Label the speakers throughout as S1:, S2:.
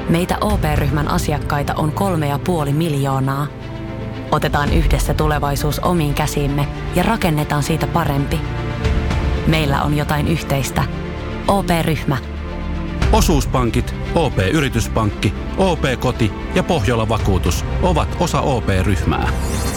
S1: Meitä OP-ryhmän asiakkaita on 3,5 miljoonaa. Otetaan yhdessä tulevaisuus omiin käsiimme ja rakennetaan siitä parempi. Meillä on jotain yhteistä. OP-ryhmä.
S2: Osuuspankit, OP-yrityspankki, OP-koti ja Pohjola-vakuutus ovat osa OP-ryhmää.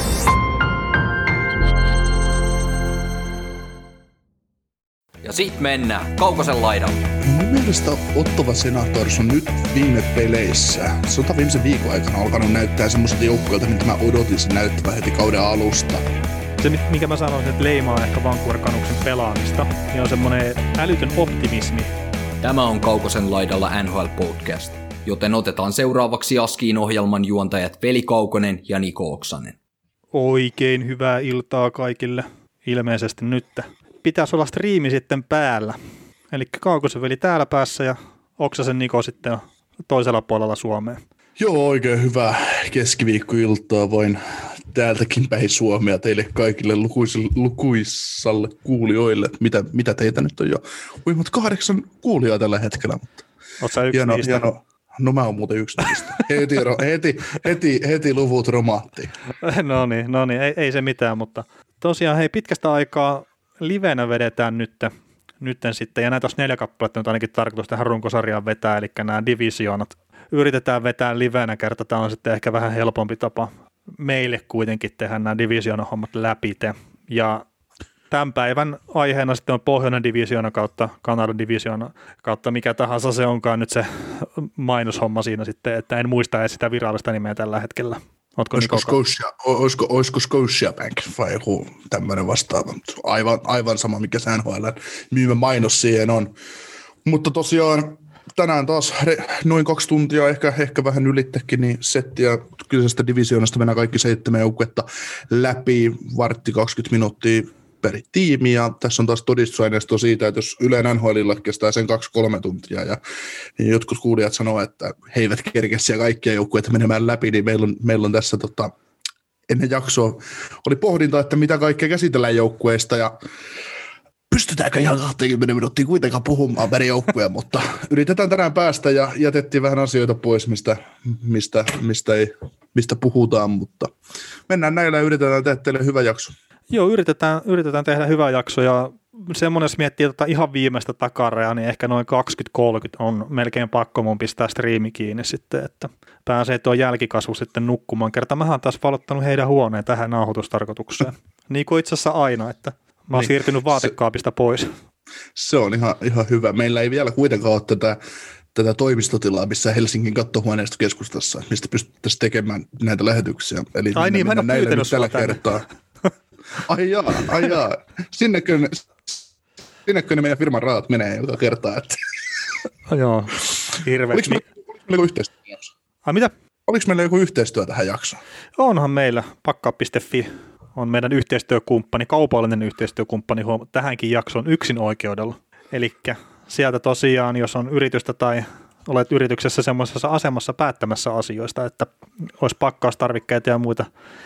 S3: Ja sit mennään Kaukosen laidalle.
S4: Mun mielestä Ottawa Senators on nyt viime peleissä. Viimeisen viikon aikana alkanut näyttää semmoiselta joukkueelta, mitä mä odotin sen näyttävän heti kauden alusta.
S5: Se, mikä mä sanoisin, että leimaa ehkä Vancouver Canucksin pelaamista, niin on semmoinen älytön optimismi.
S3: Tämä on Kaukosen laidalla NHL Podcast, joten otetaan seuraavaksi Askiin ohjelman juontajat Veli Kaukonen ja Niko Oksanen.
S5: Oikein hyvää iltaa kaikille. Ilmeisesti nyt pitäisi olla striimi sitten päällä. Eli Kaukosen Veli täällä päässä ja Oksasen Niko sitten toisella puolella Suomeen.
S4: Joo, oikein hyvää keskiviikkoiltaa. Voin täältäkin päin Suomea teille kaikille lukuisalle kuulijoille. Mitä teitä nyt on jo? Uimmat 8 kuulijaa tällä hetkellä.
S5: Oot sä yksi niistä?
S4: Hieno. No mä oon muuten yksi niistä. heti luvut romahti.
S5: No niin, ei se mitään, mutta tosiaan hei, pitkästä aikaa livenä vedetään nytten sitten, ja näitä olisi 4 kappaletta nyt ainakin tarkoitus tähän runkosarjaan vetää, eli nämä divisioonat yritetään vetää livenä, kerta tämä on sitten ehkä vähän helpompi tapa meille kuitenkin tehdä nämä divisioonan-hommat läpite, ja tämän päivän aiheena sitten on Pohjoinen divisioona kautta Kanadan divisioona kautta mikä tahansa se onkaan nyt se mainoshomma siinä sitten, että en muista edes sitä virallista nimeä tällä hetkellä.
S4: Olisiko Scotiabank vai joku tämmöinen vastaava, aivan sama mikä se NHL myymä mainos siihen on. Mutta tosiaan tänään taas noin 2 tuntia, ehkä vähän ylittäkin, niin settiä kyseisestä divisioonasta mennään kaikki 7 joukkuetta läpi, vartti 20 minuuttia per tiimi, ja tässä on taas todistusaineisto siitä, että jos Ylen NHLilla kestää sen 2-3 tuntia, ja jotkut kuulijat sanoo, että he eivät kerkeä siellä kaikkia joukkueita menemään läpi, niin meillä on tässä ennen jaksoa oli pohdinta, että mitä kaikkea käsitellään joukkueista, ja pystytäänkö ihan 20 minuuttia kuitenkaan puhumaan per joukkueen, mutta yritetään tänään päästä, ja jätettiin vähän asioita pois, mistä puhutaan, mutta mennään näillä ja yritetään tehdä teille hyvä jakso.
S5: Joo, yritetään tehdä hyvä jakso, ja semmoinen, jos miettii ihan viimeistä takarajaa, niin ehkä noin 20-30 on melkein pakko mun pistää striimi kiinni sitten, että pääsee tuo jälkikasvu sitten nukkumaan. Kerta mä oon taas valottanut heidän huoneen tähän nauhoitustarkoitukseen. Niin kuin itse asiassa aina, että mä oon siirtynyt vaatekaapista pois.
S4: Se on ihan hyvä. Meillä ei vielä kuitenkaan ole tätä toimistotilaa, missä Helsingin kattohuoneistokeskustassa, mistä pystyttäisiin tekemään näitä lähetyksiä. Eli
S5: ai niin, mä en ole pyytänyt tällä kertaa.
S4: Ai jaa. Sinnekö ne meidän firman rahat menee joka kertaa? Että.
S5: Joo, hirveästi.
S4: Oliko meillä joku yhteistyö jakso?
S5: Ai mitä?
S4: Oliko meillä joku yhteistyö tähän jaksoon?
S5: Onhan meillä. Pakkaap.fi on meidän yhteistyökumppani, kaupallinen yhteistyökumppani tähänkin jaksoon yksin oikeudella. Elikkä sieltä tosiaan, jos on yritystä tai olet yrityksessä semmoisessa asemassa päättämässä asioista, että olisi pakkaustarvikkeita ja muita,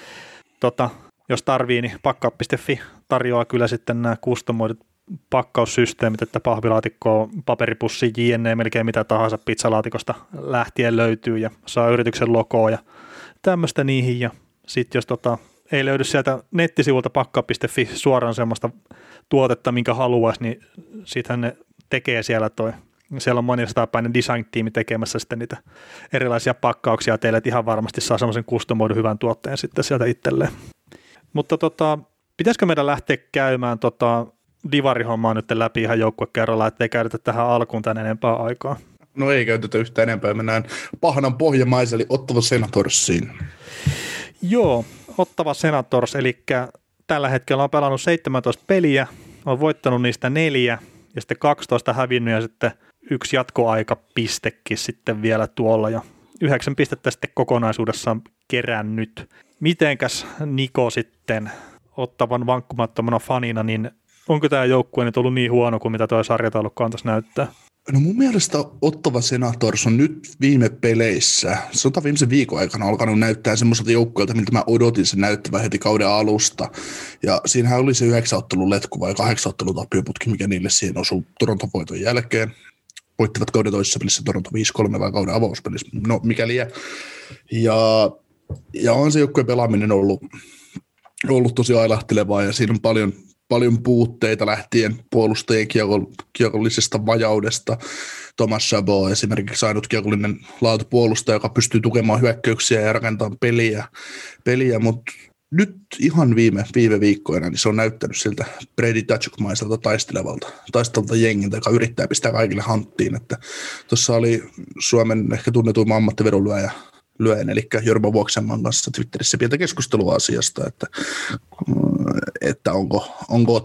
S5: jos tarvii, niin pakkaap.fi tarjoaa kyllä sitten nämä customoidut pakkaussysteemit, että pahvilaatikkoa, paperipussi, jne, melkein mitä tahansa pizzalaatikosta lähtien löytyy ja saa yrityksen logoa ja tämmöistä niihin. Ja sitten jos ei löydy sieltä nettisivulta pakkaap.fi suoraan semmoista tuotetta, minkä haluaisi, niin sittenhän ne tekee siellä siellä on monisatapäinen design-tiimi tekemässä sitten niitä erilaisia pakkauksia teille, että ihan varmasti saa semmoisen customoidun hyvän tuotteen sitten sieltä itselleen. Mutta pitäisikö meidän lähteä käymään divarihommaa nyt läpi ihan joukkue kerrallaan, ettei käytetä tähän alkuun tän enempää aikaa?
S4: No ei käytetä yhtään enempää, mennään Pahnan pohjamaisen, eli Ottawa Senatorsiin.
S5: Joo, Ottawa Senators, eli tällä hetkellä on pelannut 17 peliä, on voittanut niistä 4 ja sitten 12 hävinnyt ja sitten 1 jatkoaikapistekin sitten vielä tuolla ja 9 pistettä sitten kokonaisuudessaan kerännyt. Mitenkäs Niko sitten Ottavan vankkumattomana fanina, niin onko tämä joukkue nyt ollut niin huono kuin mitä tuo sarjataulukko antaisi näyttää?
S4: No mun mielestä Ottawa Senators on nyt viime peleissä, viimeisen viikon aikana alkanut näyttää semmoiselta joukkueelta, miltä mä odotin sen näyttävän heti kauden alusta. Ja siinähän oli se 9 ottelun letku vai 8 ottelun tappioputki, mikä niille siihen osui Toronton voiton jälkeen. voittivat kauden toisessa pelissä Toronto 5-3 vai kauden avauspelissä, no mikäli ja on se joukkueen pelaaminen ollut tosi ailahtelevaa ja siinä on paljon puutteita lähtien puolustajien kiekollisesta vajaudesta. Thomas Chabot esimerkiksi ainut kiekollinen laatupuolustaja, joka pystyy tukemaan hyökkäyksiä ja rakentamaan peliä, mutta nyt ihan viime viikkoina niin se on näyttänyt siltä Brady Tkachuk-maiselta taistelevalta jengiltä, joka yrittää pistää kaikille hanttiin. Tuossa oli Suomen ehkä tunnetuimman ammattivedonlyöjän, eli Jorma Vuoksenmaan kanssa Twitterissä pientä keskustelua asiasta, että onko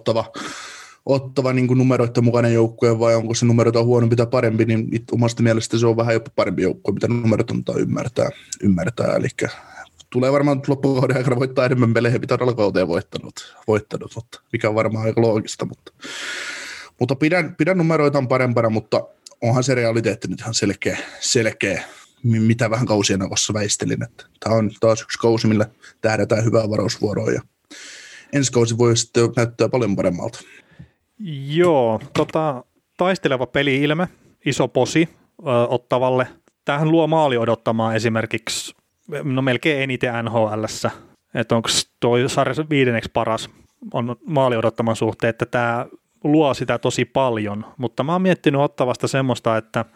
S4: ottava niin kuin numeroiden mukainen joukkue vai onko se numeroita huonompi tai parempi, niin omasta mielestä se on vähän jopa parempi joukkue, mitä numerot antaa ymmärtää. Eli tulee varmaan loppukauden aikana voittaa enemmän pelejä, mitä on kauteen voittanut, mutta mikä on varmaan aika loogista. Mutta pidän numeroitaan parempana, mutta onhan se realiteetti nyt ihan selkeä, mitä vähän kausien akossa väistelin. Että tämä on taas yksi kausi, millä tähdätään hyvää varausvuoroa ja ensi kausi voi sitten näyttää paljon paremmalta.
S5: Joo, taisteleva peli-ilme, iso posi Ottavalle. Tämähän luo maali odottamaan esimerkiksi melkein eniten NHL:ssä, että onko tuo sarjassa 5. paras on maali odottaman suhteen, että tämä luo sitä tosi paljon, mutta mä oon miettinyt Ottavasta semmoista,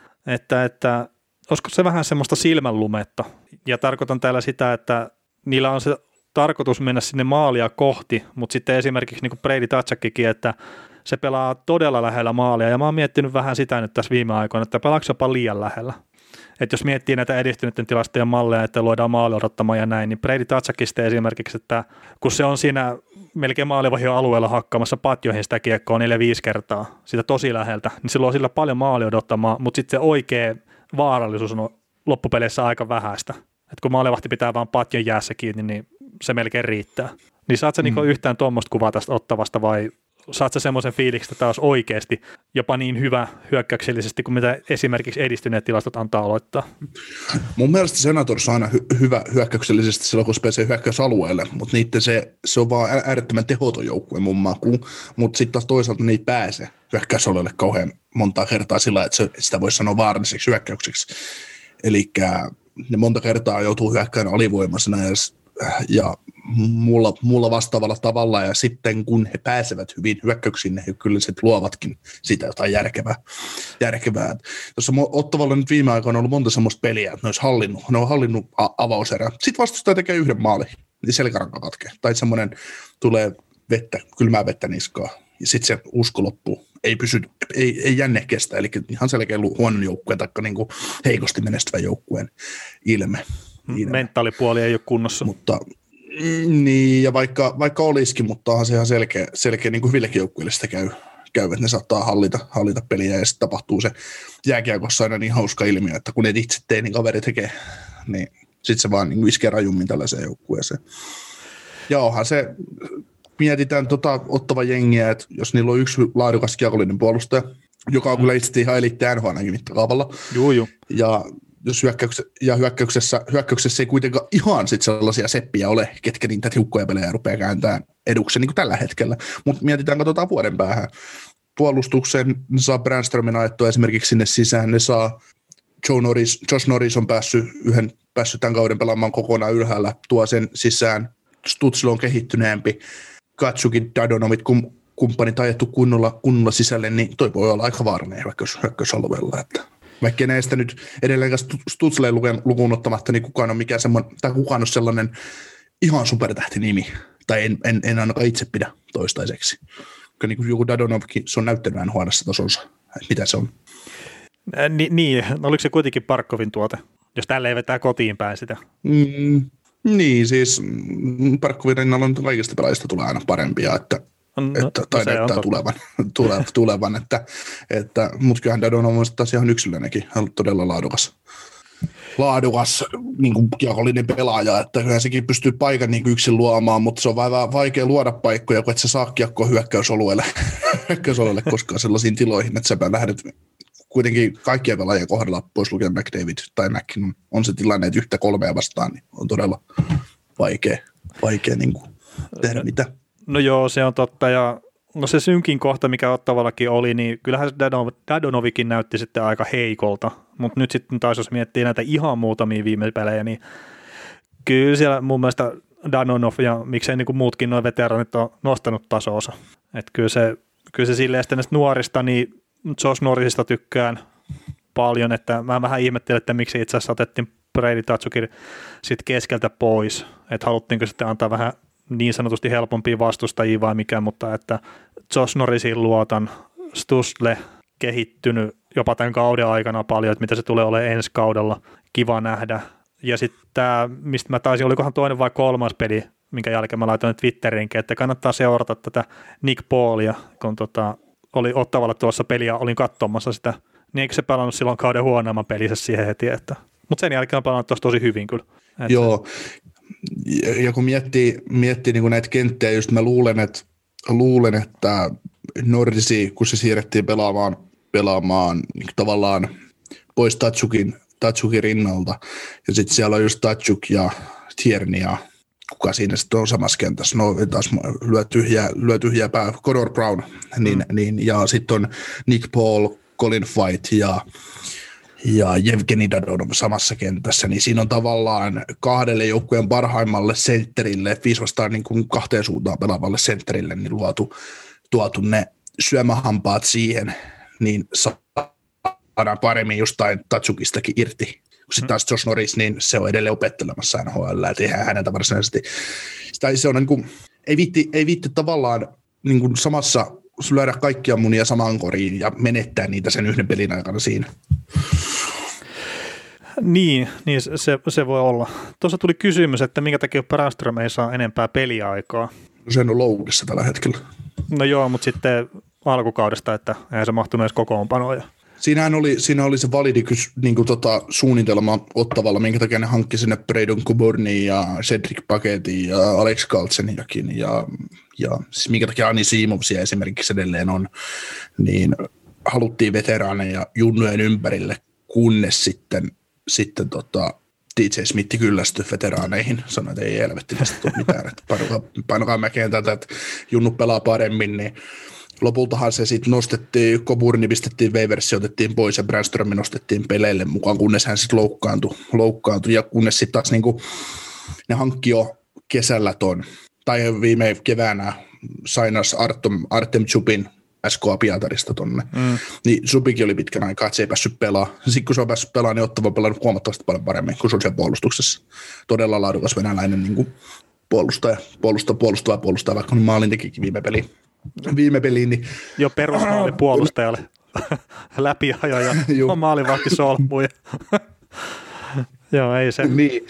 S5: että olisiko se vähän semmoista silmänlumetta, ja tarkoitan täällä sitä, että niillä on se tarkoitus mennä sinne maalia kohti, mutta sitten esimerkiksi niin kuin Brady Tkachukkin, että se pelaa todella lähellä maalia, ja mä oon miettinyt vähän sitä nyt tässä viime aikoina, että pelaako jopa liian lähellä. Että jos miettii näitä edistyneiden tilastojen malleja, että luodaan maali odottamaan ja näin, niin Brady Tkachukista esimerkiksi, että kun se on siinä melkein maalivahdin alueella hakkaamassa patjoihin sitä kiekkoa 4-5 kertaa, sitä tosi läheltä, niin se luo sillä paljon maali odottamaan, mutta sitten se oikea vaarallisuus on loppupeleissä aika vähäistä. Että kun maalivahti pitää vaan patjon jäässä kiinni, niin se melkein riittää. Niin saat sä niinku yhtään tuommoista kuvaa tästä Ottavasta vai saat sä semmoisen fiiliksen, että tämä olisi oikeasti jopa niin hyvä hyökkäyksellisesti kuin mitä esimerkiksi edistyneet tilastot antaa aloittaa?
S4: Mun mielestä Senators on aina hyvä hyökkäyksellisesti silloin, kun se pääsee hyökkäysalueelle, mutta niiden se on vaan äärettömän tehoton joukkue mun makuun, mutta sitten taas toisaalta ne ei pääse hyökkäysalueelle kauhean montaa kertaa sillä, että sitä voisi sanoa vaaralliseksi hyökkäykseksi. Eli ne monta kertaa joutuu hyökkäämään alivoimaisena ja muulla vastaavalla tavalla, ja sitten kun he pääsevät hyvin hyökkäyksiin, he kyllä sitten luovatkin sitä jotain järkevää. Tuossa Ottavalla nyt viime aikoina on ollut monta semmoista peliä, että ne on hallinnut avauserää. Sitten vastustaja tekee yhden maalin, niin selkäranka katkee. Tai semmoinen tulee kylmää vettä niskaa, ja sitten se usko loppuu. Ei jänne kestä, eli ihan selkeä huonon joukkueen tai niinku heikosti menestyvän joukkueen ilme.
S5: Mentaalipuoli ei ole kunnossa.
S4: Mutta niin, ja vaikka olisikin, mutta onhan se ihan selkeä niin kuin hyvillekin joukkueille sitä käy, että ne saattaa hallita peliä, ja sitten tapahtuu se jääkiekossa aina niin hauska ilmiö, että kun et itse tee, niin kaveri tekee, niin sitten se vaan niin iskee rajummin tällaiseen joukkueeseen. Ja onhan se, mietitään Ottava jengiä, että jos niillä on yksi laadukas kiekollinen puolustaja, joka on kyllä itse ihan eliitti NHL:nkin mittakaavalla, ja jos hyökkäyksessä ei kuitenkaan ihan sit sellaisia seppiä ole, ketkä niitä tiukkoja pelejä rupeaa kääntämään eduksi niin kuin tällä hetkellä. Mutta mietitään, katsotaan vuoden päähän. Puolustukseen ne saa Brandströmin ajettua esimerkiksi sinne sisään, ne saa Josh Norris on päässyt tämän kauden pelaamaan kokonaan ylhäällä, tuo sen sisään, Stutzlo on kehittyneempi, Katsukin, Dadonomit, kumppanit ajettu kunnolla sisälle, niin toi voi olla aika vaarallinen hyökkäysalueella, että vaikka näistä nyt edelleenkään Stutzleen lukuun ottamatta, niin kukaan on sellainen ihan supertähtinimi, tai en ainakaan itse pidä toistaiseksi. Niin kuin joku Dadonovkin, se on näyttänyt NHL:ssä tasonsa, että mitä se on.
S5: Niin, oliko se kuitenkin Parkkovin tuote, jos tällä ei vetää kotiin päin sitä?
S4: Niin, siis Parkkovin rinnalla on kaikista pelaajista tulee aina parempia, tai näyttää tulevan, mutta kyllähän Dadonov on taas ihan yksilönenkin, hän on todella laadukas niin kuin kiekollinen pelaaja, että kyllä sekin pystyy paikan niin kuin yksin luomaan, mutta se on vähän vaikea luoda paikkoja, kun et sä saa kiekkoa hyökkäysalueelle koskaan sellaisiin tiloihin, että sä lähdet kuitenkin kaikkien pelaajien kohdalla pois lukien McDavid tai Mackinnon on se tilanne, että 1-3 vastaan, niin on todella vaikea niin kuin tehdä mitä.
S5: No joo, se on totta, ja No se synkin kohta, mikä Ottavallakin oli, niin kyllähän Dadonovikin näytti sitten aika heikolta, mutta nyt sitten taas jos miettii näitä ihan muutamia viime pelejä, niin kyllä siellä mun mielestä Dadonov ja miksei niin kuin muutkin nuo veteranit on nostanut tasonsa. Että kyllä se silleen sitten näistä nuorista, niin Josh Norrisista tykkään paljon, että mä vähän ihmettelin, että miksi itse asiassa otettiin Brady Tatsuki sitten keskeltä pois, että haluttiinko sitten antaa vähän niin sanotusti helpompia vastustajia vai mikä, mutta että Josh Norrisin luotan, Stusle kehittynyt jopa tämän kauden aikana paljon, että mitä se tulee olemaan ensi kaudella, kiva nähdä. Ja sitten tämä, mistä mä taisin, olikohan toinen vai kolmas peli, minkä jälkeen mä laitoin Twitteriinkin, että kannattaa seurata tätä Nick Paulia, kun oli Ottavalla tuossa peliä, olin katsomassa sitä, niin eikö se pelannut silloin kauden huonoimman pelissä siihen heti, mutta sen jälkeen on pelannut tosi hyvin kyllä.
S4: Joo, ja kun miettii niin kuin näitä kenttejä, just mä luulen, että Norrisi, kun se siirrettiin pelaamaan niin tavallaan pois Tatsukin rinnalta, ja sitten siellä on just Tatsuk ja Tierney ja kuka siinä sitten on samassa kentässä, no taas lyö tyhjää pää, Connor Brown, niin, ja sitten on Nick Paul, Colin White ja Jevgeni Dadonov samassa kentässä, niin siinä on tavallaan kahdelle joukkueen parhaimmalle sentterille, 5 niin kuin 2 suuntaan pelaavalle sentterille, niin tuotu ne syömähampaat siihen, niin saadaan paremmin jostain Tatsukistakin irti. Sitten taas Josh Norris, niin se on edelleen opettelemassa NHL, että eihän häneltä varsinaisesti, se on niin kuin, ei viitti tavallaan niin kuin samassa lyödä kaikkia munia samaan koriin ja menettää niitä sen yhden pelin aikana siinä.
S5: Niin se voi olla. Tuossa tuli kysymys, että minkä takia Brandström ei saa enempää peliaikaa.
S4: No sehän on loukissa tällä hetkellä.
S5: No joo, mutta sitten alkukaudesta, että eihän se mahtunut edes kokoonpanoja.
S4: Siinä oli se validi niin kuin suunnitelma Ottavalla, minkä takia ne hankki sinne Braden Coburnin ja Cedric Paquetin ja Alex Galchenykin ja siis minkä takia Ani Simovsia esimerkiksi edelleen on, niin haluttiin veteraaneja junnujen ympärille, kunnes sitten DJ Smith kyllästyi veteraaneihin, sanoi, että ei helvetti tästä tule mitään, että painokaa mäkeen tätä, että junnu pelaa paremmin, niin lopultahan se sitten nostettiin, Coburni pistettiin waiversiin, otettiin pois ja Brandström nostettiin peleille mukaan, kunnes hän sitten loukkaantui ja kunnes sitten taas niinku, ne hankki jo kesällä tai viime keväänä sainas Artem Chupin SKA Pietarista tonne. Niin Supikin oli pitkän aikaa, että se ei päässyt pelaamaan. Sitten kun se on päässyt pelaamaan, niin Ottava on pelannut huomattavasti paljon paremmin, kun se on siellä puolustuksessa. Todella laadukas venäläinen niin kuin puolustaja, vaikka maalin tekikin viime peliin. Niin
S5: jo perusmaali puolustajalle läpiajo ja maalivahti solmuja. Joo, ei se.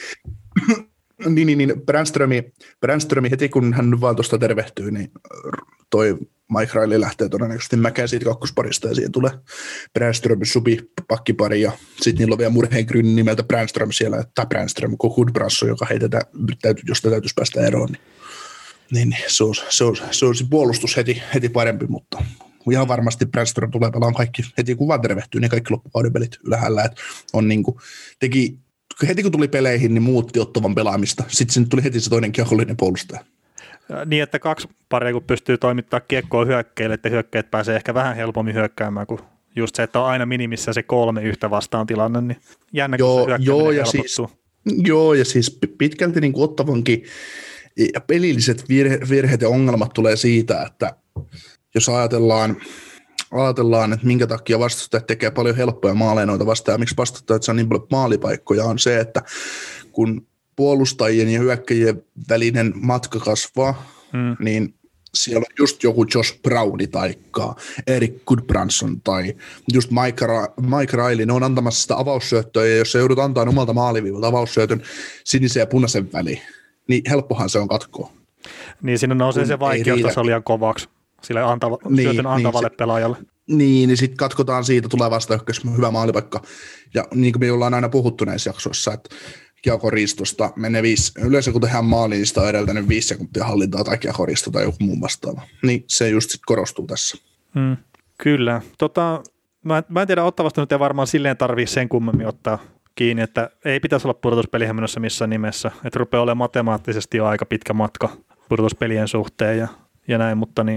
S4: Niin, Brandströmi heti kun hän vaan tuosta tervehtyy, niin toi Mike Riley lähtee todennäköisesti mäkään siitä kakkosparista ja siihen tulee Brandström, Subi, pakkipari ja sitten niillä on vielä Murheengryn nimeltä Brandström siellä, tai Brandström, kuin Hudbrasso, joka heitetään, josta täytyisi päästä eroon. Niin se on se puolustus heti parempi, mutta ihan varmasti Brandström tulee pelaamaan kaikki, heti kun vaan tervehtyy, niin kaikki loppukauden pelit ylhäällä, että on niinku, heti kun tuli peleihin, niin muutti Ottavan pelaamista. Sitten sinne tuli heti se toinen kiekollinen puolustaja.
S5: Niin, että 2 paria, kun pystyy toimittamaan kiekkoa hyökkäille, että hyökkäät pääsee ehkä vähän helpommin hyökkäämään kuin just se, että on aina minimissä se 3 yhtä vastaan tilanne, niin jännä, kun se hyökkääminen helpottuu.
S4: Ja siis pitkälti niin kuin Ottavankin pelilliset virheet ja ongelmat tulee siitä, että jos ajatellaan, että minkä takia vastustajat tekee paljon helppoja maaleja noita vastaan, ja miksi vastustajat saa niin paljon maalipaikkoja, on se, että kun puolustajien ja hyökkäjien välinen matka kasvaa, niin siellä on just joku Josh Browni taikka Erik Goodbranson tai just Mike Riley, ne on antamassa sitä avaussyöttöä, ja jos se joudut antaa omalta maaliviivalta avaussyötön sinisen ja punaisen väliin, niin helppohan se on katkoa.
S5: Niin siinä nousee se vaikeustaso liian kovaksi sille syötön antavalle pelaajalle.
S4: Niin sitten katkotaan siitä, tulee vasta hyvä maalipaikka. Ja niin kuin me ollaan aina puhuttu näissä jaksoissa, että kiekoristosta menee yleensä kun tehdään maaliin, niin sitä on edeltänyt 5 sekuntia hallintaa tai kiekoristo tai joku muun vastaava. Niin se just sitten korostuu tässä.
S5: Kyllä. Mä en tiedä, Ottavasta nyt ei varmaan silleen tarvitse sen kummemmin ottaa kiinni, että ei pitäisi olla pudotuspelihän menossa missään nimessä. Että rupeaa olemaan matemaattisesti jo aika pitkä matka pudotuspelien suhteen ja näin, mutta niin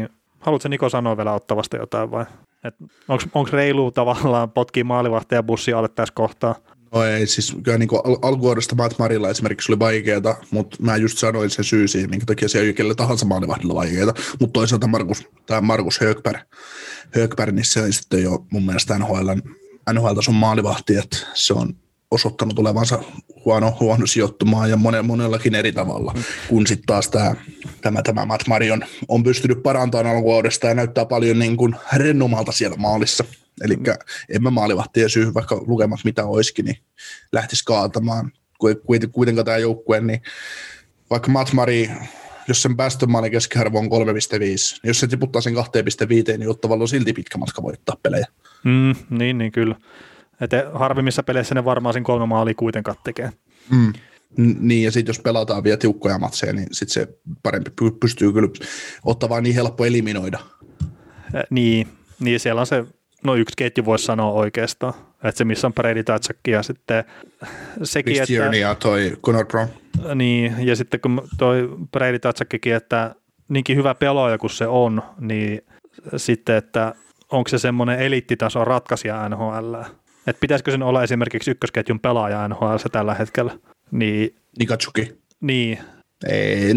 S5: Haluatko Niko sanoa vielä Ottavasta jotain vai? Onko reilu tavallaan potkii maalivahtia bussia alle tässä kohtaa?
S4: No ei, siis kyllä niin alkuvuodesta Matt Marilla esimerkiksi oli vaikeaa, mutta mä just sanoin sen syy siihen, minkä takia se ei ole kelle tahansa maalivahdilla vaikeaa, mutta toisaalta Markus Högberg, niin se on sitten jo mun mielestä NHL-tason maalivahti, että se on osoittanut olevansa huono sijoittumaan ja monellakin eri tavalla, kun sitten taas tämä Matt Murray on pystynyt parantamaan alkuvuodesta ja näyttää paljon niin kuin rennomalta siellä maalissa. Eli en mä maalivahtien syy, vaikka lukemat mitä olisikin, niin lähtisi kaatamaan. Kuitenkaan tämä joukkue, niin vaikka Matt Murray, jos sen päästömaalin keskiarvo on 3,5, niin jos se tiputtaa sen 2,5, niin Ottavalla on silti pitkä matka voittaa pelejä.
S5: Niin kyllä. Että harvimmissa peleissä ne varmaan sen 3 maalia kuitenkaan tekee.
S4: Niin, ja sitten jos pelataan vielä tiukkoja matseja, niin sitten se parempi pystyy kyllä Ottavaa niin helppo eliminoida.
S5: Niin siellä on se, yksi ketju voisi sanoa oikeastaan, että se missä on Brady Tkachuk ja sitten sekin,
S4: Chris Tierney ja toi Connor Brown.
S5: Niin, ja sitten kun toi Brady Tkachukikin, että niinkin hyvä pelaaja kuin se on, niin sitten, että onko se semmoinen eliittitason ratkaisija NHL, että pitäisikö sen olla esimerkiksi ykkösketjun pelaaja NHL tällä hetkellä, niin
S4: Tkachuk.
S5: Niin.
S4: Ei,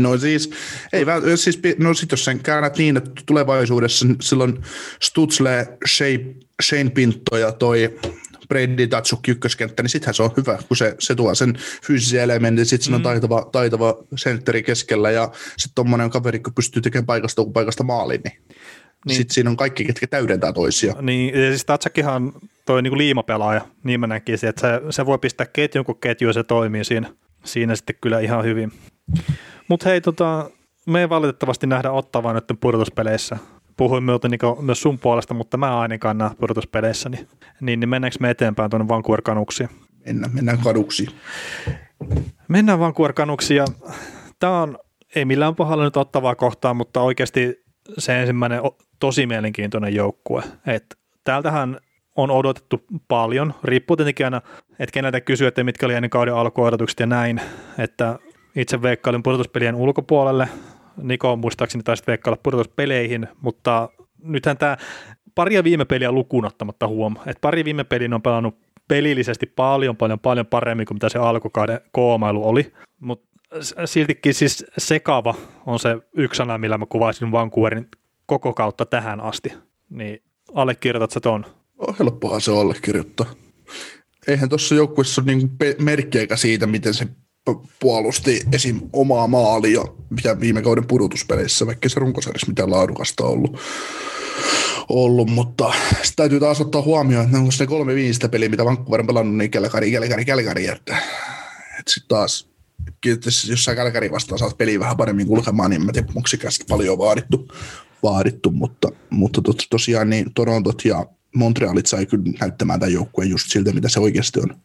S4: sit jos sen käännät niin, että tulevaisuudessa silloin Stutzle, Shane Pinto ja toi Brady Tkachuk ykköskenttä, niin sittenhän se on hyvä, kun se tuo sen fyysisen elementin, sitten siinä on taitava sentteri keskellä ja sitten tommoinen kaveri, kun pystyy tekemään paikasta maalin, niin. Sitten siinä on kaikki, ketkä täydentää toisia.
S5: Niin, ja siis Tkachukihan toi niinku liimapelaaja, niin mä näkisin, että se voi pistää ketjun kuin ketju ja se toimii siinä sitten kyllä ihan hyvin. Mutta hei, me ei valitettavasti nähdä Ottavaa nyt pudotuspeleissä. Puhuin myös sun puolesta, mutta mä ainakaan näe pudotuspeleissä. Niin mennäänkö me eteenpäin tuonne Vancouver Canucksiin?
S4: Mennään Canucksiin.
S5: Mennään Vancouver Canucksiin ja tää on, ei millään pahalla nyt Ottavaa kohtaan, mutta oikeasti se ensimmäinen tosi mielenkiintoinen joukkue. Että täältähän on odotettu paljon, riippuu tietenkin aina, että keneltä kysyy, että mitkä oli ennen kauden alkuodotukset ja näin, että itse veikkailin pudotuspelien ulkopuolelle, Niko muistaakseni taisi veikkailla pudotuspeleihin, mutta nythän tämä paria viime peliä lukuun ottamatta että pari viime peliä on pelannut pelillisesti paljon paremmin kuin mitä se alkukauden koomailu oli, mutta siltikin siis sekava on se yksi sana, millä mä kuvaisin Vancouverin koko kautta tähän asti, niin allekirjoitat sä ton?
S4: Helppohan se allekirjoittaa. Eihän tuossa joukkueessa ole niin merkkiäkään siitä, miten se puolusti esim. Omaa maalia viime kauden pudotuspeleissä, vaikka se runkosarjassa mitään laadukasta ollut, mutta sitä täytyy taas ottaa huomioon, että ne on ne 3 viimeistä peliä, mitä Vancouver on pelannut, niin Kälkäri, että sitten taas, jos sä Kälkäri vastaan saat peliä vähän paremmin kulkemaan, niin mä tiedän, onko sitä paljon vaadittu, mutta tosiaan niin Torontot ja Montrealit sai kyllä näyttämään tämän joukkueen just siltä, mitä se oikeasti on.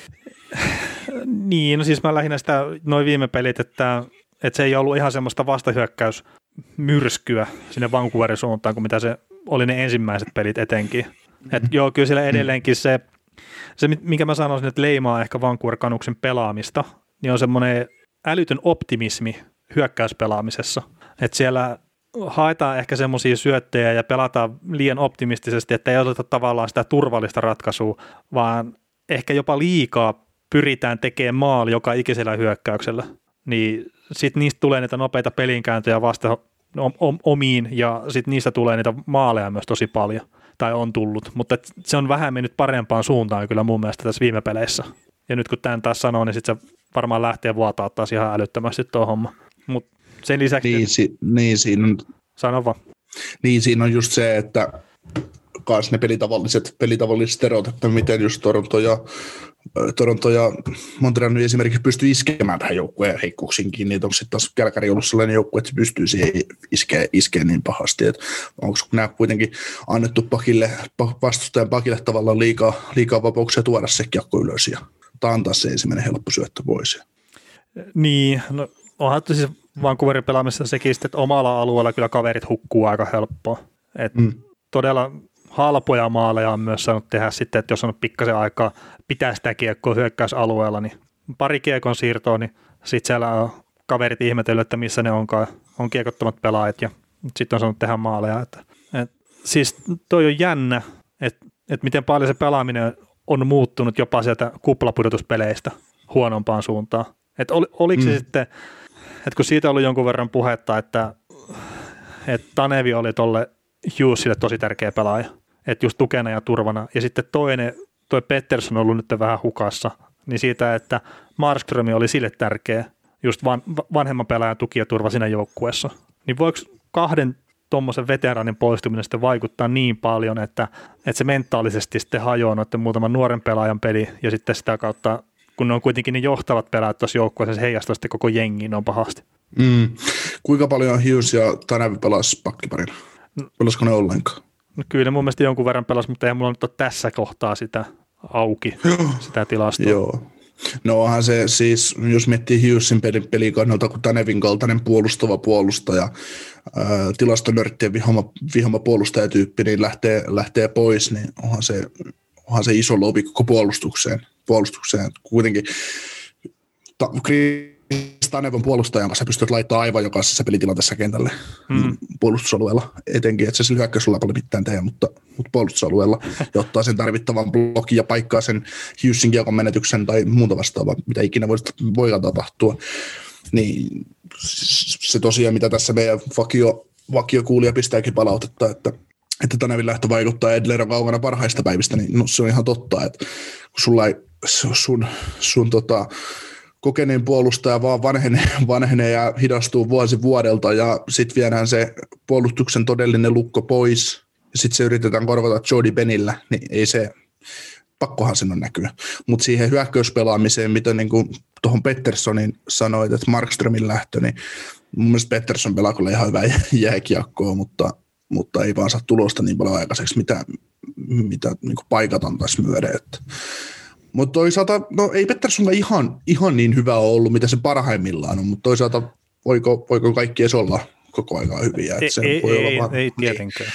S5: Niin, no siis mä lähinnä sitä noin viime pelit, että se ei ollut ihan semmoista vastahyökkäysmyrskyä sinne Vancouverin suuntaan, kuin mitä se oli ne ensimmäiset pelit etenkin. Että joo, kyllä siellä edelleenkin se, minkä mä sanoisin, että leimaa ehkä Vancouver Canucksin pelaamista, niin on semmoinen älytön optimismi hyökkäyspelaamisessa. Että siellä haetaan ehkä semmoisia syöttejä ja pelataan liian optimistisesti, että ei oteta tavallaan sitä turvallista ratkaisua, vaan ehkä jopa liikaa pyritään tekemään maali joka ikisellä hyökkäyksellä. Niin sitten niistä tulee niitä nopeita pelinkääntöjä vasta omiin ja sitten niistä tulee niitä maaleja myös tosi paljon, tai on tullut, mutta se on vähän mennyt parempaan suuntaan kyllä mun mielestä tässä viime peleissä. Ja nyt kun tämän taas sanoo, niin sitten se varmaan lähtee vuotaa taas ihan älyttömästi tuo homma. Mutta sen lisäksi...
S4: Siinä on...
S5: Sano vaan.
S4: Niin, siinä on just se, että kans ne pelitavalliset erot, että miten just Toronto ja Montreal esimerkiksi pystyy iskemään tähän joukkueen heikkouksiinkin, niin onko sitten taas Kälkäri ollut sellainen joukkue, että se pystyy siihen iskeen niin pahasti, että onko nämä kuitenkin annettu vastustajan pakille tavallaan liikaa vapauksia tuoda se kiekko ylös ja antaa se ensimmäinen helppo syöttö pois.
S5: Niin, no onhan siis Vancouverin pelaamisessa sekin, että omalla alueella kyllä kaverit hukkuu aika helppoa. Todella halpoja maaleja on myös saanut tehdä sitten, että jos on pikkasen aikaa pitää sitä kiekkoa hyökkäysalueella, niin pari kiekon siirtoa, niin sitten siellä on kaverit ihmetellyt, että missä ne onkaan, on kiekottomat pelaajat ja sitten on saanut tehdä maaleja. Siis toi on jännä, että miten paljon se pelaaminen on muuttunut jopa sieltä kuplapudotuspeleistä huonompaan suuntaan. Että oliko se sitten, että kun siitä oli jonkun verran puhetta, että Tanevi oli tolle Hughesille tosi tärkeä pelaaja, että just tukena ja turvana, ja sitten toi Pettersson on ollut nyt vähän hukassa, niin siitä, että Markström oli sille tärkeä, just vanhemman pelaajan tuki ja turva siinä joukkueessa, niin voiko kahden tuommoisen veteraanin poistuminen sitten vaikuttaa niin paljon, että se mentaalisesti sitten hajoaa noiden muutaman nuoren pelaajan peli, ja sitten sitä kautta, kun ne on kuitenkin ne johtavat pelaajat tuossa joukkueessa, se heijastaa sitten koko jengiin on pahasti.
S4: Kuinka paljon Hughes ja Tanevi pelasi pakkiparina? Pelasiko ne ollenkaan?
S5: No kyllä mun mielestä jonkun verran pelasi, mutta ei mulla nyt ole tässä kohtaa sitä auki, sitä tilastoa. Joo.
S4: No onhan se siis, jos miettii Hughesin pelikannalta, kun Tanevin kaltainen puolustava puolustaja, tilastonörttien vihama puolustajatyyppi, niin lähtee pois, niin onhan se iso lovi koko puolustukseen. Kuitenkin Tanev on puolustajan kanssa, pystyt laittamaan aivan jokaisessa pelitilanteessa kentälle puolustusalueella, etenkin, että se sillä hyökkäysalueella paljon mitään tehdä, mutta puolustusalueella, ja ottaa sen tarvittavan blokin ja paikkaa sen Hughesin kiekon menetyksen tai muuta vastaavaa, mitä ikinä voidaan tapahtua. Niin se tosiaan, mitä tässä meidän vakiokuulija pistääkin palautetta, että Tanevin lähtö vaikuttaa Edler on kaukana parhaista päivistä, niin no, se on ihan totta, että kun sulla ei sun kokeneen puolustaja vaan vanhenee ja hidastuu vuosi vuodelta ja sitten viedään se puolustuksen todellinen lukko pois ja sitten se yritetään korvata Jody Bennillä, niin ei se, pakkohan sen on näkyä. Mutta siihen hyökkäyspelaamiseen, mitä niinku tuohon Petterssonin sanoit, että Markströmin lähtö, niin mun mielestä Pettersson pelaa kyllä ihan hyvää jääkiekkoa, mutta ei vaan saa tulosta niin paljon aikaiseksi, mitä niinku paikat antaisi myöden, että mutta toisaalta, no ei Pettersson ihan niin hyvä ole ollut, mitä se parhaimmillaan on, mutta toisaalta voiko kaikki edes olla koko ajan hyviä?
S5: Ei tietenkään.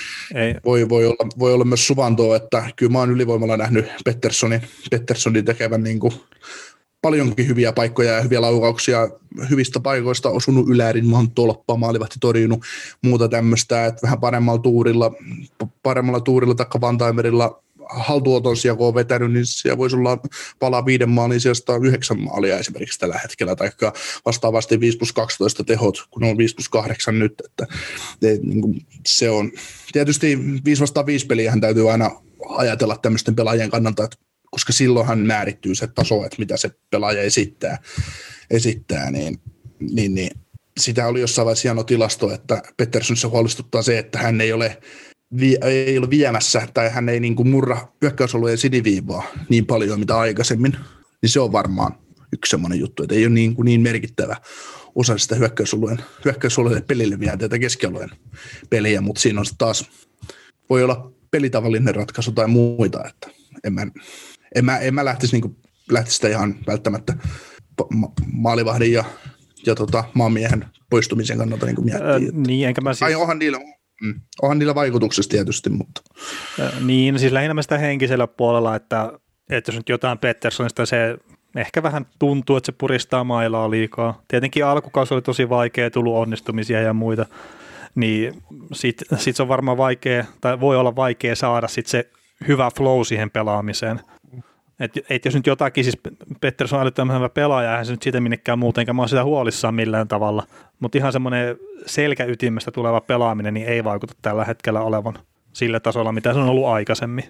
S4: Voi olla myös suvantoa, että kyllä mä oon ylivoimalla nähnyt Petterssonin tekevän niin kuin paljonkin hyviä paikkoja ja hyviä laukauksia, hyvistä paikoista osunut ylärin, mä oon tolppaa, maalivahti torjunut, muuta tämmöistä, että vähän paremmalla tuurilla taikka Vantaimerilla haltuoton sijaan, kun on vetänyt, niin siellä voisi olla palaa 5 maalin sijasta 9 maalia esimerkiksi tällä hetkellä, tai vastaavasti 5+12 tehot, kun on 5+8 nyt, että niin se on, tietysti 5-5 peliähän täytyy aina ajatella tämmöisten pelaajien kannalta, että koska silloinhan määrittyy se taso, että mitä se pelaaja esittää niin sitä oli jossain vaiheessa hieno tilasto, että Petterssonissa huolestuttaa se, että hän ei ole viemässä tai hän ei niin kuin murra hyökkäysalueen siniviivaa niin paljon mitä aikaisemmin, niin se on varmaan yksi semmoinen juttu, että ei ole niin merkittävä osa sitä hyökkäysalueen pelille viänteitä keskialueen peliä, mutta siinä on taas, voi olla pelitavallinen ratkaisu tai muita, että en mä lähtisi sitä ihan välttämättä maalivahdin ja maamiehen poistumisen kannalta niin miettiä.
S5: Niin, enkä mä siis...
S4: Onhan niillä vaikutuksessa tietysti, mutta...
S5: Niin, siis lähinnä mä sitä henkisellä puolella, että jos nyt jotain Petterssonista se ehkä vähän tuntuu, että se puristaa mailaa liikaa. Tietenkin alkukausi oli tosi vaikea, tullut onnistumisia ja muita, niin sit se on varmaan vaikea, tai voi olla vaikea saada sit se hyvä flow siihen pelaamiseen. Et jos nyt jotakin, siis Pettersson on älyttömän hyvä pelaaja, eihän se nyt siitä minnekään muutenkaan, mä oon sitä huolissaan millään tavalla, mutta ihan semmoinen selkäytimestä tuleva pelaaminen niin ei vaikuta tällä hetkellä olevan sillä tasolla, mitä se on ollut aikaisemmin.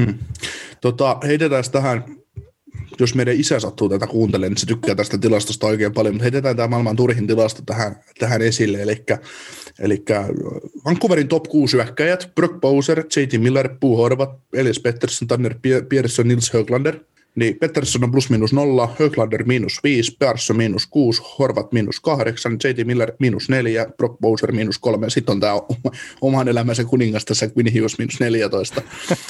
S4: Heitetään tähän, jos meidän isä sattuu tätä kuuntelemaan, niin se tykkää tästä tilastosta oikein paljon, mutta heitetään tämä maailman turhin tilasto tähän esille, eli Vancouverin top 6 hyökkäjät, Brock Bowser, J.T. Miller, Bo Horvat, Elias Pettersson, Tanner Pearson, Nils Höglander, niin Pettersson on +-0, Höglander -5, Pearson -6, Horvat -8, J.T. Miller -4, Brock Bowser -3, sitten on tämä oman elämänsä kuningas tässä Quinn Hughes -14,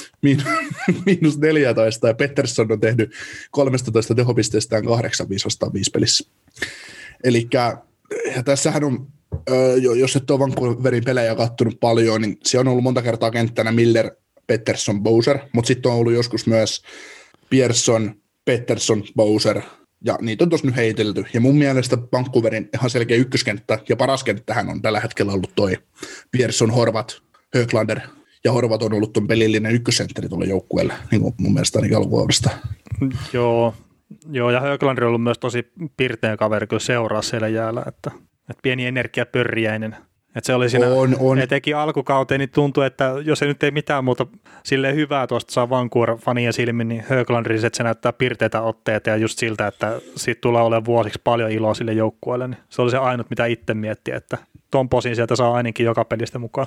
S4: -14, ja Pettersson on tehnyt 13 tehopisteestään 8-5 pelissä. Eli tässähän on, jos et ole Vancouverin pelejä kattonut paljon, niin se on ollut monta kertaa kenttänä Miller, Pettersson, Bowser, mutta sitten on ollut joskus myös Pearson, Pettersson, Bowser Ja niitä on tuossa nyt heitelty. Ja mun mielestä Vancouverin ihan selkeä ykköskenttä ja paras kenttähän on tällä hetkellä ollut toi Pearson, Horvat, Höglander. Ja Horvat on ollut tuon pelillinen ykkössentteri tuolle joukkueelle, niin kuin mun mielestä ainakin alkuvuodesta.
S5: Joo, ja Höglander on ollut myös tosi pirteä kaveri kyllä seuraa siellä jäällä, että pieni energiapörjäinen. Että se oli siinä, etenkin alkukauteen, niin tuntui, että jos ei nyt ei mitään muuta silleen hyvää tuosta saa Vancouver-fanien silmin, niin Höglanderin, että se näyttää pirteitä otteita ja just siltä, että siitä tulee olemaan vuosiksi paljon iloa sille joukkueelle. Niin se oli se ainut, mitä itse miettii, että ton posin sieltä saa ainakin joka pelistä mukaan.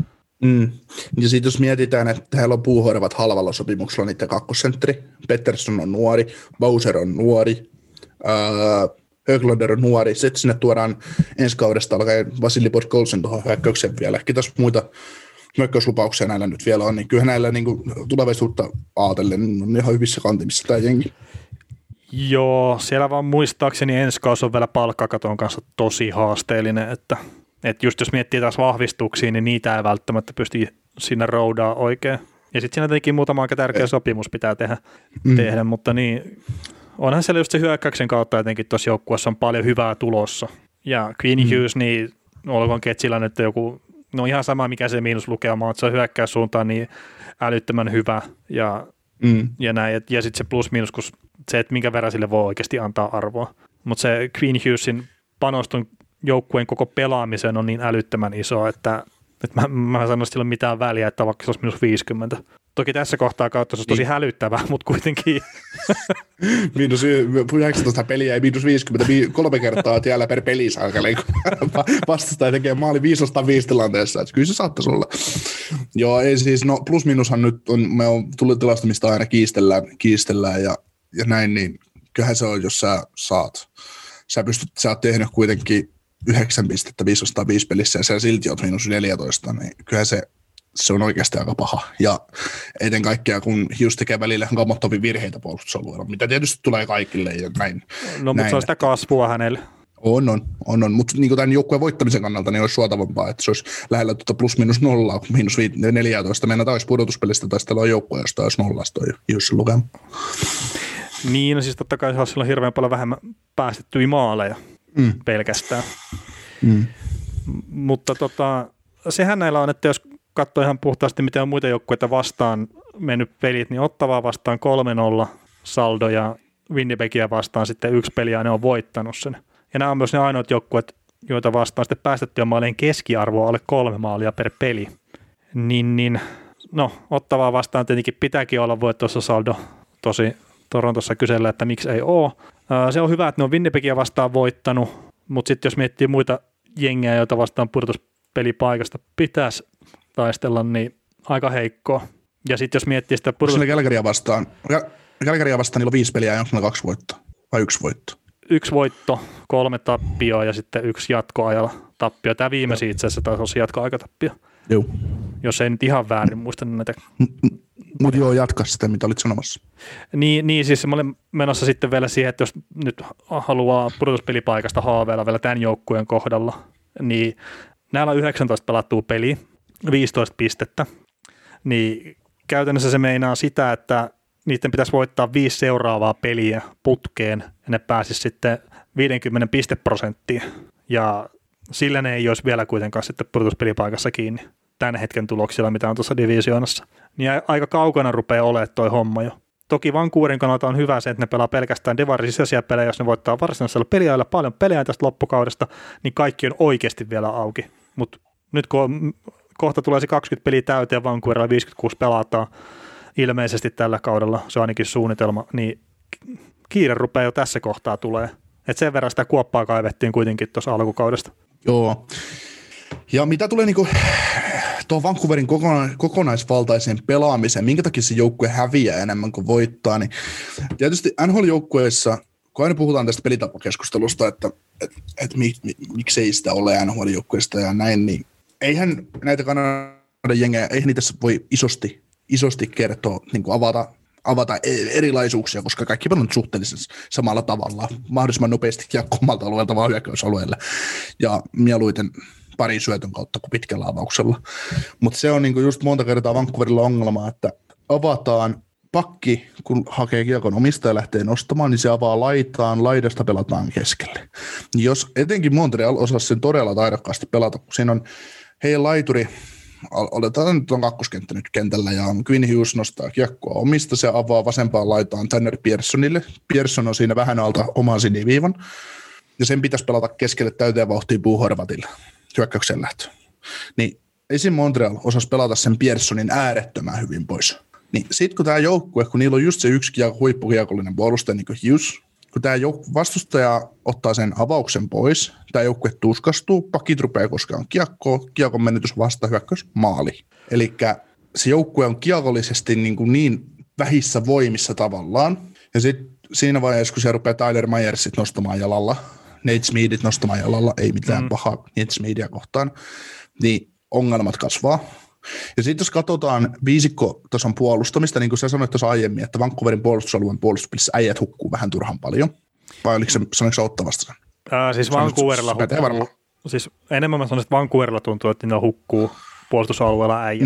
S4: Ja sitten jos mietitään, että heillä on Puuhorvat halvalla sopimuksella niiden kakkosentteri, Pettersson on nuori, Bowser on nuori, Höglander on nuori, sitten sinne tuodaan ensi kaudesta alkaen Vasili Podkolsen tuohon hyökkäykseen vielä. Kiitos muita hyökkäyslupauksia näillä nyt vielä on, niin kyllä näillä niin kuin tulevaisuutta ajatellen niin on ihan hyvissä kantimissa tämä jengi.
S5: Joo, siellä vaan muistaakseni ensi kausi on vielä palkkakaton kanssa tosi haasteellinen, että just jos miettii taas vahvistuksia, niin niitä ei välttämättä pysty sinne roudaa oikein. Ja sitten siinä tietenkin muutama aika tärkeä sopimus pitää tehdä, mutta niin onhan siellä just se hyökkäyksen kautta jotenkin tuossa joukkueessa on paljon hyvää tulossa. Ja Quinn Hughes, niin olkoon Ketsillä nyt joku, no ihan sama mikä se miinuslukema on, että se on hyökkäyssuuntaan niin älyttömän hyvä ja näin. Ja sitten se plus-miinus, kun se, että minkä verran sille voi oikeasti antaa arvoa. Mutta se Quinn Hughesin panoston joukkueen koko pelaamiseen on niin älyttömän iso, että mä sanoisin, että sillä ei ole mitään väliä, että vaikka se olisi minus 50. Toki tässä kohtaa kautta se olisi tosi hälyttävää, mutta kuitenkin.
S4: Miinus 19 peliä ja miinus 50 3 kertaa tiellä per peli saakeli, kun vastustaja tekee maali 505 tilanteessa. Että kyllä se saattaisi olla. Joo, ei siis, no plus-minushan nyt on, me on tullut tilastomista aina kiistellään ja näin, niin kyllähän se on, jos sä oot tehnyt kuitenkin 9 pistettä 505 pelissä ja sä silti oot miinus 14, niin kyllähän se on oikeasti aika paha. Ja ennen kaikkea, kun Hughes tekee välillä kammottavia virheitä puolustusalueella, mitä tietysti tulee kaikille ja näin.
S5: No, mutta se on sitä kasvua hänelle.
S4: On. Mutta niin tämän joukkueen voittamisen kannalta niin olisi suotavampaa, että se olisi lähellä plus minus nollaa, kun miinus 14. Meidän taisi pudotuspelistä taistelua joukkueen, josta olisi nollasta toi Hughesin lukema.
S5: Niin, no siis totta kai se olisi silloin hirveän paljon vähemmän päästettyjä maaleja pelkästään. Mutta sehän näillä on, että jos katsoo ihan puhtaasti, miten on muita joukkueita vastaan mennyt pelit, niin Ottavaa vastaan 3-0 saldo ja Winnipegia vastaan sitten 1 peli ja ne on voittanut sen. Ja nämä on myös ne ainoat joukkueet, joita vastaan sitten päästettyä maalien keskiarvoa alle 3 maalia per peli. No, Ottavaa vastaan tietenkin pitääkin olla voittossa saldo. Tosi Torontossa kysellä, että miksi ei ole. Se on hyvä, että ne on Winnipegia vastaan voittanut, mutta sitten jos miettii muita jengejä, joita vastaan pudotuspelipaikasta pitäisi taistella, niin aika heikkoa. Ja sitten jos miettii sitä
S4: Calgarya vastaan niillä on 5 peliä ja onko 2 voittoa vai 1 voitto?
S5: 1 voitto, 3 tappioa ja sitten 1 jatkoajalla tappio. Tämä viimeisin itse asiassa taisi olla jatkoaikatappio. Joo. Jos ei nyt ihan väärin muista näitä.
S4: Mutta joo, jatka sitä, mitä olit sanomassa.
S5: Niin, siis mä olen menossa sitten vielä siihen, että jos nyt haluaa pudotuspelipaikasta haaveilla vielä tämän joukkueen kohdalla, niin näillä on 19 pelattua peliä, 15 pistettä, niin käytännössä se meinaa sitä, että niiden pitäisi voittaa 5 seuraavaa peliä putkeen, ja ne pääsisi sitten 50 pisteprosenttiin, ja sillä ne ei olisi vielä kuitenkaan sitten pudotuspelipaikassa kiinni tämän hetken tuloksilla, mitä on tuossa divisioonassa. Niin aika kaukana rupeaa olemaan toi homma jo. Toki Vancouverin kannalta on hyvä se, että ne pelaa pelkästään divarin sisäisiä pelejä, jos ne voittaa varsinaisella peliajalla paljon pelejä tästä loppukaudesta, niin kaikki on oikeasti vielä auki. Mutta nyt kun kohta tulee se 20 peliä täyteen, Vancouverilla 56 pelataan ilmeisesti tällä kaudella, se on ainakin suunnitelma, niin kiire rupeaa jo tässä kohtaa tulee. Et sen verran sitä kuoppaa kaivettiin kuitenkin tuossa alkukaudesta.
S4: Joo. Ja mitä tulee niinku tuohon Vancouverin kokonaisvaltaiseen pelaamiseen, minkä takia se joukkue häviää enemmän kuin voittaa, niin tietysti NHL-joukkueessa, kun aina puhutaan tästä pelitapakeskustelusta, että miksei sitä ole NHL-joukkueesta ja näin, niin eihän näitä Kanadan jengejä, eihän niitä voi isosti kertoa, niin kuin avata erilaisuuksia, koska kaikki on suhteellisesti samalla tavalla, mahdollisimman nopeasti kiekko omalta alueelta vaan hyökkäysalueelle ja mieluiten parin syötön kautta kuin pitkällä avauksella. Mutta se on niinku just monta kertaa Vancouverilla ongelma, että avataan pakki, kun hakee kiekon omistaja lähtee nostamaan, niin se avaa laitaan, laidasta pelataan keskelle. Jos etenkin Montreal osasi sen todella taidokkaasti pelata, kun siinä on heidän laituri, oletetaan nyt on kakkoskenttä nyt kentällä, ja Quinn Hughes nostaa kiekkoa omista, se avaa vasempaan laitaan Tanner Pearsonille. Pearson on siinä vähän alta oman siniviivan, ja sen pitäisi pelata keskelle täyteen vauhtiin Bo Horvatille hyökkäyksen lähtö. Niin esim. Montreal osasi pelata sen Pearsonin äärettömän hyvin pois. Niin sitten kun tämä joukkue, kun niillä on just se yksi huippukiekollinen puolustaja niin kuin Hughes, kun tämä vastustaja ottaa sen avauksen pois, tämä joukkue tuskastuu, pakit rupeaa koskemaan kiekkoa, kiekon menetys vastahyökkäys, maali. Eli se joukkue on kiekollisesti niin vähissä voimissa tavallaan, ja sitten siinä vaiheessa, kun se rupeaa Tyler Myersit nostamaan jalalla, Nate Smithit nostamaan jalalla, ei mitään pahaa Nate Smithia kohtaan, niin ongelmat kasvaa. Ja sitten jos katsotaan viisikkotason puolustamista, niin kuin sä sanoit tuossa aiemmin, että Vancouverin puolustusalueen puolustuspelissä äijät hukkuu vähän turhan paljon. Vai oliko se, sanoiko sä Ottavasta sen?
S5: Siis Vancouverilla hukkuu. Siis enemmän mä sanoisin, että Vancouverilla tuntuu, että ne hukkuu puolustusalueella äijät.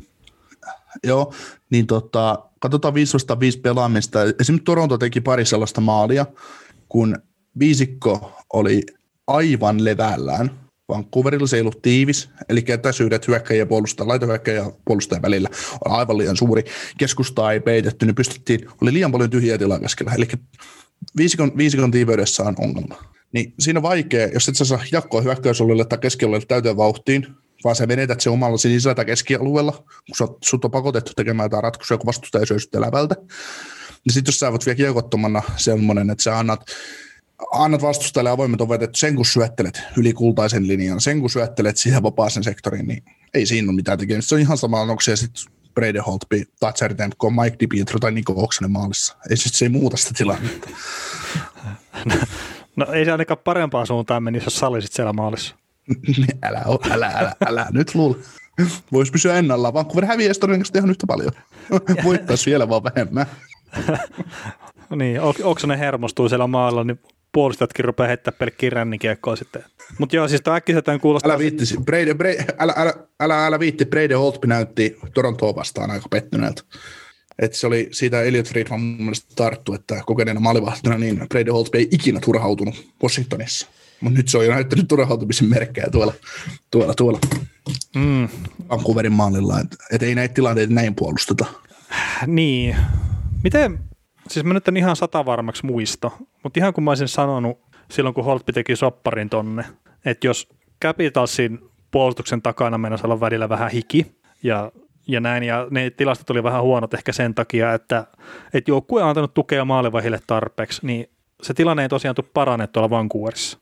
S4: Joo, niin katsotaan 5-5 pelaamista. Esimerkiksi Toronto teki pari sellaista maalia, kun viisikko oli aivan levällään. Vancouverilla se ei ollut tiivis, eli etäisyydet hyökkäjä ja puolustaja, laitohyökkäjä ja puolustajan välillä on aivan liian suuri. Keskustaa ei peitetty, niin oli liian paljon tyhjiä tilaa keskellä, eli viisikon tiiveydessä on ongelma. Niin siinä on vaikea, jos et sä saa jakkoa hyökkäysalueelle tai keskialueelle täyteen vauhtiin, vaan sä menetät se omalla sinisellä tai keskialueella, kun sut on pakotettu tekemään jotain ratkaisuja, kun vastustaja syö sut elävältä. Niin sitten jos sä voit vielä kiekottomana semmoinen, että sä annat vastustajalle avoimet ovet, että sen kun syöttelet yli kultaisen linjan, sen kun syöttelet siihen vapaaseen sektoriin, niin ei siinä ole mitään tekemistä. Se on ihan sama, onko se sitten Brady Holtby, Thatcher Demko, Mike DiPietro tai Niko Oksanen maalissa. Se ei muuta sitä tilannetta.
S5: No ei se ainakaan parempaan suuntaan menisi, jos sallisit siellä maalissa.
S4: Älä nyt luule. Voisi pysyä ennallaan. Vancouver häviäisi todennäköisesti ihan yhtä paljon. Voittaisi vielä vaan vähemmän.
S5: Niin, Oksanen hermostuu siellä maalla, niin puolustajatkin rupeaa heittämään pelkkiä rännikiekkoa sitten. Mutta joo, siis äkkiseltään kuulostaa... Älä
S4: viitti, Brady Holtby näytti Torontoa vastaan aika pettyneeltä. Että se oli siitä Elliot Friedman mun mielestä tarttu, että kokeneena maalivahtina, niin Brady Holtby ei ikinä turhautunut Washingtonissa. Mutta nyt se on jo näyttänyt turhautumisen merkkejä tuolla Vancouverin maalilla, että ei näitä tilanteita näin puolusteta.
S5: Niin. Miten... Siis mä nyt en ihan 100 varmaksi muista, mutta ihan kun mä olisin sanonut silloin, kun Holtby teki sopparin tonne, että jos Capitalsin puolustuksen takana mennessä olla välillä vähän hiki ja näin, ja ne tilastot oli vähän huonot ehkä sen takia, että joukkue on antanut tukea maalivahille tarpeeksi, niin se tilanne ei tosiaan tule parane tuolla Vancouverissa.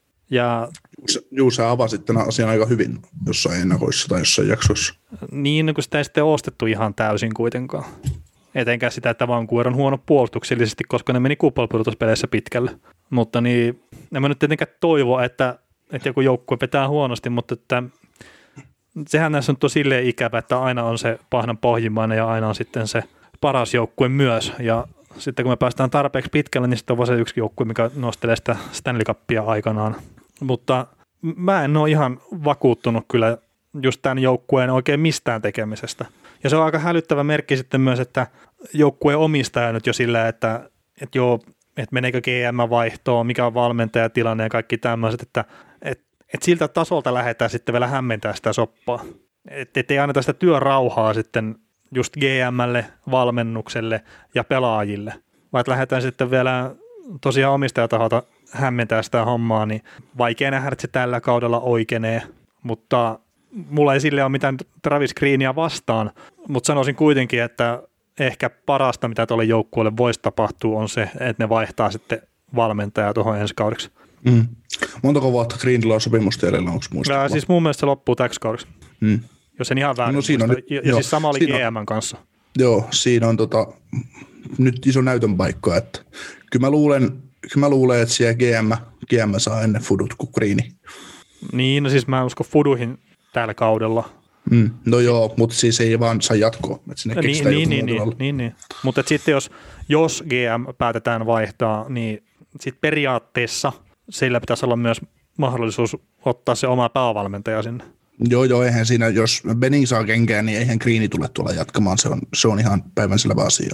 S4: Juu, sä avasit tämän asian aika hyvin jossain ennakoissa tai jossain jaksoissa.
S5: Niin, kun sitä ei sitten ostettu ihan täysin kuitenkaan. Etenkään sitä, että Vancouver on huono puolustuksellisesti, koska ne meni kuppalpudotuspeleissä pitkälle. Mutta niin, en mä nyt tietenkään toivo, että joku joukkue vetää huonosti, mutta että sehän näissä on silleen ikävä, että aina on se pahnan pohjimmainen ja aina on sitten se paras joukkue myös. Ja sitten kun me päästään tarpeeksi pitkälle, niin sitten on vaan se yksi joukkue, mikä nostelee sitä Stanley Cupia aikanaan. Mutta mä en ole ihan vakuuttunut kyllä just tämän joukkueen oikein mistään tekemisestä. Ja se on aika hälyttävä merkki sitten myös, että joukkueen omistaja nyt jo sillä, että meneekö GM-vaihtoon, mikä on valmentajatilanne ja kaikki tämmöiset, että siltä tasolta lähdetään sitten vielä hämmentää sitä soppaa. Että ei anneta sitä työrauhaa sitten just GM:lle, valmennukselle ja pelaajille, vaan lähdetään sitten vielä tosiaan omistajataholta hämmentää sitä hommaa, niin vaikea nähdä, että se tällä kaudella oikeenee, mutta mulla ei sille ole mitään Travis Greenia vastaan, mutta sanoisin kuitenkin, että ehkä parasta, mitä tuolle joukkueelle voisi tapahtua, on se, että ne vaihtaa sitten valmentajaa tuohon ensi kaudeksi.
S4: Montako vuotta Greenillä on sopimusta edellä, onko muistava?
S5: Siis mun mielestä se loppuu täksi kaudeksi, jos en ihan väärin muista. Ja siis sama oli GM:n kanssa.
S4: Joo, siinä on nyt iso näytön paikka, että kyllä mä luulen, että siellä GM saa ennen Fudut kuin Greeni.
S5: Niin, no siis mä en usko Fuduihin tällä kaudella.
S4: No joo, mutta siis ei vaan saa jatkoa.
S5: Niin. Mutta sitten jos GM päätetään vaihtaa, niin sitten periaatteessa sillä pitäisi olla myös mahdollisuus ottaa se oma päävalmentaja sinne.
S4: Joo, eihän siinä, jos Benning saa kenkään, niin eihän Greeni tule tuolla jatkamaan, se on ihan päivänselvä asia.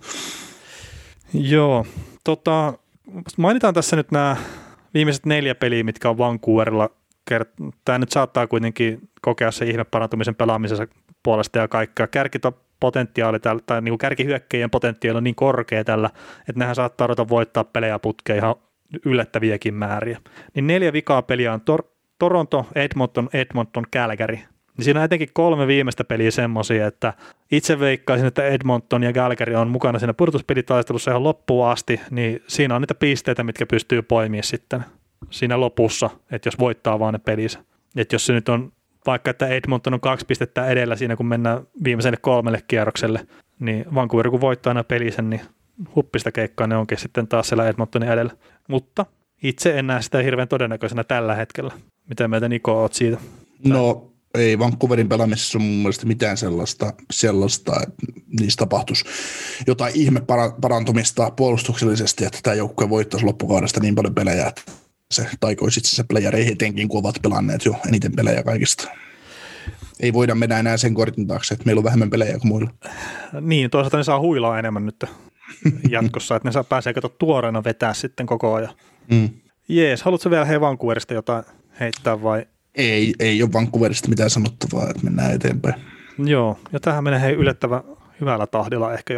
S5: Joo, mainitaan tässä nyt nämä viimeiset 4 peliä, mitkä on Vancouverilla. Tämä nyt saattaa kuitenkin kokea se ihme parantumisen pelaamisessa puolesta ja kaikkea. Kärkipotentiaali tai niin kuin kärkihyökkäjien potentiaali on niin korkea tällä, että nehän saattaa ruveta voittaa pelejä putkeen ihan yllättäviäkin määriä. Niin 4 vikaa peliä on Toronto, Edmonton, Calgary. Niin siinä on etenkin 3 viimeistä peliä semmoisia, että itse veikkaisin, että Edmonton ja Calgary on mukana siinä pudotuspelitaistelussa ihan loppuun asti, niin siinä on niitä pisteitä, mitkä pystyy poimimaan sitten siinä lopussa, että jos voittaa vaan ne pelissä. Että jos se nyt on vaikka, että Edmonton on 2 pistettä edellä siinä, kun mennään viimeiselle 3 kierrokselle, niin Vancouver kun voittaa aina pelisen, niin huppista keikkaa ne onkin sitten taas siellä Edmontonin edellä. Mutta itse en näe sitä hirveän todennäköisenä tällä hetkellä. Mitä mieltä Niko oot siitä?
S4: No ei Vancouverin pelaamisessa on mun mielestä mitään sellaista, että niistä tapahtuisi jotain parantumista puolustuksellisesti, että tämä joukkue voittaisi loppukaudesta niin paljon pelejä, että se taikoisi itse asiassa playereihin etenkin, kun ovat pelanneet jo eniten pelejä kaikista. Ei voida mennä enää sen kortin taakse, että meillä on vähemmän pelejä kuin muilla. Niin,
S5: toisaalta ne saa huilaa enemmän nyt jatkossa, että ne pääsee tuoreena vetää sitten koko ajan. Jees, haluatko vielä Vancouverista jotain heittää vai?
S4: Ei ole Vancouverista mitään sanottavaa, että mennään eteenpäin.
S5: Joo, ja tähän menee yllättävän hyvällä tahdilla ehkä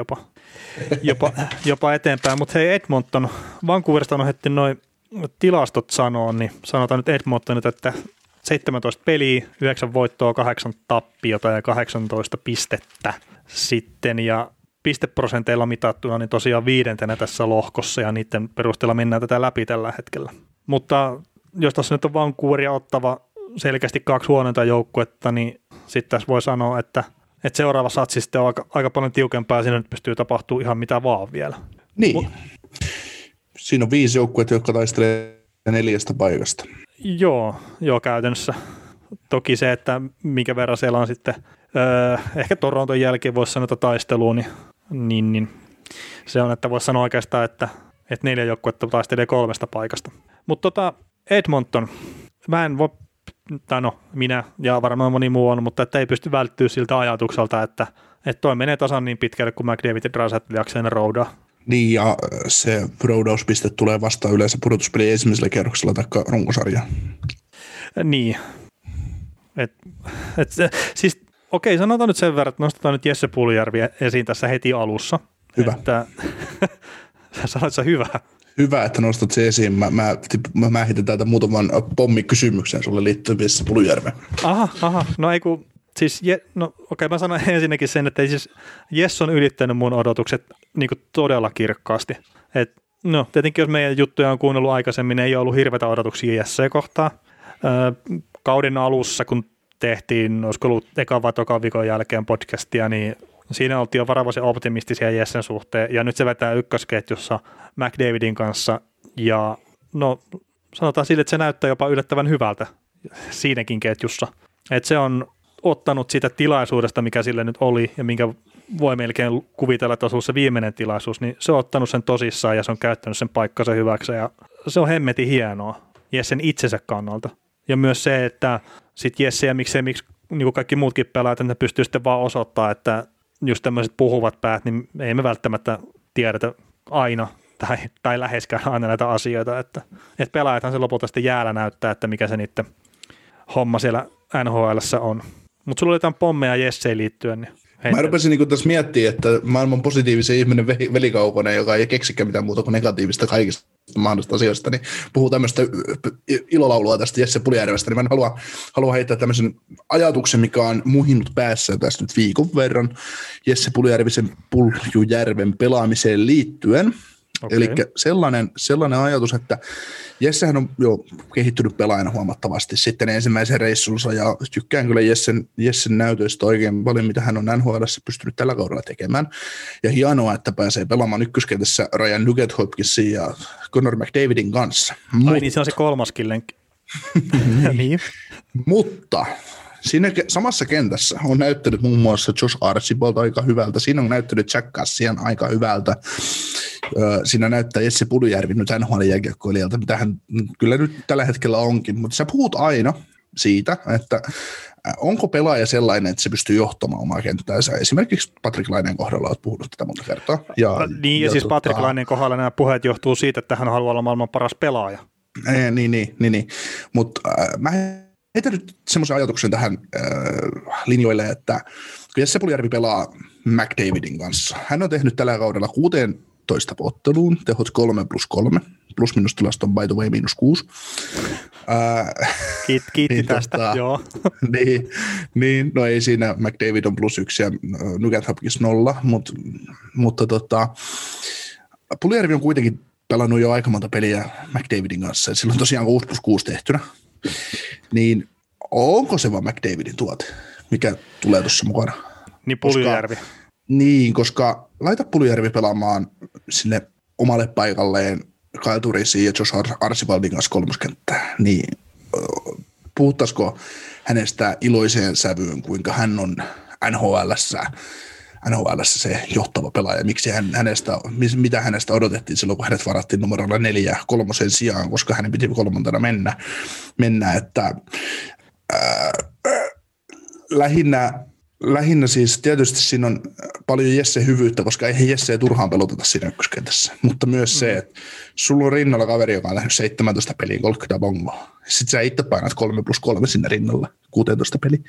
S5: jopa eteenpäin, mutta hei Edmonton, Vancouverista on heti noin tilastot sanoo, niin sanotaan nyt Edmontonit, että 17 peliä, 9 voittoa, 8 tappiota ja 18 pistettä sitten, ja pisteprosenteilla mitattuna niin tosiaan 5. tässä lohkossa, ja niiden perusteella mennään tätä läpi tällä hetkellä. Mutta jos tässä nyt on Vancouveria ottava selkeästi 2 huonointa joukkuetta, niin sitten tässä voi sanoa, että seuraava satsi sitten on aika paljon tiukempaa, ja siinä nyt pystyy tapahtumaan ihan mitä vaan vielä.
S4: Niin. Siinä on 5 joukkuetta, jotka taistelee 4 paikasta.
S5: Joo, käytännössä. Toki se, että minkä verran siellä on sitten, ehkä Toronton jälkeen voisi sanoa taistelua, niin se on, että voisi sanoa oikeastaan, että 4 joukkuetta taistelee 3 paikasta. Mutta Edmonton, minä ja varmaan moni muu on, mutta että ei pysty välttyä siltä ajatukselta, että toi menee tasan niin pitkälle, kuin McDavid ja Draisaitl jaksaa ne roudaa.
S4: Niin, ja se roudauspiste tulee vasta yleensä pudotuspelin ensimmäisellä kerroksella tai runkosarjaan.
S5: Niin. Siis okei, sanotaan nyt sen verran, että nostetaan nyt Jesse Puljujärvi esiin tässä heti alussa.
S4: Hyvä.
S5: Että, sanoit sä hyvä?
S4: Hyvä, että nostat se esiin. Mä heitän täältä muutaman pommikysymyksen sulle liittyen Jesse Puljujärveen.
S5: Aha, no ei kun, siis, mä sanon ensinnäkin sen, että siis Jesse on ylittänyt mun odotukset niin kuin todella kirkkaasti. Tietenkin jos meidän juttuja on kuunnellut aikaisemmin, ei ollut hirveätä odotuksia Jesseen kohtaan. Kauden alussa, kun tehtiin, olisiko ollut ekan vai tokan viikon jälkeen podcastia, niin siinä oltiin jo varovaisen optimistisia Jessen suhteen, ja nyt se vetää ykkösketjussa McDavidin kanssa, ja sanotaan sille, että se näyttää jopa yllättävän hyvältä siinäkin ketjussa. Että se on ottanut siitä tilaisuudesta, mikä sille nyt oli, ja minkä voi melkein kuvitella, että olisi ollut se viimeinen tilaisuus, niin se on ottanut sen tosissaan, ja se on käyttänyt sen paikkansa hyväksi, ja se on hemmetin hienoa Jessen itsensä kannalta. Ja myös se, että sitten Jesse ja miksi niin kuin kaikki muutkin pelaajat, että ne pystyy sitten vaan osoittamaan, että just tämmöiset puhuvat päät, niin ei me välttämättä tiedetä aina tai läheskään aina näitä asioita, että pelaajathan se lopulta sitten jäällä näyttää, että mikä se niiden homma siellä NHL:ssä on. Mutta sulla oli jotain pommeja Jesseen liittyen. Niin
S4: mä rupesin niin tässä miettimään, että maailman positiivisen ihminen Veli Kaukonen, joka ei keksikään mitään muuta kuin negatiivista kaikista mahdollisista asioista, niin puhuu tämmöistä ilolaulua tästä Jesse Puljujärvestä, niin mä haluan heittää tämmöisen ajatuksen, mikä on muhinnut päässä tässä nyt viikon verran Jesse Puljujärven pelaamiseen liittyen. Okay. Eli sellainen ajatus, että Jessehän on jo kehittynyt pelaajana huomattavasti sitten ensimmäisen reissunsa, ja tykkään kyllä Jessen näytöistä oikein paljon, mitä hän on NHL:ssä pystynyt tällä kaudella tekemään. Ja hienoa, että pääsee pelaamaan ykköskentässä Ryan Nugent-Hopkinsin ja Connor McDavidin kanssa.
S5: Niin se on se 3. lenkki. Niin.
S4: Mutta siinä samassa kentässä on näyttänyt muun muassa Josh Archibald aika hyvältä, siinä on näyttänyt Jack Cassian aika hyvältä, siinä näyttää Jesse Puljujärvi nyt NHL-jääkiekkoilijalta, mitä hän kyllä nyt tällä hetkellä onkin, mutta sä puhut aina, siitä, että onko pelaaja sellainen, että se pystyy johtamaan omaa kenttäänsä. Esimerkiksi Patrik Laineen kohdalla olet puhunut tätä monta kertaa.
S5: Ja siis Patrik Laineen kohdalla nämä puheet johtuu siitä, että hän haluaa olla maailman paras pelaaja.
S4: Niin. Mutta mä heitän nyt semmoisen ajatuksen tähän linjoille, että kun Jesse Puljärvi pelaa McDavidin kanssa, hän on tehnyt tällä kaudella 16 otteluun, tehot 3+3, plus-minus-tilasto on by the way -6.
S5: Kiitti tästä, joo.
S4: niin, no ei siinä, McDavid on +1 ja Nugent Hopkins 0, mutta Puljärvi on kuitenkin pelannut jo aika monta peliä McDavidin kanssa, ja silloin tosiaan 6+6 tehtynä, niin onko se vaan McDavidin tuote, mikä tulee tuossa mukana?
S5: Niin Puljärvi.
S4: Koska laita Puljärvi pelaamaan sinne omalle paikalleen Kyle Turrisin ja Josh Archibaldin kanssa kolmoskenttää, niin puhuttaisiko hänestä iloiseen sävyyn, kuinka hän on NHL:ssä se johtava pelaaja, mitä hänestä odotettiin silloin, kun hänet varattiin numerolla 4 kolmosen sijaan, koska hänen piti kolmantena mennä että lähinnä siis tietysti siinä on paljon Jesse hyvyyttä, koska eihän Jesseä turhaan peloteta siinä ykköskentässä, mutta myös se, että sulla on rinnalla kaveri, joka on lähnyt 17 peliin 30 bongoa. Sitten sä itse painat 3+3 sinne rinnalla 16 peliin.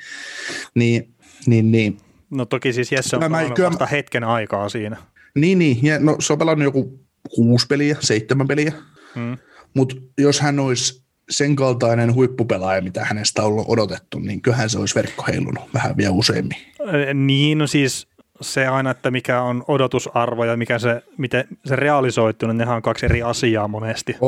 S4: Niin.
S5: No toki siis Jesse on pelannut vasta hetken aikaa siinä.
S4: Niin. Ja no, se on pelannut joku 6 peliä, 7 peliä. Mutta jos hän olisi sen kaltainen huippupelaaja, mitä hänestä on odotettu, niin kyllähän se olisi verkko heilunut vähän vielä useammin.
S5: Niin, no siis se aina, että mikä on odotusarvo ja miten se realisoituu, niin nehän on 2 eri asiaa monesti.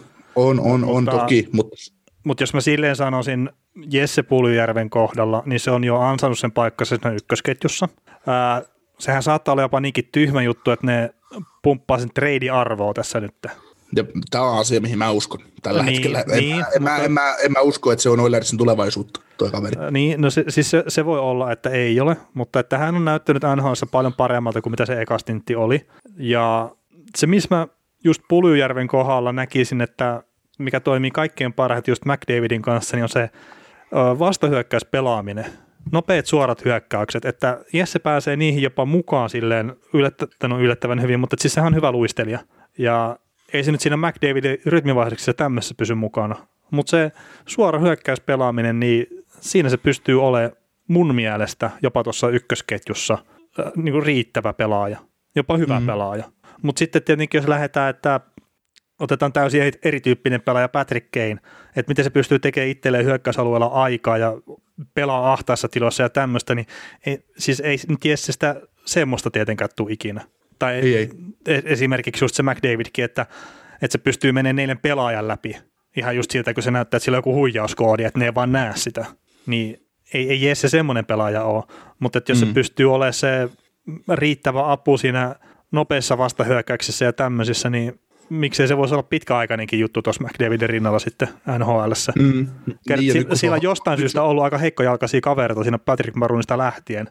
S4: On toki.
S5: Mutta jos mä silleen sanoisin Jesse Puljärven kohdalla, niin se on jo ansainnut sen paikkansa siinä ykkösketjussa. Sehän saattaa olla jopa niinkin tyhmä juttu, että ne pumppaa sen trade-arvoa tässä nyt.
S4: Ja tämä on asia, mihin mä uskon tällä hetkellä. En mä usko, että se on Oilersin tulevaisuutta, tuo kaveri.
S5: Niin, no se voi olla, että ei ole, mutta että hän on näyttänyt NHL:ssä paljon paremmalta kuin mitä se ekastintti oli. Ja se, missä mä just Puljärven kohdalla näkisin, että mikä toimii kaikkein parhaiten just McDavidin kanssa, niin on se vastahyökkäyspelaaminen. Nopeat suorat hyökkäykset, että Jesse pääsee niihin jopa mukaan silleen yllättävän hyvin, mutta siis sehän on hyvä luistelija. Ja ei se nyt siinä McDavidin rytmivaihdoksessa tämmöisessä pysy mukana. Mutta se suora hyökkäyspelaaminen, niin siinä se pystyy olemaan mun mielestä jopa tuossa ykkösketjussa niin kuin riittävä pelaaja, jopa hyvä pelaaja. Mutta sitten tietenkin jos lähdetään, että otetaan täysin erityyppinen pelaaja Patrick Kane, että miten se pystyy tekemään itselleen hyökkäysalueella aikaa ja pelaa ahtaissa tiloissa ja tämmöistä, niin ei nyt Jessestä semmoista tietenkään tule ikinä. Tai ei. Esimerkiksi just se McDavidkin, että se pystyy menemään 4 pelaajan läpi. Ihan just siltä, kun se näyttää, että sillä on joku huijauskoodi, että ne ei vaan näe sitä. Niin ei Jesse semmoinen pelaaja ole. Mutta jos se pystyy olemaan se riittävä apu siinä nopeassa vastahyökkäyksessä ja tämmöisissä, niin miksei se voisi olla pitkäaikainenkin juttu tuossa McDavidin rinnalla sitten NHL:ssä. Sillä on jostain syystä ollut aika heikkojalkaisia kavereita siinä Patrick Marunista lähtien.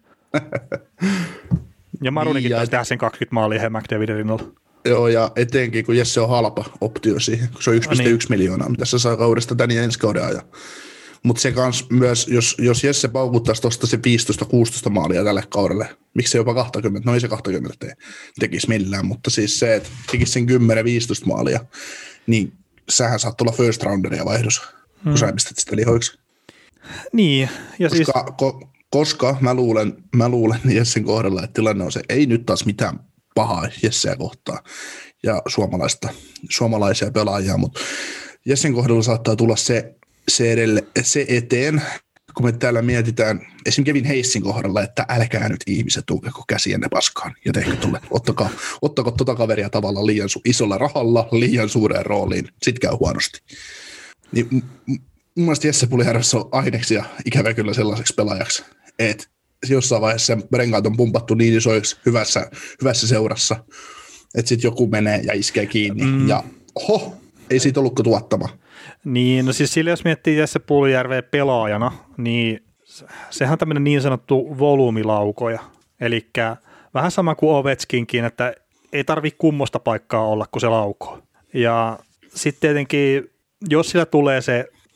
S5: Ja Marunikin taisi tehdä sen 20 maalia he McDavidin rinnalla.
S4: Joo, ja etenkin kun Jesse on halpa optio siihen, kun se on 1,1 miljoonaa, mitä se saa kaudesta tän ja ensi kauden ajan. Mutta se kans myös, jos Jesse paukuttaisi tuosta se 15-16 maalia tälle kaudelle, miksi se jopa 20, no ei se 20 tekisi millään, mutta siis se, että tekisi sen 10-15 maalia, niin sähän saat tulla first rounderia vaihdossa, kun sä pistät sitä lihoiksi.
S5: Niin, ja
S4: koska mä luulen Jessen kohdalla, että tilanne on se, ei nyt taas mitään pahaa Jesseä kohtaan ja suomalaisia pelaajia, mutta Jessen kohdalla saattaa tulla se eteen, kun me täällä mietitään esimerkiksi Kevin Hayesin kohdalla, että älkää nyt ihmiset tulkeko käsienne paskaan ja tehkö tule, ottako tuota kaveria tavallaan liian isolla rahalla, liian suureen rooliin, sit käy huonosti. Niin mun mielestä Jesse Puljärvessä on aineksia ikävä kyllä sellaiseksi pelaajaksi, että jossain vaiheessa renkaat on pumpattu niin isoiksi hyvässä seurassa, että sitten joku menee ja iskee kiinni ja ei siitä ollutko tuottama.
S5: Niin, no siis sillä jos miettii Jesse Puljärveä pelaajana, niin sehän on tämmöinen niin sanottu volyymilaukoja, eli vähän sama kuin Ovechkinkin, että ei tarvitse kummosta paikkaa olla, kun se laukoo. Ja sitten tietenkin, jos sillä tulee se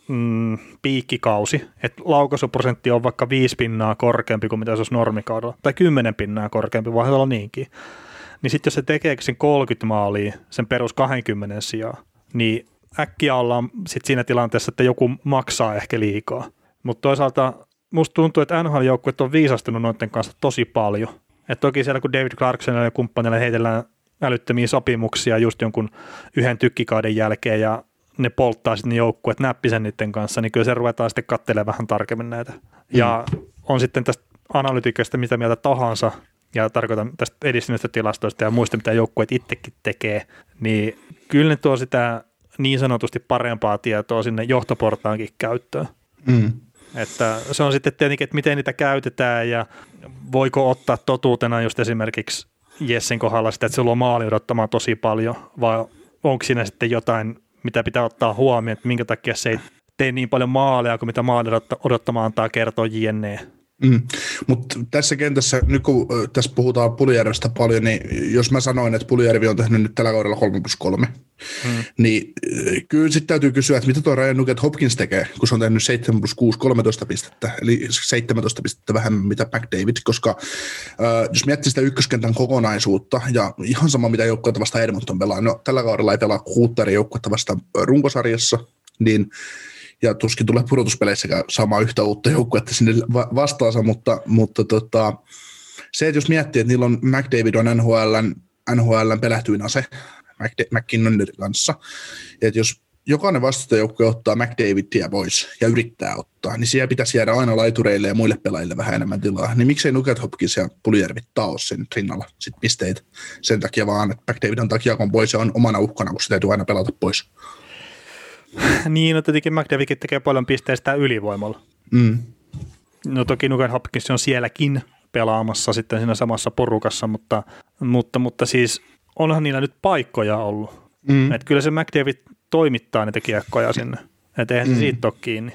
S5: piikkikausi, että laukaisuprosentti on vaikka 5 pinnaa korkeampi kuin mitä se olisi normikaudella, tai 10 pinnaa korkeampi, voi olla niinkin, niin sitten jos se tekee sen 30 maalia sen perus 20 sijaan, niin äkkiä ollaan sit siinä tilanteessa, että joku maksaa ehkä liikaa. Mutta toisaalta musta tuntuu, että NHL-joukkueet on viisastunut noiden kanssa tosi paljon. Et toki siellä kun David Clarksonilla ja kumppanilla heitellään älyttömiä sopimuksia just jonkun yhden tykkikauden jälkeen ja ne polttaa sitten ne joukkueet näppisen niiden kanssa, niin kyllä se ruvetaan sitten katselemaan vähän tarkemmin näitä. Ja on sitten tästä analytiikasta mitä mieltä tahansa, ja tarkoitan tästä edistyneistä tilastoista ja muista, mitä joukkueet itsekin tekee, niin kyllä ne tuo sitä niin sanotusti parempaa tietoa sinne johtoportaankin käyttöön. Että se on sitten tietenkin, että miten niitä käytetään ja voiko ottaa totuutena just esimerkiksi Jessen kohdalla sitä, että se luo maali odottamaan tosi paljon, vai onko siinä sitten jotain, mitä pitää ottaa huomioon, että minkä takia se ei tee niin paljon maaleja kuin mitä maali odottamaan antaa kertoa jne.
S4: Mutta tässä kentässä, nyt kun tässä puhutaan Puljärvestä paljon, niin jos mä sanoin, että Puljärvi on tehnyt nyt tällä kaudella 3+3, niin kyllä sitten täytyy kysyä, että mitä tuo Ryan Nugent-Hopkins tekee, kun se on tehnyt 7+6, 13 pistettä, eli 17 pistettä vähemmän mitä McDavid, koska jos miettii sitä ykköskentän kokonaisuutta, ja ihan sama mitä joukkuetta vastaan Edmonton pelaa, no tällä kaudella ei pelaa Huuttarin joukkuetta vastaan runkosarjassa, niin ja tuskin tulee pudotuspeleissäkään saamaan yhtä uutta joukkuetta sinne vastaansa, mutta se, että jos miettii, että niillä on McDavid on NHL:n pelähtyin ase McKinnonin kanssa, että jos jokainen vastustajajoukkue ottaa McDavidia pois ja yrittää ottaa, niin siellä pitäisi jäädä aina laitureille ja muille pelaajille vähän enemmän tilaa. Niin miksei Nugent-Hopkins ja Puljärvi taos sen rinnalla sit pisteitä sen takia vaan, että McDavid on takiakon pois ja on omana uhkana, kun se täytyy aina pelata pois.
S5: Niin, no tietenkin McDavidkin tekee paljon pisteistä ylivoimalla. No toki Nugent-Hopkins on sielläkin pelaamassa sitten siinä samassa porukassa, mutta siis onhan niillä nyt paikkoja ollut. Että kyllä se McDavid toimittaa niitä kiekkoja sinne. Että eihän se siitä ole kiinni.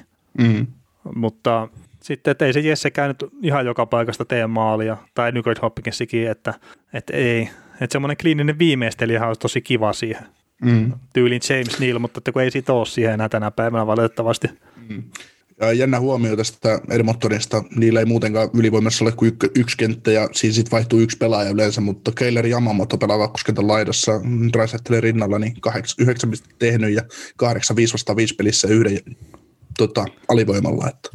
S5: Mutta sitten, että ei se Jesse käynyt ihan joka paikasta tee maalia, tai Nugent-Hopkinsikin, että ei. Että semmoinen kliininen viimeistelijähän olisi tosi kiva siihen. Tyylin James Neal, mutta kun ei siitä ole siihen enää tänä päivänä valitettavasti.
S4: Ja jännä huomio tästä Edmontonista, niillä ei muutenkaan ylivoimassa ole kuin yksi kenttä ja siinä sitten vaihtuu yksi pelaaja yleensä, mutta Keiler Yamamoto pelaa kakkoskentän laidassa Draisaitlin rinnalla, niin 9 pistettä tehnyt ja 8-5 vastaan 5 pelissä yhden alivoimalla, että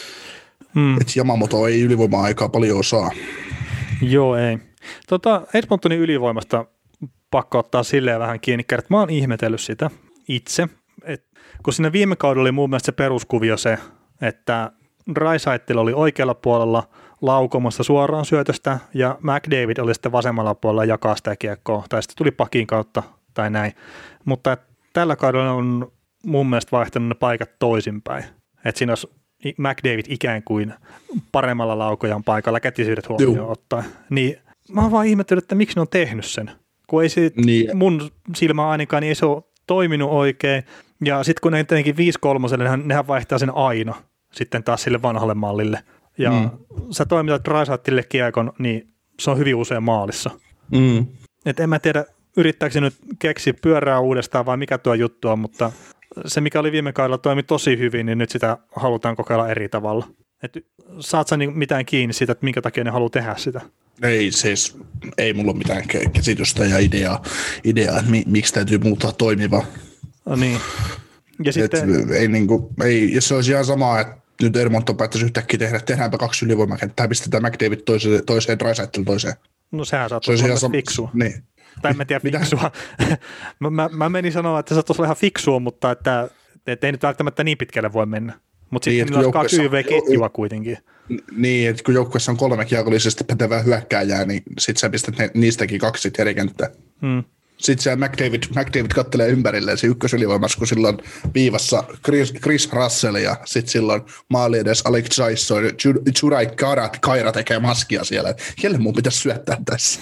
S4: Yamamoto ei ylivoimaa aikaa paljon osaa.
S5: Joo, ei. Edmontonin ylivoimasta pakko ottaa silleen vähän kiinni, että mä oon ihmetellyt sitä itse, kun siinä viime kaudella oli mun mielestä se peruskuvio se, että Draisaitl oli oikealla puolella laukomassa suoraan syötöstä ja McDavid oli sitten vasemmalla puolella jakaa sitä kiekkoa, tai sitten tuli pakin kautta tai näin, mutta tällä kaudella on mun mielestä vaihtanut ne paikat toisinpäin, että siinä olisi McDavid ikään kuin paremmalla laukojan paikalla kätisyydet huomioon ottaa, niin mä oon vaan ihmetellyt, että miksi ne on tehnyt sen. Kun ei se, mun silmä ainakaan, niin ei se ole toiminut oikein. Ja sitten kun ne tietenkin 5-3, nehän vaihtaa sen aina sitten taas sille vanhalle mallille. Ja sä toimitat Draisaitlille kiekon, niin se on hyvin usein maalissa. Et en mä tiedä, yrittääkö se nyt keksiä pyörää uudestaan vai mikä tuo juttu on, mutta se mikä oli viime kaudella toimi tosi hyvin, niin nyt sitä halutaan kokeilla eri tavalla. Et saat sä mitään kiinni siitä, että minkä takia ne haluaa tehdä sitä?
S4: Ei, siis ei mulla ole mitään käsitystä ja ideaa että miksi täytyy muuttaa toimivaa.
S5: No niin. Ja sitten
S4: ei, jos se olisi ihan sama, että nyt Edmonton päättäisi yhtäkkiä tehdäänpä 2 ylivoimakenttää, pistetään McDavid toiseen Draisaitl toiseen.
S5: No sehän saattaisi olla fiksua. Niin. Tai en mä tiedä fiksua. mä menin sanoa, että se saattaisi olla ihan fiksua, mutta että ei nyt välttämättä niin pitkälle voi mennä. Mutta sitten niillä on 2 YV-ketjua kuitenkin.
S4: Niin, että kun joukkueessa on 3 kiekollisesti pätevää hyökkääjää, niin sitten sä pistät niistäkin 2 eri kenttää. Sitten se McDavid kattelee ympärilleen se ykkösylivoimassa, kun silloin viivassa Chris Russell ja sitten silloin maali edes Alex Jason, Juraj Kaira tekee maskia siellä. Kelle mun pitäisi syöttää tässä?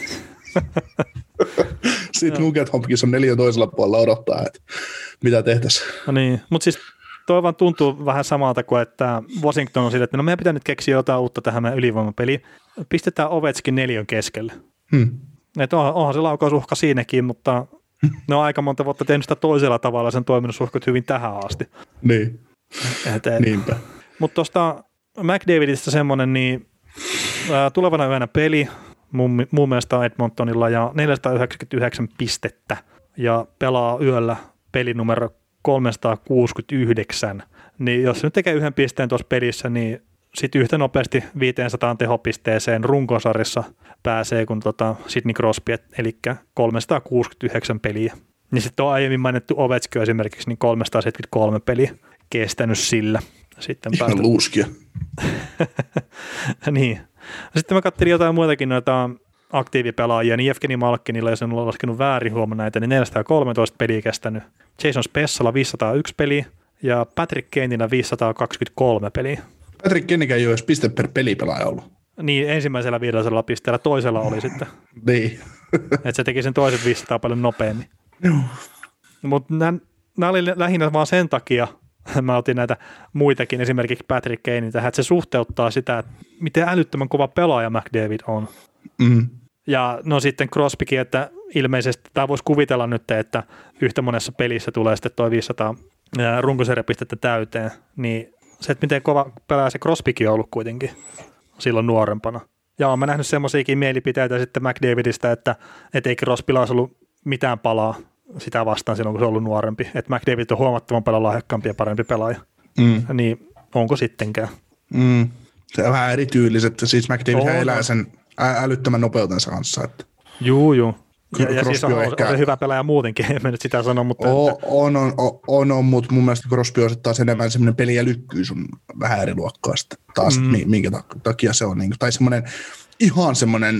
S4: Sitten Nugent-Hopkins on 4 toisella puolella odottaa, että mitä tehtäisiin.
S5: No niin, mutta siis toi vaan tuntuu vähän samalta kuin, että Washington on sille, että no meidän pitää nyt keksiä jotain uutta tähän meidän ylivoimapeliin. Pistetään Ovechkin 4 keskelle. Että onhan se laukausuhka siinäkin, mutta ne on aika monta vuotta tehnyt sitä toisella tavalla, sen toiminnussuhkat hyvin tähän asti.
S4: Niin. Niinpä.
S5: Mutta tuosta McDavidista semmoinen, niin tulevana yönä peli mun mielestä on Edmontonilla ja 499 pistettä ja pelaa yöllä pelinumero 369, niin jos nyt tekee yhden pisteen tuossa pelissä, niin sitten yhtä nopeasti 500 tehopisteeseen runkosarjassa pääsee kuin Sidney Crosby, eli 369 peliä. Niin sitten on aiemmin mainittu Ovechkin esimerkiksi, niin 373 peliä kestänyt sillä. Sitten
S4: ihan luuskia.
S5: Niin. Sitten mä katselin jotain muitakin noita aktiivipelaajia, niin Evgeni Malkinilla, jos en ole laskenut väärin huomenna näitä, niin 413 peliä kestänyt. Jason Spezala 501 peliä ja Patrick Kaneillä 523 peliä.
S4: Patrick Kaneikään ei ole edes piste per pelipelaaja ollut.
S5: Niin, ensimmäisellä 500 pisteellä, toisella oli sitten.
S4: Niin.
S5: Että se teki sen toisen 500 paljon nopeammin.
S4: Joo.
S5: Mutta nämä oli lähinnä vaan sen takia, mä otin näitä muitakin, esimerkiksi Patrick Kanein tähän, että se suhteuttaa sitä, että miten älyttömän kova pelaaja McDavid on.
S4: Mm.
S5: Ja no sitten Crosbykin, että ilmeisesti, tämä voisi kuvitella nyt, että yhtä monessa pelissä tulee sitten toi 500 runkosarjapistettä täyteen, niin se, että miten kova pelaaja se Crosbykin on ollut kuitenkin silloin nuorempana. Ja olen nähnyt semmoisiakin mielipiteitä sitten McDavidistä, että ei Crosbylla olisi ollut mitään palaa sitä vastaan silloin, kun se on ollut nuorempi. Että McDavid on huomattavan paljon lahjakkaampi ja parempi pelaaja. Niin onko sittenkään?
S4: Se on vähän erityyliset. Siis McDavid elää sen älyttömän nopeutensa kanssa. Että
S5: Juu. Ja siis on
S4: ehkä
S5: se hyvä pelaaja muutenkin, en mä nyt sitä sano, mutta...
S4: On, mutta mun mielestä Crosby on taas enemmän semmoinen peli- ja lykkyys on vähän eri luokkaa sitten taas, minkä takia se on. Tai semmoinen ihan semmoinen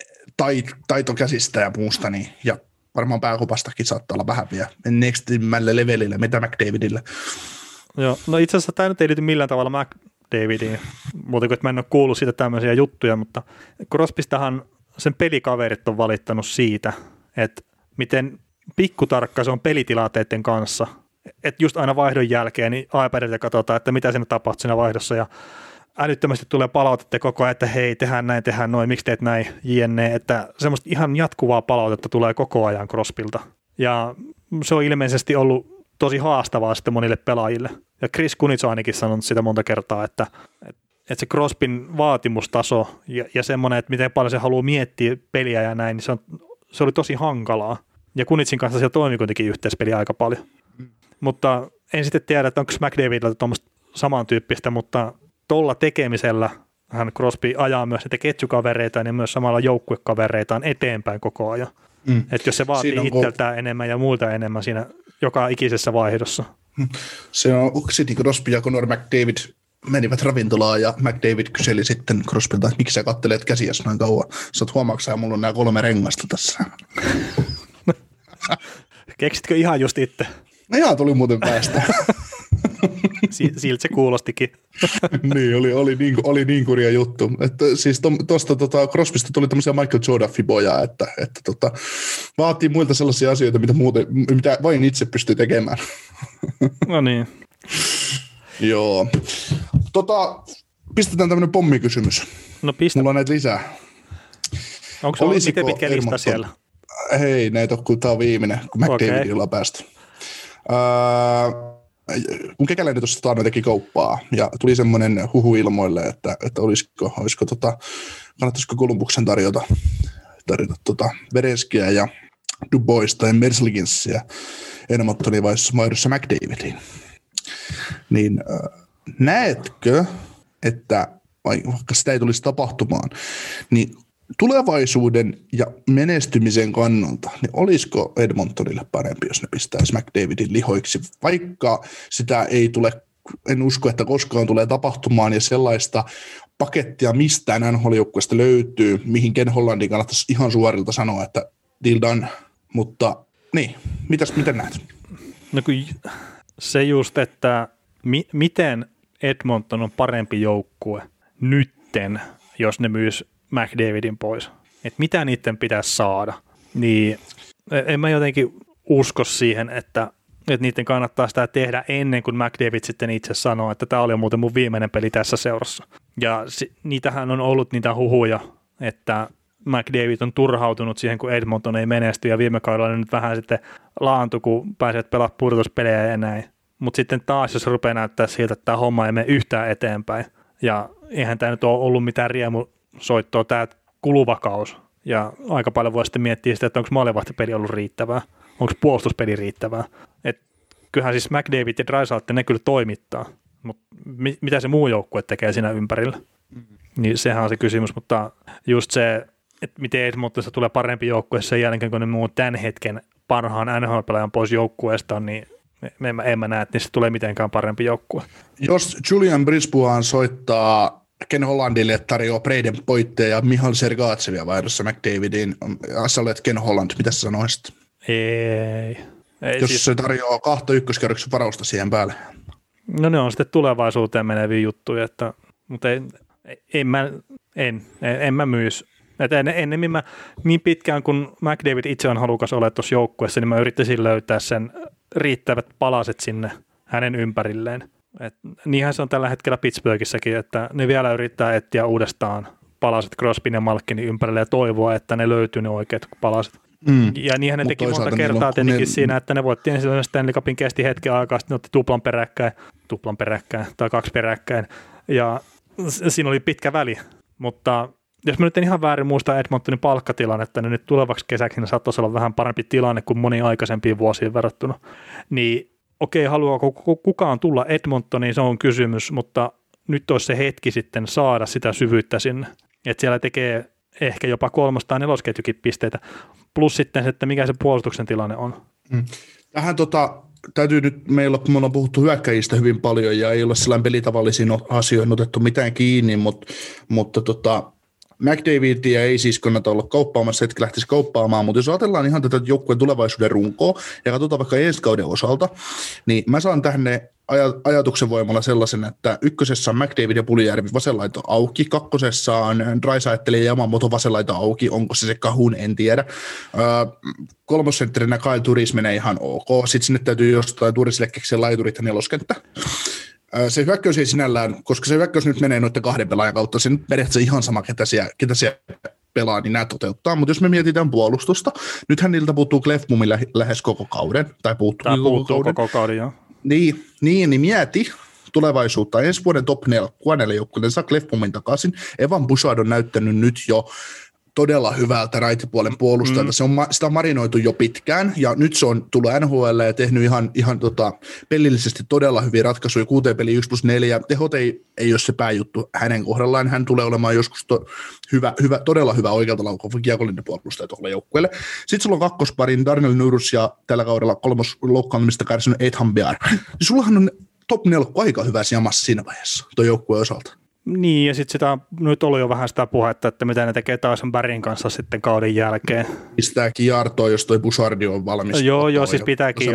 S4: taito käsistä ja muusta, niin, ja varmaan pääkopastakin saattaa olla vähän vielä nextimmälle levelille, mitä McDavidillä.
S5: Joo, no itse asiassa tämä nyt ei liity millään tavalla McDavidiin, muuten kuin että mä en ole kuullut siitä tämmöisiä juttuja, mutta Crosbystahan sen pelikaverit on valittanut siitä, että miten pikkutarkka se on pelitilanteiden kanssa. Että just aina vaihdon jälkeen niin iPadilta katsotaan, että mitä siinä tapahtuu siinä vaihdossa ja älyttömästi tulee palautetta koko ajan, että hei, tehdään noin, miksi teet näin, jne. Että semmoista ihan jatkuvaa palautetta tulee koko ajan Crosbylta. Ja se on ilmeisesti ollut tosi haastavaa sitten monille pelaajille. Ja Chris Kunitz on ainakin sanonut sitä monta kertaa, että se Crosbyn vaatimustaso ja semmoinen, että miten paljon se haluaa miettiä peliä ja näin, niin se oli tosi hankalaa. Ja Kunitzin kanssa siellä toimi kuitenkin yhteispeli aika paljon. Mutta en sitten tiedä, että onko McDavidilla tuommoista samantyyppistä, mutta tuolla tekemisellä hän Crosby ajaa myös niitä ketjukavereitaan ja myös samalla joukkuekavereitaan eteenpäin koko ajan. Että jos se vaatii itseltään enemmän ja muilta enemmän siinä joka ikisessä vaihdossa.
S4: Se on Sidney Crosby ja Connor McDavid menivät ravintolaan ja McDavid kyseli sitten Crosbylta, että miksi sä kattelet käsiäsi noin kauan. Sä oot huomaaksaa, mulla on nämä 3 rengasta tässä.
S5: Keksitkö ihan just itse?
S4: No ihan tuli muuten päästä.
S5: Siltä se kuulostikin.
S4: Niin, oli niin kurja juttu. Että siis tuosta Crosbysta tuli tämmöisiä Michael Jordan-fiboja, että vaatii muilta sellaisia asioita, mitä vain itse pystyy tekemään.
S5: No niin.
S4: Joo. Pistetään tämmöinen pommikysymys.
S5: No pistä.
S4: Mulla on näitä lisää.
S5: Onko se ollut miten pitkä lista siellä?
S4: Hei, näitä on, kun tämä on viimeinen, kun McDavidilla on päästy. Kun Kekäläinen tuossa taannoin teki kauppaa ja tuli semmoinen huhu ilmoille, että kannattaisiko Columbuksen tarjota Vereskiä ja Duboista ja Merzliginsia Edmontonin vaihdossa McDavidiin. Niin näetkö, että vaikka sitä ei tulisi tapahtumaan, niin tulevaisuuden ja menestymisen kannalta, niin olisiko Edmontonille parempi, jos ne pistäisi McDavidin lihoiksi, vaikka sitä ei tule, en usko, että koskaan tulee tapahtumaan, ja sellaista pakettia mistään NHL-joukkueesta löytyy, mihin Ken Hollandin kannattaisi ihan suorilta sanoa, että deal done, mutta niin, miten näet?
S5: No kun se just, että miten Edmonton on parempi joukkue nytten, jos ne myys McDavidin pois, että mitä niiden pitäisi saada, niin en mä jotenkin usko siihen, että niiden kannattaa sitä tehdä ennen kuin McDavid sitten itse sanoo, että tämä oli muuten mun viimeinen peli tässä seurassa. Ja niitähän on ollut niitä huhuja, että McDavid on turhautunut siihen, kun Edmonton ei menesty, ja viime kaudella nyt vähän sitten laantui, kun pääsevät pelaamaan pudotuspelejä ja näin. mutta sitten taas, jos rupeaa näyttää siltä, että tämä homma ei mene yhtään eteenpäin, ja eihän tämä nyt ole ollut mitään riemusoittoa tämä kuluva kaus, ja aika paljon voi sitten miettiä sitä, että onko maalivahtipeli ollut riittävää, onko puolustuspeli riittävää. Et kyllähän siis McDavid ja Draisaitl, ne kyllä toimittaa, mutta mitä se muu joukkue tekee siinä ympärillä? Niin sehän on se kysymys, mutta just se, että miten Edmontonista tulee parempi joukkue sen jälkeen, kun ne muu tämän hetken parhaan NHL-pelaajan pois joukkueestaan, niin en mä näe, että niistä tulee mitenkään parempi joukkue.
S4: Jos Julian Brisbois soittaa Ken Hollandille, että tarjoaa Braden Poitteja ja Mihail Sergatsevia vaihdossa McDavidin, sä olet Ken Holland, mitä sä sanoisit?
S5: Ei
S4: jos
S5: siis,
S4: se tarjoaa 2 ykköskerroksen varausta siihen päälle.
S5: No ne on sitten tulevaisuuteen meneviä juttuja, mutta en mä myisi. Ennemmin mä niin pitkään kun McDavid itse on halukas olla tuossa joukkueessa, niin mä yrittäisin löytää sen riittävät palaset sinne hänen ympärilleen. Niinhän se on tällä hetkellä Pittsburghissäkin, että ne vielä yrittää etsiä uudestaan palaset Crosbyn ja Malkinin ympärille ja toivoa, että ne löytyy ne oikeat palaset. Ja niinhän ne teki monta kertaa tietenkin siinä, että ne voitti ensin Stanley Cupin kesti hetken aikaa, sitten ne otti tuplan peräkkäin tai 2 peräkkäin, ja siinä oli pitkä väli, mutta jos mä nyt en ihan väärin muista Edmontonin palkkatilannetta, niin nyt tulevaksi kesäksi ne saattaisi olla vähän parempi tilanne kuin moniin aikaisempiin vuosiin verrattuna, niin okei, haluaako kukaan tulla Edmontoniin, se on kysymys, mutta nyt olisi se hetki sitten saada sitä syvyyttä sinne, että siellä tekee ehkä jopa 3. tai 4. ketjukin pisteitä, plus sitten se, että mikä se puolustuksen tilanne on.
S4: Tähän täytyy nyt, me ollaan puhuttu hyökkäjistä hyvin paljon ja ei ole sellainen pelitavallisiin asioihin otettu mitään kiinni, mutta McDavidia ei siis kannata olla kauppaamassa, etkä lähtisi kauppaamaan, mutta jos ajatellaan ihan tätä joukkueen tulevaisuuden runkoa ja katsotaan vaikka ensi kauden osalta, niin mä saan tähän ajatuksen voimalla sellaisen, että 1. on McDavid ja Puljujärvi vasenlaita auki, 2. on Draisaitl ja Yamamoto vasenlaita auki, onko se Kahun, en tiedä. 3. sentterinä Kyle Turris menee ihan ok, sitten sinne täytyy jostain Turrisille keksiä laiturit ja 4. kenttä. Se hyökkäys ei sinällään, koska se hyökkäys nyt menee noiden 2 pelaajan kautta, se nyt periaatteessa ihan sama, ketä siellä pelaa, niin nämä toteuttaa. Mutta jos me mietitään puolustusta, nythän niiltä puuttuu Clefbaum lähes koko kauden, tai puuttuu koko kauden,
S5: joo.
S4: Niin mieti tulevaisuutta. Ensi vuoden top 4 joukkueelle saa Clefbaumin takaisin. Evan Bouchard on näyttänyt nyt jo todella hyvältä raitipuolen puolustajalta. Sitä on marinoitu jo pitkään, ja nyt se on tullut NHL ja tehnyt ihan pelillisesti todella hyviä ratkaisuja. 6 peli 1+4. Tehot ei ole se pääjuttu hänen kohdallaan. Hän tulee olemaan joskus todella hyvä oikealta laukaava kiekollinen puolustaja tuolle joukkueelle. Sitten sulla on 2. parin Darnell Nurse ja tällä kaudella 3. loukkaantumista kärsinyt Ethan Bear. Sullahan on top 4 aika hyvä jamassa siinä vaiheessa tuon joukkueen osalta.
S5: Niin, ja sitten sitä nyt oli jo vähän sitä puhetta, että mitä ne tekee Tyson Barryn kanssa sitten kauden jälkeen.
S4: Pistää kiartoa, jos toi Bouchardi on valmis.
S5: Joo, siis pitääkin.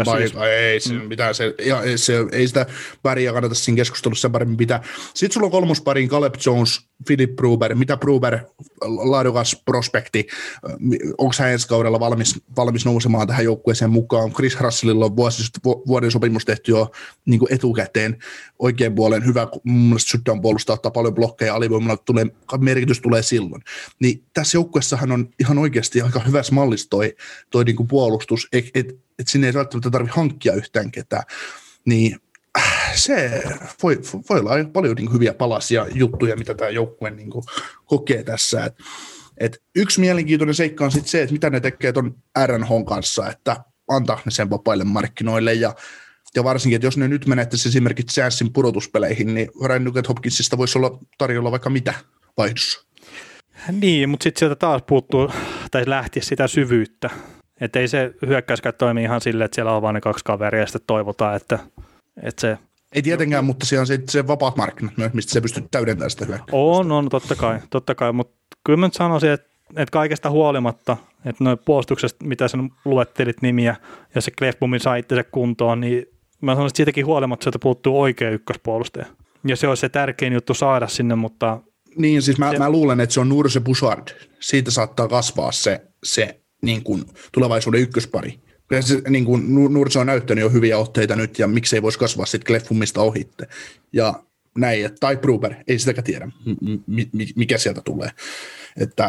S4: Ei sitä Barrya kannata siinä keskustelussa sen paremmin pitää. Sitten sulla on 3. parin Caleb Jones, Philip Bruber. Mitä Bruber, laadukas prospekti, onko hän ensi kaudella valmis nousemaan tähän joukkueeseen mukaan? Chris Russellilla on vuoden sopimus tehty jo niin kuin etukäteen. Oikein puolen hyvä, mun mielestä Syddan puolustaa, ottaa paljon blokkeja, alivoimalla merkitys tulee silloin. Niin tässä joukkueessahan on ihan oikeasti aika hyvässä mallissa toi niin kuin puolustus, että sinne ei välttämättä tarvitse hankkia yhtään ketään. Niin se voi olla paljon niin hyviä palasia juttuja, mitä tämä joukkue niin kokee tässä. Et yksi mielenkiintoinen seikka on sitten se, että mitä ne tekee tuon RNH:n kanssa, että antaa ne sen vapaille markkinoille ja varsinkin, että jos ne nyt menettäisi esimerkiksi Chancein pudotuspeleihin, niin Ryan Nugent-Hopkinsista voisi olla tarjolla vaikka mitä vaihdossa. Niin, mutta sitten sieltä taas puuttuu, tai lähti sitä syvyyttä. Että ei se hyökkäyskään toimi ihan silleen, että siellä on vain ne 2 kaveria ja sitten toivotaan, että se... Ei tietenkään, mutta siellä on se vapaat markkinat myös, mistä se pystyy täydentämään sitä hyökkäystä. On, totta kai, mutta kyllä mä nyt sanoisin, että kaikesta huolimatta, että noin puolustuksesta, mitä sä luettelit nimiä, ja se Clefbaumin sai itse kuntoon, niin mä sanoisin, että siitäkin huolimatta sieltä puuttuu oikea ykköspuolustaja. Ja se olisi se tärkein juttu saada sinne, mutta... Niin, siis mä luulen, että se on Nurse Bouchard. Siitä saattaa kasvaa se niin kuin tulevaisuuden ykköspari. Se, niin kuin Nurse on näyttänyt jo hyviä otteita nyt, ja miksei voisi kasvaa sitten Clefbaumista ohitte. Ja näin, tai Bruber, ei sitäkään tiedä, mikä sieltä tulee.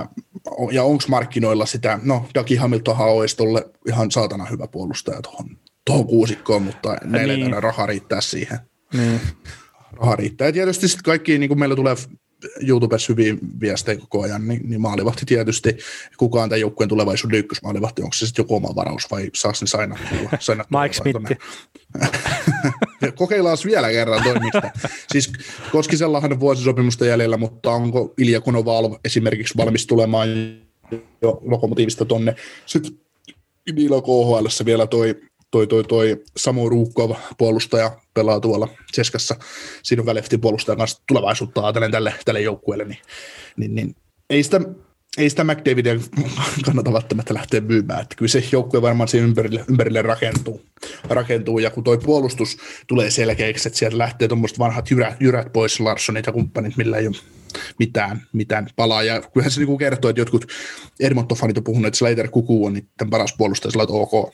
S4: Ja onko markkinoilla sitä, no Dougie Hamiltonhan olisi tuolle ihan saatana hyvä puolustaja tuohon tuohon kuusikkoon, mutta meillä ei
S5: Niin.
S4: taida raha riittää siihen.
S5: Niin.
S4: Raha riittää. Ja tietysti sitten kaikki, niin kuin meillä tulee YouTubessa hyviä viestejä koko ajan, niin maalivahti tietysti, kukaan tämän joukkueen tulevaisuuden ykkösmaalivahti, onko se sitten joku oma varaus vai saas ne sainattua?
S5: Mike Smithi.
S4: Kokeillaan vielä kerran toimista. Siis Koskisellahan on vuosisopimusta jäljellä, mutta onko Ilja Konoval esimerkiksi valmis tulemaan jo Lokomotiivista tonne? Sitten niillä on KHL:ssä vielä toi Samu Ruukkov puolustaja pelaa tuolla Cheskassa. Siinä on Väleftin puolustajan kanssa tulevaisuutta ajatellen tälle joukkueelle. Niin ei sitä McDavidia kannata välttämättä lähteä myymään. Että kyllä se joukkue varmaan siinä ympärille rakentuu. Ja kun toi puolustus tulee selkeäksi, että sieltä lähtee tuommoiset vanhat jyrät pois, Larssonit ja kumppanit, millä ei ole mitään palaa. Ja kyllähän se niin kertoo, että jotkut Edmonton-fanit on puhuneet, että Slater Kuku on niiden paras puolustaja, sillä ok.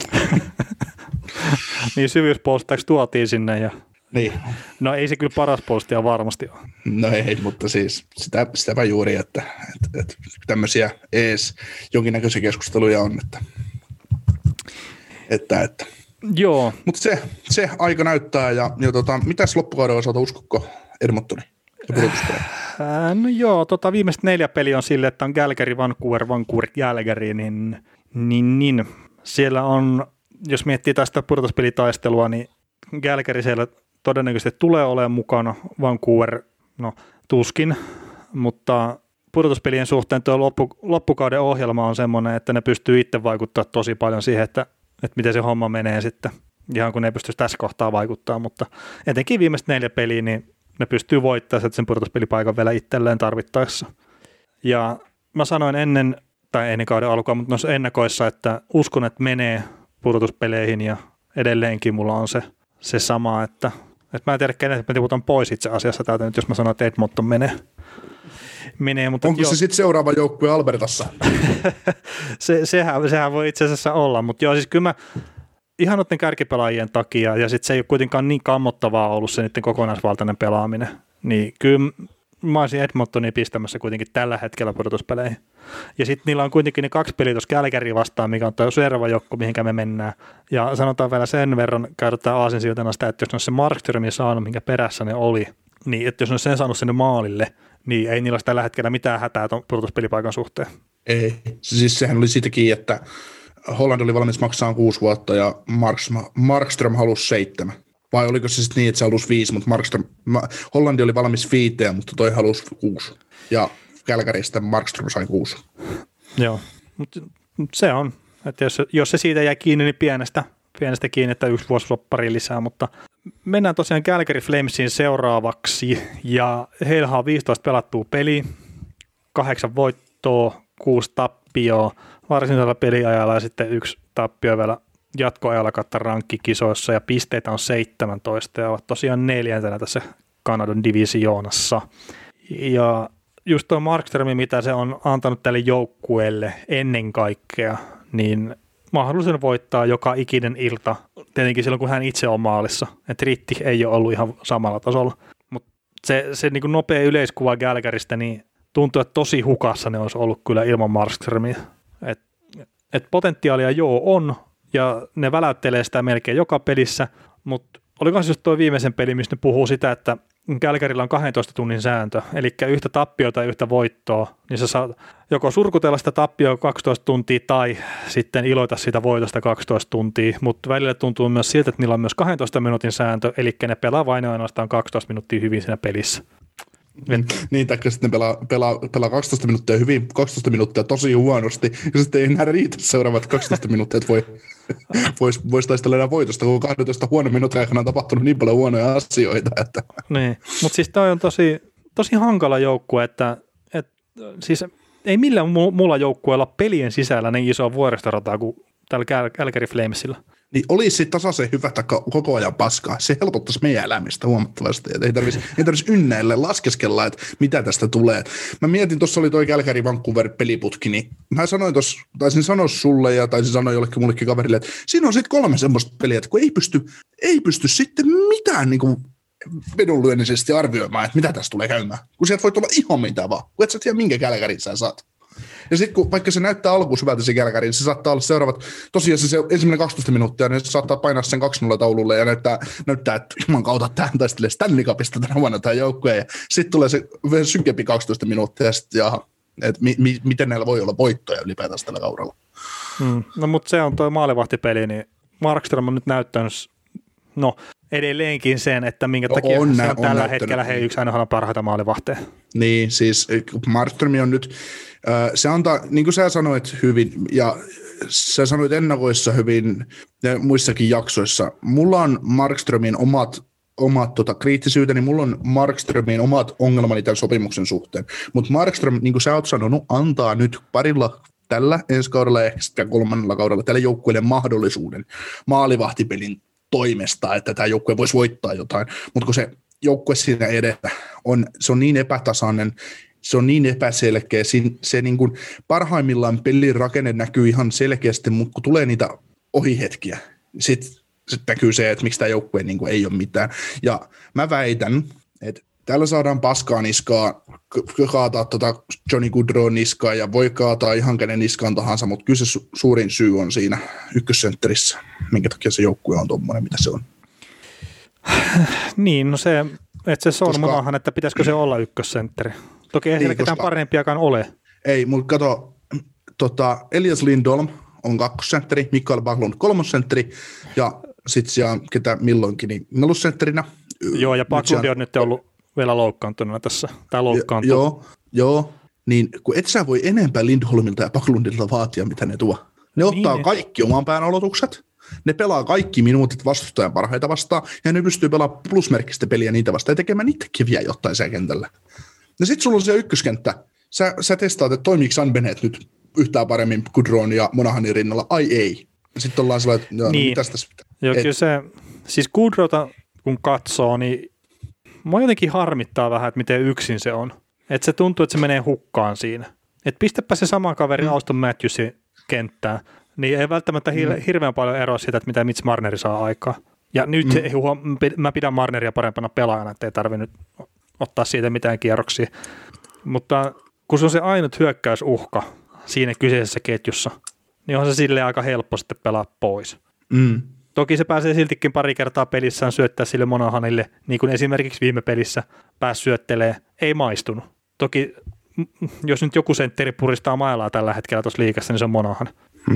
S5: Niin syvyyspuolustajaksi tuotiin sinne ja
S4: Niin.
S5: no ei se kyllä paras puolustaja varmasti ole.
S4: No ei, mutta siis sitäpä juuri, että tämmöisiä ees jonkinnäköisiä keskusteluja on, että.
S5: Joo.
S4: Mutta se aika näyttää, ja mitäs loppukauden osalta uskokko Edmontoni ja pudotuspelejä?
S5: No joo, viimeiset 4 peliä on sille, että on Calgary, Vancouver, Calgary, niin siellä on, jos miettii tästä pudotuspelitaistelua, niin Calgary siellä todennäköisesti tulee olemaan mukana, Vancouver, no tuskin, mutta pudotuspelien suhteen tuo loppukauden ohjelma on semmoinen, että ne pystyy itse vaikuttamaan tosi paljon siihen, että miten se homma menee sitten, ihan kun ne ei pystyisi tässä kohtaa vaikuttaa, mutta etenkin viimeiset 4 peliä, niin ne pystyy voittamaan sen pudotuspelipaikan vielä itselleen tarvittaessa. Ja mä sanoin ennen kauden alkua, mutta noissa ennakoissa, että uskon, että menee pudotuspeleihin ja edelleenkin mulla on se sama, että mä en tiedä, kenet mä tiputan pois itse asiassa täältä nyt, jos mä sanon, että Edmonton menee. Mutta
S4: onko se sitten seuraava joukkue Albertassa?
S5: sehän voi itse asiassa olla, mutta joo, siis kyllä mä ihan noiden kärkipelaajien takia, ja sitten se ei ole kuitenkaan niin kammottavaa ollut se niiden kokonaisvaltainen pelaaminen, niin kyllä mä olisin Edmontonia pistämässä kuitenkin tällä hetkellä pudotuspeleihin. Ja sitten niillä on kuitenkin ne 2 peliä tuossa Calgary vastaan, mikä on tuo seuraava joukko, mihinkä me mennään. Ja sanotaan vielä sen verran, käytetään aasinsiltana sitä, että jos ne on se Markströmin saanut, minkä perässä ne oli, niin että jos ne on sen saanut sinne maalille, niin ei niillä ole tällä hetkellä mitään hätää tuon pudotuspelipaikan suhteen.
S4: Ei, siis sehän oli siitäkin, että Holland oli valmis maksaa 6 vuotta ja Markström halusi 7. Vai oliko se sitten niin, että se halusi 5, mutta Hollandi oli valmis 5, mutta toi halusi 6. Ja Calgarysta Markström sai 6.
S5: Joo, mutta se on, että jos se siitä jää kiinni, niin pienestä kiinni, että 1 vuosiloppari lisää, mutta mennään tosiaan Calgary Flamesiin seuraavaksi, ja heillä on 15 pelattua peliä, 8 voittoa, 6 tappioa, varsinaisella peliajalla ja sitten 1 tappio vielä jatkoajalla kautta rankkikisoissa, ja pisteitä on 17, ja ovat tosiaan 4. tässä Kanadan divisioonassa. Ja just tuo Markström, mitä se on antanut tälle joukkueelle ennen kaikkea, niin mahdollisuuden voittaa joka ikinen ilta, tietenkin silloin kun hän itse on maalissa, että riitti ei ole ollut ihan samalla tasolla, mutta se niin kuin nopea yleiskuva Calgarystä, niin tuntuu, että tosi hukassa ne olisi ollut kyllä ilman Markströmiä, että potentiaalia on, ja ne väläyttelee sitä melkein joka pelissä, mutta olikohan se just tuo viimeisen peli, mistä ne puhuu sitä, että Calgarylla on 12 tunnin sääntö, eli yhtä tappiota ja yhtä voittoa, niin sä saat joko surkutella sitä tappioa 12 tuntia tai sitten iloita siitä voitosta 12 tuntia, mutta välillä tuntuu myös siltä, että niillä on myös 12 minuutin sääntö, eli ne pelaa vain ainoastaan 12 minuuttia hyvin siinä pelissä.
S4: Niin, taikka sitten pelaa 12 minuuttia hyvin, 12 minuuttia tosi huonosti, ja sitten ei enää riitä seuraavat 12 minuuttia, että voisi taistella enää voitosta, kun 12 huonon minuutin aikana on tapahtunut niin paljon huonoja asioita. Että. Niin,
S5: mutta siis toi on tosi hankala joukkue, että siis ei millään muulla joukkueella pelien sisällä niin isoa vuoristorataa kuin tällä Calgary Flamesilla.
S4: Niin olisi tasaisen hyvä koko ajan paskaa. Se helpottaisi meidän elämistä huomattavasti. Ei tarvitsisi ynnäillä laskeskella, että mitä tästä tulee. Mä mietin, tuossa oli toi Calgary Vancouver peliputki, niin mä sanoin tuossa, taisin sanoa sulle ja taisin sanoa mullekin kaverille, että siinä on sitten 3 semmoista peliä, että kun ei pysty sitten mitään niin kuin vedonlyönnisesti arvioimaan, että mitä tästä tulee käymään. Kun sieltä voi tulla ihan mitä vaan, kun et sä tiedä minkä Calgaryn sä saat. Ja sitten kun vaikka se näyttää alkuun syvältä se kälkäri, niin se saattaa olla seuraavat, tosiaan se ensimmäinen 12 minuuttia, niin se saattaa painaa sen 2-0 taululle ja näyttää että juman kautta tähän taistelee Stanley Cupista tänä vuonna tämä joukkue. Ja sitten tulee se vähän synkempi 12 minuuttia ja sitten jaha, että miten näillä voi olla voittoja ylipäätään tällä kaudella.
S5: No mutta se on tuo maalivahtipeli, niin Markström on nyt näyttänyt, edelleenkin sen, että minkä takia se on tällä hetkellä yksi aina parhaita maalivahteja.
S4: Niin, siis Markström on nyt, se antaa, niin kuin sä sanoit hyvin, ja sä sanoit ennakoissa hyvin ja muissakin jaksoissa, mulla on Markströmin omat kriittisyyteni, mulla on Markströmin omat ongelmani tämän sopimuksen suhteen, mutta Markström, niin kuin sä oot sanonut, antaa nyt parilla tällä ensi kaudella ja ehkä 3. kaudella tälle joukkueelle mahdollisuuden maalivahtipelin toimesta, että tämä joukkue voisi voittaa jotain, mutta kun se joukkue siinä edellä se on niin epätasainen, se on niin epäselkeä, se niin kuin parhaimmillaan pelin rakenne näkyy ihan selkeästi, mutta kun tulee niitä ohihetkiä, sitten näkyy se, että miksi tämä joukkue niin kuin ei ole mitään. Ja mä väitän, että täällä saadaan paskaa niskaa, kaataa Johnny Gaudreau niskaa ja voi kaataa ihan kenen niskaan tahansa, mutta kyllä se suurin syy on siinä ykkössentterissä, minkä takia se joukkue on tuommoinen, mitä se on.
S5: Niin, no se, että se on munahan, että pitäisikö se olla ykkössentteri. Toki ei siellä ketään parempiakaan ole.
S4: Ei, mutta kato, Elias Lindholm on kakkosentteri, Mikael Backlund kolmosentteri ja sitten siellä ketä milloinkin niin nelosentterinä.
S5: Joo, ja Backlund on nyt ollut vielä loukkaantuneena tässä, tai loukkaantunut.
S4: Joo, niin kun et sä voi enempää Lindholmilta ja Backlundilta vaatia, mitä ne tuo. Ne ottaa kaikki oman pään aloitukset, ne pelaa kaikki minuutit vastustajan parhaita vastaan, ja ne pystyy pelaamaan plusmerkkistä peliä niitä vastaan, ja tekemään itsekin vielä jotain siellä kentällä. Ja sit sulla on se ykköskenttä. Sä testaat, että toimiiko Sam Bennett nyt yhtään paremmin Gaudreaun ja Monahanin rinnalla. Ai ei. Sitten ollaan sellainen, että
S5: niin.
S4: Mitäs tässä pitää?
S5: Joo, kyllä se, siis Gaudreauta kun katsoo, niin mua jotenkin harmittaa vähän, että miten yksin se on. Että se tuntuu, että se menee hukkaan siinä. Että pistäpä se sama kaveri Auston Matthewsin kenttään, niin ei välttämättä hirveän paljon eroa siitä, että mitä Mitch Marneri saa aikaa. Ja nyt mä pidän Marneria parempana pelaajana, että ei tarvitse nyt ottaa siitä mitään kierroksia. Mutta kun se on se ainut hyökkäysuhka siinä kyseisessä ketjussa, niin on se silleen aika helppo sitten pelaa pois. Toki se pääsee siltikin pari kertaa pelissään syöttää sille Monahanille, niin kuin esimerkiksi viime pelissä pääsi syöttelee, ei maistunut. Toki jos nyt joku sentteri puristaa mailaa tällä hetkellä tuossa liigassa, niin se on Monahan.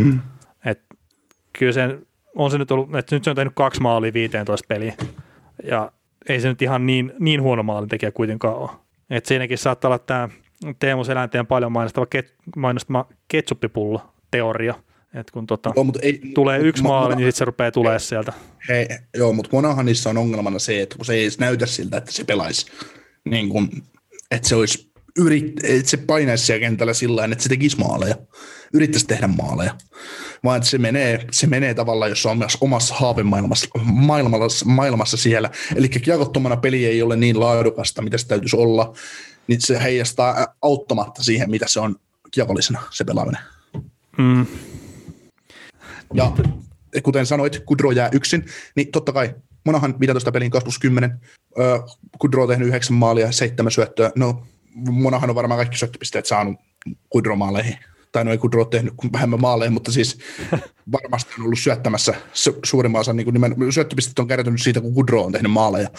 S5: Et kyllä on se nyt ollut, että nyt se on tehnyt 2 maalia 15 peliä, ja ei se nyt ihan niin huono maalintekijä kuitenkaan ole. Et siinäkin saattaa olla tämä Teemu Selänteen paljon mainostama ketsuppipullo-teoria, että kun tulee yksi maali, niin sitten se rupeaa tulemaan sieltä.
S4: Joo, mutta Monahanissa on ongelmana se, että kun se ei edes näytä siltä, että se pelaisi, niin kun, että se olisi että se painaisi siellä kentällä sillä tavalla, että se tekisi maaleja, yrittäisi tehdä maaleja, vaan että se menee tavallaan, jos on omassa haavemaailmassa siellä. Eli kiekottomana peli ei ole niin laadukasta, mitä se täytyisi olla, niin se heijastaa auttamatta siihen, mitä se on kiekollisena se pelaaminen. Ja kuten sanoit, Gaudreau jää yksin, niin totta kai Monahan 15 pelin 2+10, Gaudreau on tehnyt 9 maalia ja 7 syöttöä. No, Monahan on varmaan kaikki syöttöpisteet saanut Gaudreau-maaleihin. Tai no ei Gaudreau tehnyt vähemmän maaleihin, mutta siis varmasti on ollut syöttämässä suurimman osan, niin syöttöpisteet on kertynyt siitä, kun Gaudreau on tehnyt maaleja.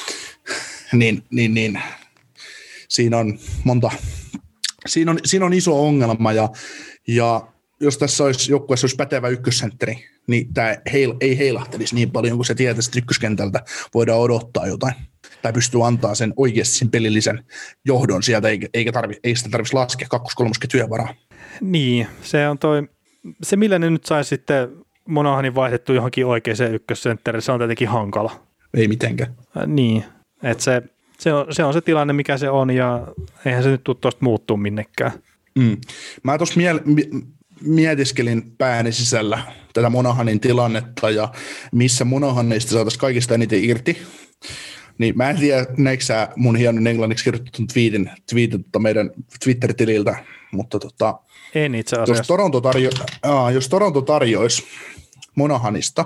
S4: Niin. Siinä on monta. Siinä on iso ongelma ja jos tässä joukkueessa olisi pätevä ykkössentteri, niin tämä ei heilahtelisi niin paljon, kun se tietäisi, että ykköskentältä voidaan odottaa jotain. Tai pystyy antaa sen oikeasti sen pelillisen johdon sieltä, ei sitä tarvitsisi laskea 2-3 työvaraa.
S5: Niin, se millä ne nyt saisi sitten Monahanin vaihdettu johonkin oikeaan ykkössentteriin, se on tietenkin hankala.
S4: Ei mitenkään.
S5: Niin, että se on se tilanne, mikä se on, ja eihän se nyt tule tuosta muuttua minnekään.
S4: Mä tuossa mietiskelin pääni sisällä tätä Monahanin tilannetta ja missä Monahanista saataisiin kaikista eniten irti. Niin mä en tiedä, näikö sä mun hienon englanniksi kirjoitetun tweetin meidän Twitter-tililtä, mutta
S5: en itse asiassa.
S4: Jos Toronto tarjoisi Monahanista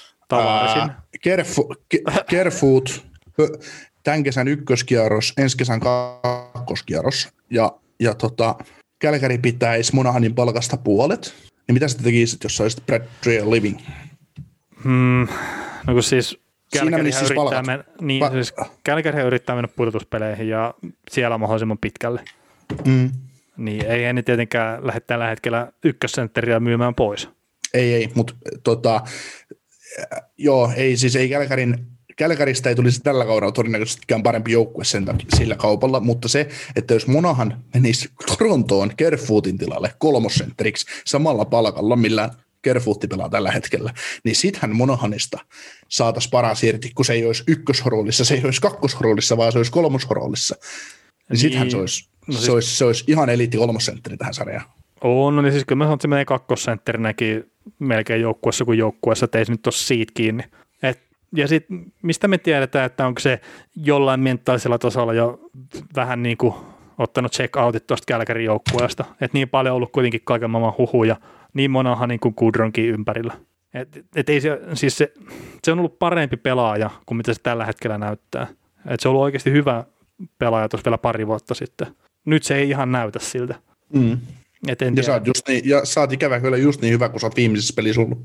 S4: Kerfoot, tämän kesän ykköskierros, ensi kesän kakkoskierros ja Calgary pitäisi Monahanin palkasta puolet, niin mitä sä tekisit, jos sä olisit Brad Treliving?
S5: No kun siis Calgary yrittää mennä pudotuspeleihin ja siellä mahdollisimman pitkälle. Niin ei ne tietenkään lähde tällä hetkellä ykkössentteriä myymään pois.
S4: Ei, mutta ei Calgarysta ei tulisi tällä kaudella todennäköisestikään parempi joukkue sillä kaupalla, mutta se, että jos Monahan menisi Torontoon Kerfootin tilalle kolmosentteriksi samalla palkalla, millä Kerfootti pelaa tällä hetkellä, niin sittenhän Monahanista saataisiin paras irti, kun se ei olisi ykköshoroolissa, se ei olisi kakkoshoroolissa, vaan se olisi kolmoshoroolissa. Niin sittenhän se olisi ihan eliitti kolmosentteri tähän sarjaan.
S5: No niin siis kyllä mä sanon, että se menee kakkosentterinäkin melkein joukkuessa kuin joukkuessa, että ei se nyt ole siitä kiinni. Ja sitten mistä me tiedetään, että onko se jollain mentaalisella tasolla jo vähän niin kuin ottanut check-outit tuosta Calgaryn joukkueesta. Että niin paljon on ollut kuitenkin kaiken maailman huhuja niin Monahanin kuin Goodronkin ympärillä. Se on ollut parempi pelaaja kuin mitä se tällä hetkellä näyttää. Et se on ollut oikeasti hyvä pelaaja tuossa vielä pari vuotta sitten. Nyt se ei ihan näytä siltä.
S4: Ja sä oot ikävä kyllä just niin hyvä, kun sä oot viimeisessä pelissä ollut.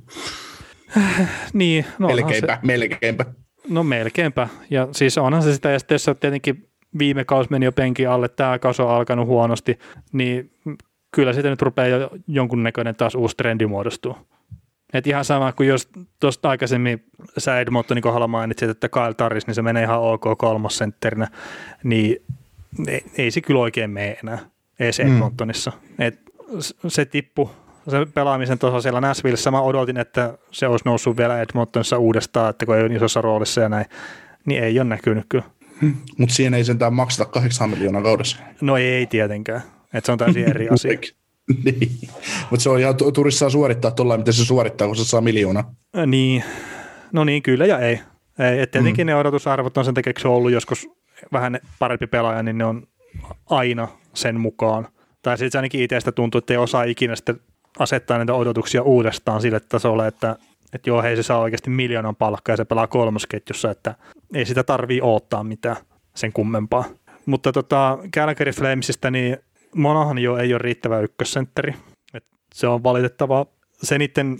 S5: Niin, no
S4: melkeinpä.
S5: No melkeinpä. Ja siis onhan se sitä, ja sitten jos tietenkin viime kausi meni jo penkin alle, tämä kausi on alkanut huonosti, niin kyllä siitä nyt rupeaa jo jonkunnäköinen taas uusi trendi muodostuu. Et ihan sama kuin jos tuosta aikaisemmin sä Edmontonin kohdalla mainitsit, että Kyle Turris, niin se menee ihan ok kolmosentterinä, niin ei se kyllä oikein mene enää edes Edmontonissa. Se tippui se pelaamisen taso siellä Nashvillessä. Mä odotin, että se olisi noussut vielä Edmontonissa uudestaan, että kun ei ole isossa roolissa ja näin, niin ei ole näkynyt kyllä.
S4: Mutta siinä ei sentään makseta 8 miljoonaa kaudessa.
S5: No ei tietenkään, että se on täysin eri asia.
S4: Niin, mutta se on ihan Turissa saa suorittaa tuollain, miten se suorittaa, kun se saa miljoonaa.
S5: Niin, no niin, kyllä ja ei. Et tietenkin ne odotusarvot on sen takia, kun se on ollut joskus vähän parempi pelaaja, niin ne on aina sen mukaan. Tai sitten ainakin itsestä tuntuu, että ei osaa ikinä sitten asettaa näitä odotuksia uudestaan sille tasolle, että joo, hei se saa oikeasti miljoonan palkkaa ja se pelaa kolmosketjussa, että ei sitä tarvii odottaa mitään sen kummempaa. Mutta Calgary Flamesista, niin Monahan jo ei ole riittävä ykkössentteri. Se on valitettavaa. Se niiden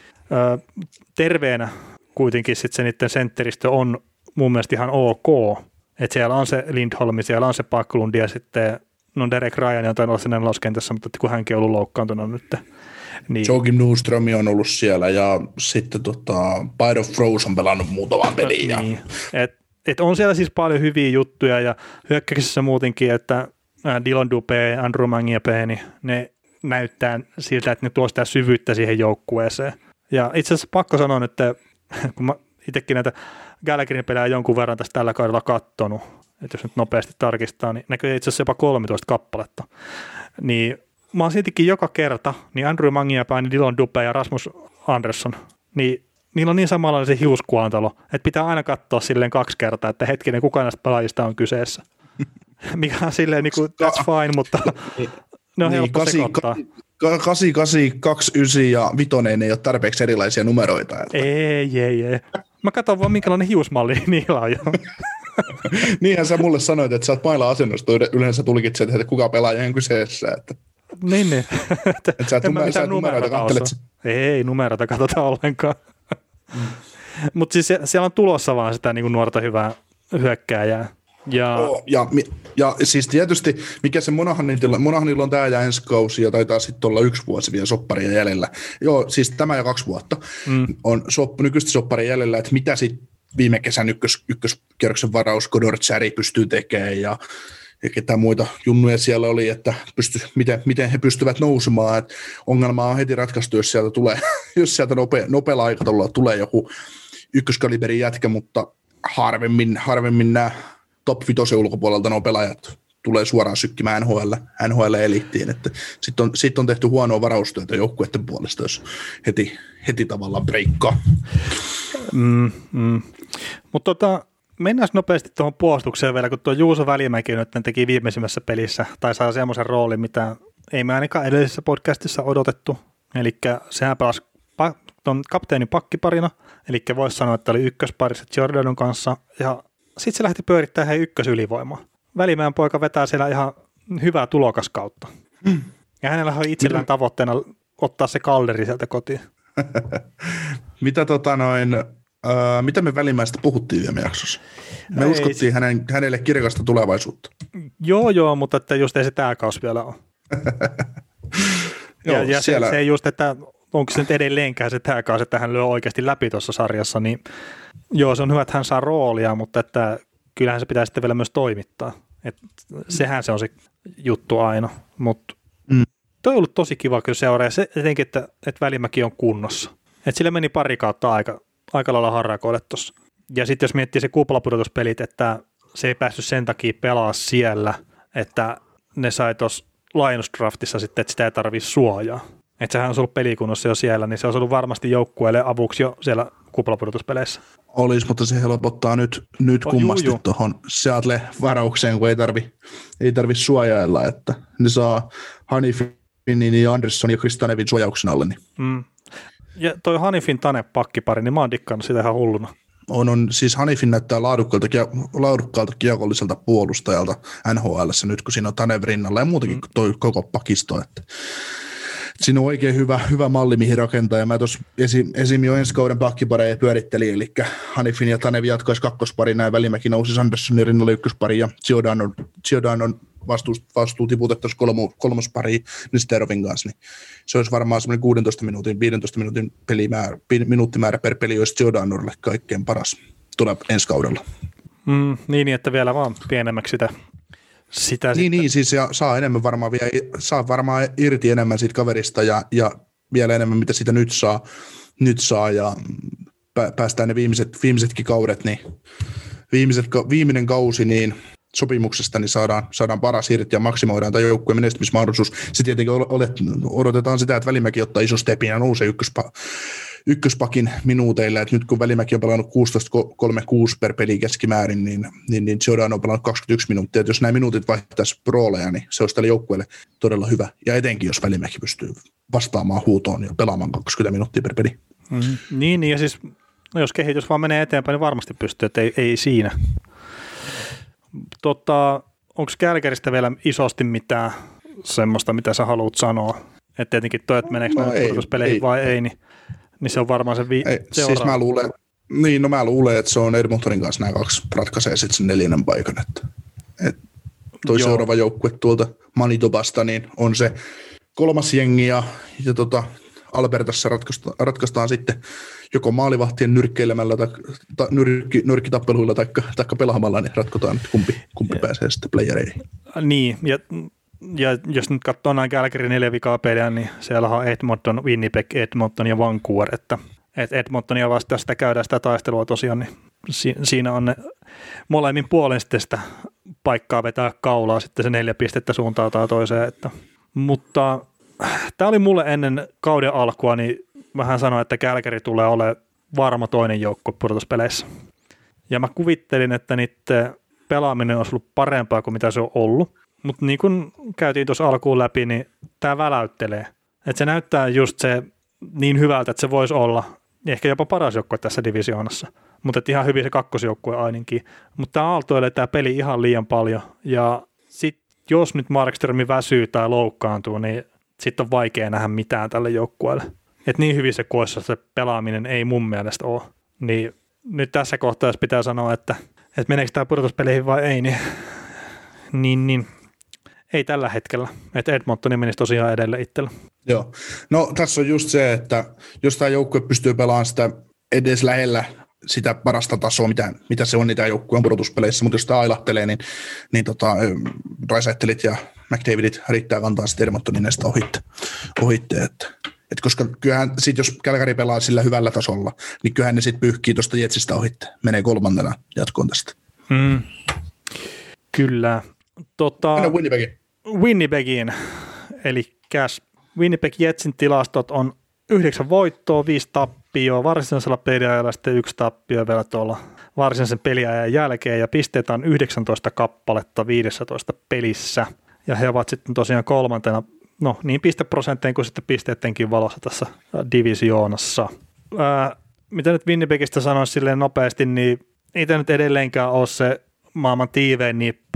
S5: terveenä kuitenkin sit se niiden sentteristö on mun mielestä ihan ok. Että siellä on se Lindholm, siellä on se Backlund ja sitten Derek Ryan on tainnut olla sen neloskentässä, mutta kun hänkin on ollut loukkaantunut nyt. Niin.
S4: Joakim Nordström on ollut siellä ja sitten Byron Froese on pelannut muutaman peliä.
S5: Niin. Et on siellä siis paljon hyviä juttuja ja hyökkäyksessä muutenkin, että Dylan Dubé, Andrew Mangiapane, niin ne näyttää siltä, että ne tuo sitä syvyyttä siihen joukkueeseen. Ja itse asiassa pakko sanoa, että kun mä itsekin näitä Gallagherin pelejä jonkun verran tässä tällä kaudella kattonut, että jos nyt nopeasti tarkistaa, niin näkyy itse asiassa jopa 13 kappaletta. Niin mä oon siltikin joka kerta, niin Andrew Mangiapane, Dylan Dubé ja Rasmus Andersson, niin niillä on niin samanlainen se hiuskuantalo, että pitää aina katsoa silleen 2 kertaa, että hetkinen, kuka näistä pelaajista on kyseessä. Mikä on silleen niin kuin, that's fine, mutta ne on helppo sekoittaa.
S4: 88, 29 ja 5 ei ole tarpeeksi erilaisia numeroita. Että.
S5: Ei. Mä katson vaan, minkälainen hiusmalli niillä on jo.
S4: Niinhän sä mulle sanoit, että sä oot maila-asennosta yleensä tulkitset, että kuka pelaaja on kyseessä. Että.
S5: Niin.
S4: Että sä et numeroita kattelet. Ei
S5: numeroita katsota ollenkaan. Mutta siis siellä on tulossa vaan sitä niin kuin nuorta hyvää hyökkääjää.
S4: Ja siis tietysti, mikä se Monahanilla on tämä ja ensi kausi, ja taitaa sitten olla 1 vuosi vielä sopparia jäljellä. Joo, siis tämä ja 2 vuotta on nykyistä sopparia jäljellä, että mitä sitten viime kesän ykköskierroksen varaus Godor Cherry pystyy tekemään, ja ketään muita junnuja siellä oli, että miten he pystyvät nousemaan. Et ongelma on heti ratkaistu, jos sieltä nopealla aikataululla tulee joku ykköskaliberin jätkä, mutta harvemmin nämä top 5 ulkopuolelta nuo pelaajat tulee suoraan sykkimään NHL-eliittiin, että sitten on tehty huonoa varaustyötä joukkueiden puolesta, jos heti tavallaan breikkaa.
S5: Mutta mennään nopeasti tuohon puolustukseen vielä, kun tuo Juuso Välimäki nyt teki viimeisimmässä pelissä, tai saa semmoisen roolin, mitä ei me ainakaan edellisessä podcastissa odotettu, eli sehän pelasi tuon kapteenin pakkiparina, eli voisi sanoa, että oli ykkösparissa Jordanon kanssa, ja sitten se lähti pyörittämään ykkösylivoimaa. Välimäen poika vetää siellä ihan hyvää tulokaskautta. Ja hänellä on itsellään tavoitteena ottaa se kalderi sieltä kotiin.
S4: Mitä me Välimäestä puhuttiin viime jaksossa? Me uskottiin hänelle kirkasta tulevaisuutta.
S5: Joo, mutta että just ei se tämä kausi vielä ole. ja siellä... se just, että onko se nyt edelleenkään se tämä kausi, että hän lyö oikeasti läpi tuossa sarjassa, niin joo, se on hyvä, että hän saa roolia, mutta että kyllähän se pitää sitten vielä myös toimittaa. Sehän se on se juttu aina, mutta toi on ollut tosi kiva kyllä seuraa, ja se etenkin, että Välimäki on kunnossa. Että sille meni pari kautta aika lailla harrakoille tuossa. Ja sitten jos miettii se kuplapudotuspelit, että se ei päässyt sen takia pelaa siellä, että ne sai tuossa Lions-draftissa sitten, että sitä ei tarvitse suojaa. Että sehän on ollut pelikunnossa jo siellä, niin se on ollut varmasti joukkueelle avuksi jo siellä kuplapudotuspeleissä.
S4: Olisi, mutta se helpottaa nyt kummasti tuohon Seattle-varaukseen, kun ei tarvi suojailla, että ne saa Hanifinin ja Andersson ja Chris Tanevin suojauksen alle. Niin.
S5: Ja toi Hanifin Tane-pakkipari, niin mä oon dikkannut sitä ihan hulluna.
S4: Siis Hanifin näyttää laadukkaalta kiekolliselta puolustajalta NHL:ssä nyt, kun siinä on Tanev rinnalla ja muutenkin toi koko pakisto, että siinä on oikein hyvä malli, mihin rakentaa, ja mä tuossa esim. Jo ensi kauden pakkipareja pyörittelin, eli Hanifin ja Tanev jatkaisi kakkospari, näin Välimäki nousi Anderssonin rinnalle ykköspari, ja Giordanon vastuu tiputettaisiin kolmospariin Nesterovin kanssa, niin se olisi varmaan semmoinen 15 minuutin minuuttimäärä per peli, olisi Giordanolle kaikkein paras tulee ensi kaudella.
S5: Niin, että vielä vaan pienemmäksi sitä
S4: niin, siis ja saa varmaan irti enemmän siitä kaverista ja vielä enemmän, mitä sitä nyt saa ja päästään ne viimeisetkin kaudet, niin viimeinen kausi, niin sopimuksesta niin saadaan paras irti ja maksimoidaan tämä joukkueen menestymismahdollisuus. Se tietenkin odotetaan sitä, että Välimäki ottaa ison stepin ja nousee ykköspakin minuuteille, että nyt kun Välimäki on pelannut 16-36 per peli keskimäärin, niin Jordan on pelannut 21 minuuttia, että jos nämä minuutit vaihtaisi rooleja, niin se olisi tälle joukkueelle todella hyvä, ja etenkin jos Välimäki pystyy vastaamaan huutoon ja pelaamaan 20 minuuttia per peli.
S5: Niin, ja siis jos kehitys vaan menee eteenpäin, niin varmasti pystyy, että ei siinä. Onko Kälkäristä vielä isosti mitään semmoista, mitä sä haluat sanoa? Että tietenkin toi, että meneekö näin pudotuspeleihin vai ei, niin se on varmaan se seuraava.
S4: Siis mä luulen, että se on Edmontonin kanssa nämä kaksi ratkaisee sitten sen 4. paikan. Että toi seuraava joukkue tuolta Manitobasta niin on se 3. jengi ja Albertassa ratkaistaan sitten joko maalivahtien nyrkkeilemällä tai nyrkkitappeluilla tai pelaamalla, niin ratkotaan, että kumpi pääsee sitten playereihin.
S5: Niin, ja jos nyt katsoo näin Calgary 4 vikaa peliä, niin siellä on Edmonton, Winnipeg, Edmonton ja Vancouver, että Edmontonia vastaan sitä käydään sitä taistelua tosiaan, niin siinä on ne molemmin puolen sitten sitä paikkaa vetää kaulaa sitten se 4 pistettä suuntaan tai toiseen, mutta tämä oli mulle ennen kauden alkua, niin vähän sanoin, että Calgary tulee olemaan varma toinen joukko pudotuspeleissä. Ja mä kuvittelin, että niiden pelaaminen olisi ollut parempaa kuin mitä se on ollut. Mutta niin kuin käytiin tuossa alkuun läpi, niin tämä väläyttelee. Että se näyttää just se niin hyvältä, että se voisi olla ehkä jopa paras joukkue tässä divisioonassa. Mutta ihan hyvin se kakkosjoukkue ainakin. Mutta tämä aaltoilee tämä peli ihan liian paljon. Ja sitten jos nyt Markström väsyy tai loukkaantuu, niin sitten on vaikea nähdä mitään tälle joukkueelle. Että niin hyvissä koissa se pelaaminen ei mun mielestä ole. Niin nyt tässä kohtaa, jos pitää sanoa, että meneekö tämä pudotuspeleihin vai ei, niin ei tällä hetkellä. Että Edmontonin menisi tosiaan edelle itsellä.
S4: Joo. No tässä on just se, että jos tämä joukkue pystyy pelaamaan sitä edes lähellä sitä parasta tasoa, mitä se on niitä joukkueen pudotuspeleissä, mutta jos tämä ailahtelee, niin Dreisaitlit ja McDavidit riittää kantaa sitten Edmontonin näistä ohitte. Että koska kyllähän sit, jos Calgary pelaa sillä hyvällä tasolla, niin kyllähän ne sitten pyyhkii tuosta Jetsistä ohitte. Menee 3. jatkoon tästä.
S5: Kyllä. Winnipegiin. Eli Winnipeg Jetsin tilastot on 9 voittoa, 5 tappioa, varsinaisella peliajalla sitten 1 tappio vielä tuolla varsinaisen peliajan jälkeen, ja pisteitä on 19 kappaletta 15 pelissä, ja he ovat sitten tosiaan 3. niin pisteprosenttien kuin sitten pisteettenkin valossa tässä divisioonassa. Mitä nyt Winnipegistä sanoisi silleen nopeasti, niin ei tämä nyt edelleenkään ole se maailman tiivein nippu,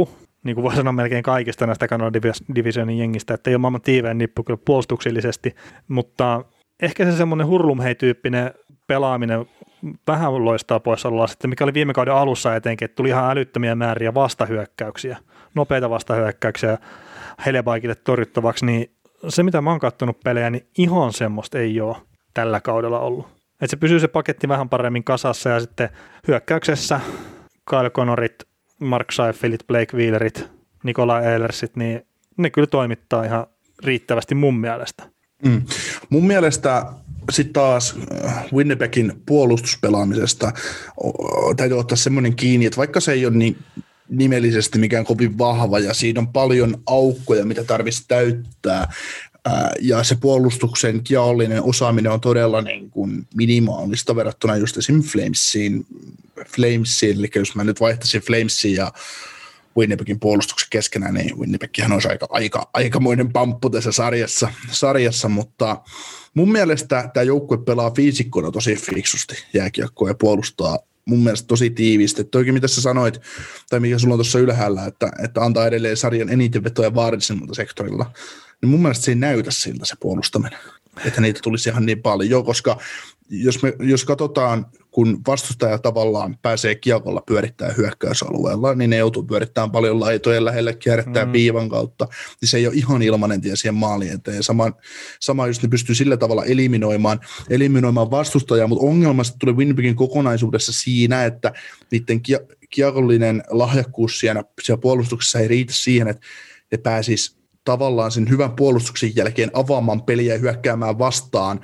S5: niin kuin voi sanoa melkein kaikista näistä Canadian Divisionin jengistä, että ei ole maailman tiivein nippu kyllä puolustuksellisesti, mutta ehkä se semmoinen hurlumhei-tyyppinen pelaaminen vähän loistaa poissaolollaan sitten, mikä oli viime kauden alussa etenkin, että tuli ihan älyttömiä määriä vastahyökkäyksiä, nopeita vastahyökkäyksiä Hellebikille torjuttavaksi, niin se mitä mä oon katsonut pelejä, niin ihan semmoista ei ole tällä kaudella ollut. Että se pysyy se paketti vähän paremmin kasassa ja sitten hyökkäyksessä Kyle Connorit, Mark Seifelit, Blake Wheelerit, Nikolai Ehlersit, niin ne kyllä toimittaa ihan riittävästi mun mielestä.
S4: Mun mielestä sitten taas Winnipegin puolustuspelaamisesta täytyy ottaa semmoinen kiinni, että vaikka se ei ole niin nimellisesti mikään kovin vahva ja siinä on paljon aukkoja, mitä tarvitsisi täyttää, ja se puolustuksen jaollinen osaaminen on todella niin kuin minimaalista verrattuna just esimerkiksi Flamesiin, eli jos mä nyt vaihtaisin Flamesiin ja Winnipegin puolustuksen keskenään, niin Winnipeghän olisi aikamoinen pamppu tässä sarjassa, mutta mun mielestä tämä joukkue pelaa fiisikkona tosi fiksusti jääkiekkoa ja puolustaa mun mielestä tosi tiiviisti. Toikin mitä sä sanoit, tai mikä sulla on tuossa ylhäällä, että antaa edelleen sarjan eniten vetoja vaarallisemmalta sektorilla, niin mun mielestä se ei näytä siltä se puolustaminen, että niitä tulisi ihan niin paljon, koska jos katsotaan, kun vastustaja tavallaan pääsee kiekolla pyörittää hyökkäysalueella, niin ne joutuu pyörittämään paljon laitojen lähelle, kierrättää viivan kautta, niin se ei ole ihan ilmainen tie siihen maaliin eteen. Sama just ne pystyy sillä tavalla eliminoimaan vastustajaa, mutta ongelmasta tulee Winnipegin kokonaisuudessa siinä, että niiden kiekollinen lahjakkuus siellä puolustuksessa ei riitä siihen, että ne pääsisi tavallaan sen hyvän puolustuksen jälkeen avaamaan peliä ja hyökkäämään vastaan,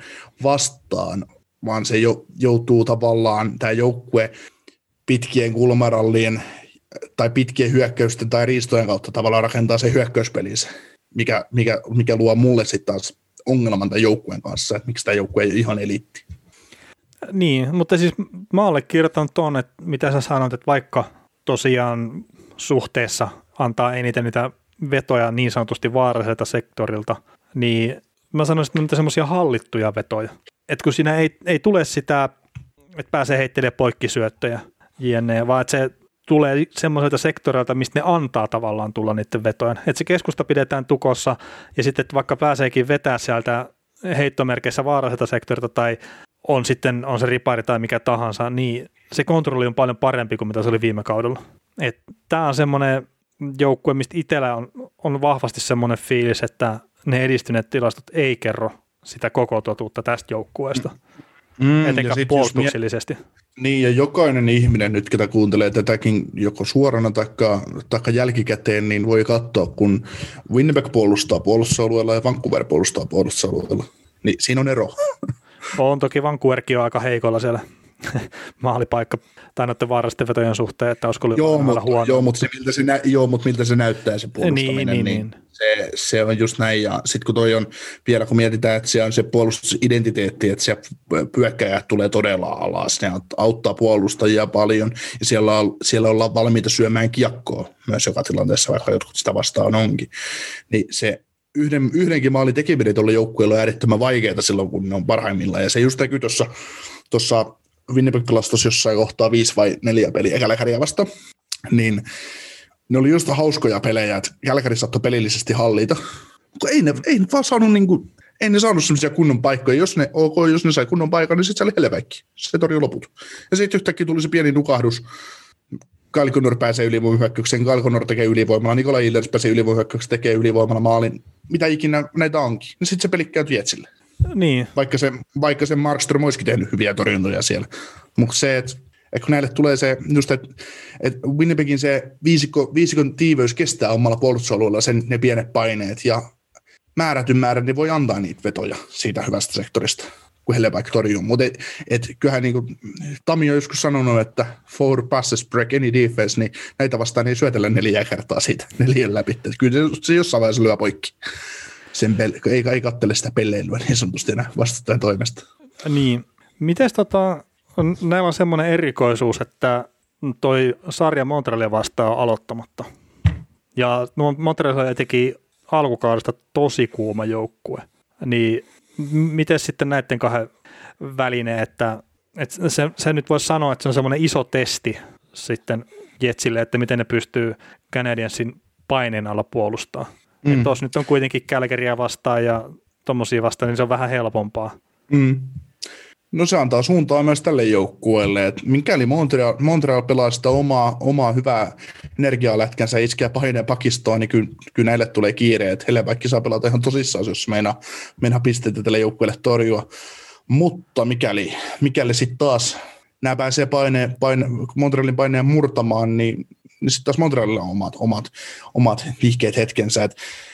S4: vaan se joutuu tavallaan tämä joukkue pitkien kulmarallien tai pitkien hyökkäysten tai riistojen kautta tavallaan rakentaa se hyökkäyspelinsä, mikä luo mulle sitten taas ongelman tämän joukkueen kanssa, että miksi tämä joukkue ei ole ihan eliitti.
S5: Niin, mutta siis mä allekirjoitan tuon, että mitä sä sanot, että vaikka tosiaan suhteessa antaa eniten niitä vetoja niin sanotusti vaaralliselta sektorilta, niin mä sanoisin, että ne on semmoisia hallittuja vetoja. Että kun siinä ei tule sitä, että pääsee heittelemään poikkisyöttöjä jne, vaan että se tulee semmoiselta sektorilta, mistä ne antaa tavallaan tulla niiden vetojen. Että se keskusta pidetään tukossa ja sitten että vaikka pääseekin vetää sieltä heittomerkeissä vaaralliselta sektorilta tai on se ripari tai mikä tahansa, niin se kontrolli on paljon parempi kuin mitä se oli viime kaudella. Tämä on semmoinen joukkue, mistä itsellä on vahvasti semmoinen fiilis, että ne edistyneet tilastot ei kerro sitä koko totuutta tästä joukkueesta, etenkään puolustuksellisesti.
S4: Niin, ja jokainen ihminen nyt, ketä kuuntelee tätäkin joko suorana tai jälkikäteen, niin voi katsoa, kun Winnipeg puolustaa puolustusalueella ja Vancouver puolustaa puolustusalueella. Niin siinä on ero.
S5: On toki Vancouverkin on aika heikolla siellä maalipaikka tai noiden vaarallisten vetojen suhteen, että olisiko huono.
S4: Mutta miltä se näyttää se puolustaminen, niin. Se on just näin. Ja sitten kun toi on vielä, kun mietitään, että se on se puolustusidentiteetti, että se hyökkäjät tulee todella alas, ne auttaa puolustajia paljon, ja siellä ollaan valmiita syömään kiekkoa myös joka tilanteessa, vaikka jotkut sitä vastaan onkin. Niin se yhdenkin maalin tekeminen tuolla joukkueella on äärettömän vaikeaa silloin, kun ne on parhaimmillaan, ja se just näkyy tuossa Winnipeg-tilastossa jossain kohtaa 5 vai 4 peliä Kälkäriä vasta, niin ne oli just hauskoja pelejä, että Kälkäri saattoi pelillisesti hallita, mutta ei ne vaan saanut ei ne saanut semmoisia kunnon paikkoja. Jos ne sai kunnon paikan, niin sitten se oli Helleväikki. Se torjui loput. Ja sitten yhtäkkiä tuli se pieni nukahdus. Kyle Connor pääsee ylivoimahyökkäykseen, Kyle Connor tekee ylivoimalla, Nikolai Ehlers pääsee ylivoimahyökkäykseen, tekee ylivoimalla maalin. Mitä ikinä näitä onkin. Ja sitten se peli käyty Jetsille. Niin. Vaikka se Markström olisikin tehnyt hyviä torjuntoja siellä. Mutta se, että kun näille tulee se, just että Winnipegin se viisikon tiiveys kestää omalla puolustusalueella ne pienet paineet ja määrätyn määrän niin voi antaa niitä vetoja siitä hyvästä sektorista, kun Hellebuyck torjuu. Mutta kyllähän niin kuin Tami on joskus sanonut, että 4 passes break any defense, niin näitä vastaan ei syötellä 4 kertaa siitä 4 läpi. Et kyllä se jossain vaiheessa lyö poikki. Ei kattele sitä pelleilyä niin sanotusti enää vastustajan toimesta. Niin. Mites näillä on semmoinen erikoisuus, että toi sarja Montrealia vastaan on aloittamatta. Ja Montreal teki alkukaudesta tosi kuuma joukkue. Niin miten sitten näiden kahden väline, että se nyt voisi sanoa, että se on semmoinen iso testi sitten Jetsille, että miten ne pystyy Canadiensin
S5: paineen alla puolustaa. Että tuossa nyt on kuitenkin Calgarya vastaan ja tommosia vastaan, niin se on vähän helpompaa.
S4: No se antaa suuntaa myös tälle joukkueelle, että mikäli Montreal pelaa sitä omaa hyvää energialätkänsä iskeä paineen pakistoon, niin kyllä näille tulee kiire, että heille vaikka saa pelata ihan tosissaan, jos meinaa pisteitä tälle joukkueelle torjua. Mutta mikäli sitten taas nämä pääsee Montrealin paineen murtamaan, niin sitten taas Montrealilla on omat liikkeet hetkensä,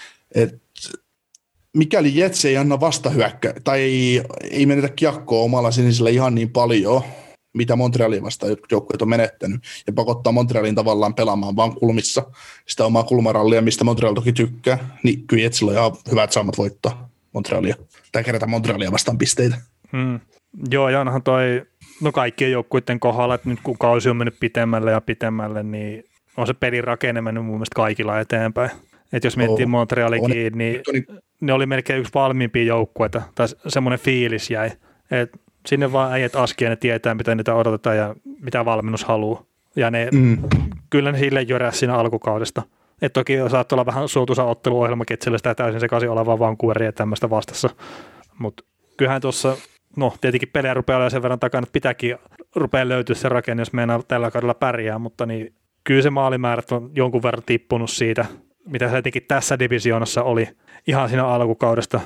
S4: mikäli Jets ei anna tai ei menetä kiekkoa omalla sinisellä ihan niin paljon, mitä Montrealin vastaan joukkueet on menettänyt, ja pakottaa Montrealin tavallaan pelaamaan vaan kulmissa sitä omaa kulmarallia, mistä Montreal toki tykkää, niin kyllä Jetsillä on ihan hyvät saamat voittaa Montrealia, tai kerätä Montrealia vastaan pisteitä.
S5: Joo, ja onhan kaikkien joukkueiden kohdalla, että nyt kun kausi on mennyt pitemmälle, niin on se pelin rakenne mennyt mun mielestä kaikilla eteenpäin. Että jos miettii Montrealikin, niin ne oli melkein yksi valmiimpia joukkueita, tai semmoinen fiilis jäi. Että sinne vaan äijät askien, ne tietää, mitä niitä odotetaan ja mitä valmennus haluaa. Ja kyllä ne sille jyräsi siinä alkukaudesta. Että toki saattoi olla vähän suotuisa otteluohjelmakin, että sillä sitä täysin sekaisin olevaa Vancouveria tämmöistä vastassa. Mutta kyllähän tuossa, tietenkin pelejä rupeaa olemaan sen verran takana, että pitääkin rupeaa löytyä se rakenne, jos meinaa tällä kaudella pärjää, mutta niin kyllä se maalimäärät on jonkun verran tippunut siitä, mitä se etenkin tässä divisioonassa oli ihan siinä alkukaudesta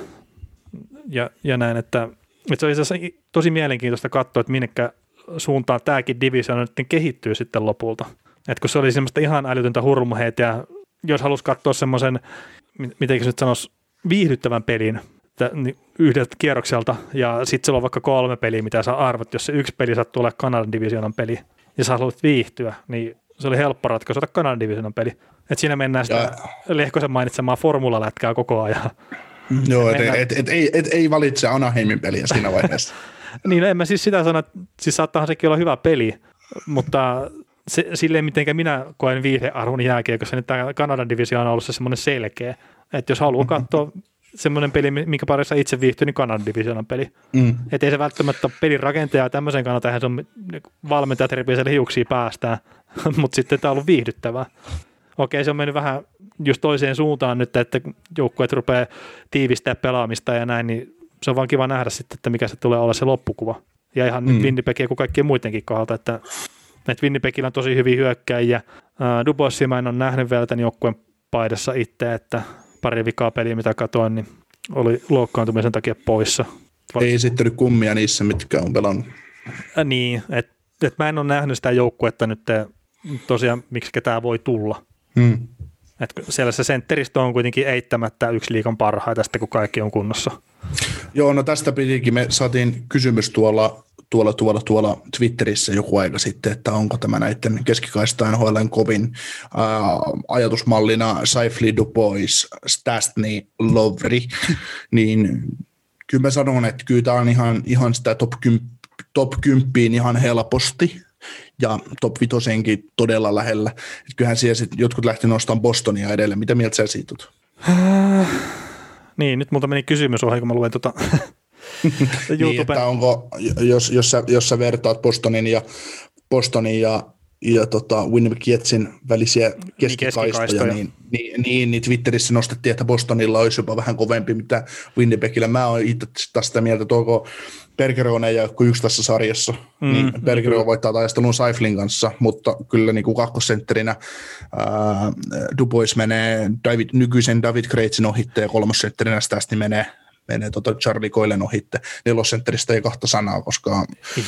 S5: ja näin, että se on itse asiassa tosi mielenkiintoista katsoa, että minnekä suuntaan tämäkin divisioona nyt kehittyy sitten lopulta. Että kun se oli semmoista ihan älytöntä hurmuheitä, jos halusi katsoa semmoisen, miten se nyt sanoisi, viihdyttävän pelin yhdeltä kierrokselta, ja sitten siellä on vaikka 3 peliä, mitä saa arvot, jos se yksi peli sattuu olemaan Kanadan divisioonan peli, ja sä haluat viihtyä, niin se oli helppo ratkaisu ottaa Kanadan divisioonan peli. Että siinä mennään sitä Lehkosen mainitsemaan formulalätkää koko ajan.
S4: Joo, ei valitse Anaheimin peliä siinä vaiheessa.
S5: Niin, en mä siis sitä sano, että siis saattaahan sekin olla hyvä peli, mutta silleen mitenkä minä koen viihdearvon jääkiekossa, niin tämä Kanadan divisioona on ollut se semmoinen selkeä, että jos haluaa katsoa semmoinen peli, minkä parissa itse viihtyy, niin Kanadan divisioonan peli. Että ei se välttämättä ole pelin rakentaja tämmöisen kannalta, eihän se on valmentajat repii hiuksia päästään, mutta sitten tämä on ollut viihdyttävää. Okei, se on mennyt vähän just toiseen suuntaan nyt, että joukkueet rupeaa tiivistää pelaamista ja näin, niin se on vaan kiva nähdä sitten, että mikä se tulee olla se loppukuva. Ja ihan nyt Winnipegin kuin kaikkien muidenkin kohdalta, että Winnipegillä on tosi hyviä hyökkäjiä. Duboisia mä en ole nähnyt vielä tämän joukkueen paidassa itse, että pari vikaa peliä, mitä katoin, niin oli loukkaantumisen takia poissa.
S4: Ei esittänyt kummia niissä, mitkä on pelannut.
S5: Niin, että mä en ole nähnyt sitä joukkuetta nyt tosiaan, miksi ketään voi tulla. Että siellä se sentteristö on kuitenkin eittämättä yksi liigan parhaita, sitten kun kaikki on kunnossa.
S4: Joo, no tästä pitikin, me saatiin kysymys tuolla Twitterissä joku aika sitten, että onko tämä näiden keskikaista NHL:n kovin ajatusmallina Scheifele, Dubois, Stastny, Lowry, niin kyllä mä sanon, että kyllä tämä on ihan sitä top 10 ihan helposti. Ja top 5 todella lähellä. Et kyllähän siellä sit jotkut lähti nostamaan Bostonia edelleen. Mitä mieltä sä siitä oot?
S5: Niin, nyt multa meni kysymys ohi, kun mä luen
S4: niin, että onko, jos sä vertaat Bostonin ja Winnipeg Jetsin välisiä keskikaistoja, niin Twitterissä nostettiin, että Bostonilla olisi jopa vähän kovempi, mitä Winnipegillä. Mä oon itse tästä mieltä, että onko Bergeron ei ole kuin yksi tässä sarjassa, niin Bergeron voittaa taistelun Scheifelen kanssa, mutta kyllä niin kuin kakkosentterinä Dubois menee nykyisen David Krejcin ohitte ja kolmosentterinä Stastny menee Charlie Coylen ohitte. Nelosentteristä ei kahta sanaa, koska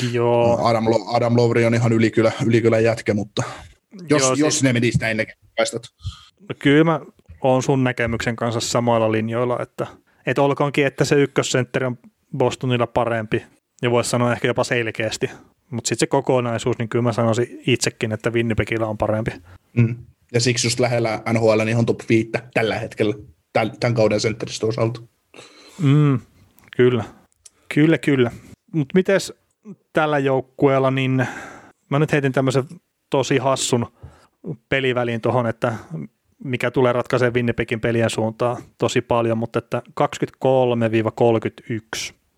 S4: Adam Lowry on ihan ylikylän jätkä, mutta jos ne menisi näin ne kaistat.
S5: Kyllä mä oon sun näkemyksen kanssa samoilla linjoilla, että olkoonkin, että se ykkössentteri on Bostonilla parempi, ja voisi sanoa ehkä jopa selkeästi, mutta sitten se kokonaisuus, niin kyllä mä sanoisin itsekin, että Winnipegillä on parempi.
S4: Ja siksi just lähellä NHL niin on top 5 tällä hetkellä, tämän kauden sentteristä osalta.
S5: Kyllä. Mutta mites tällä joukkueella, niin mä nyt heitin tämmöisen tosi hassun peliväliin tuohon, että mikä tulee ratkaisemaan Winnipegin pelien suuntaan tosi paljon, mutta että 23-31.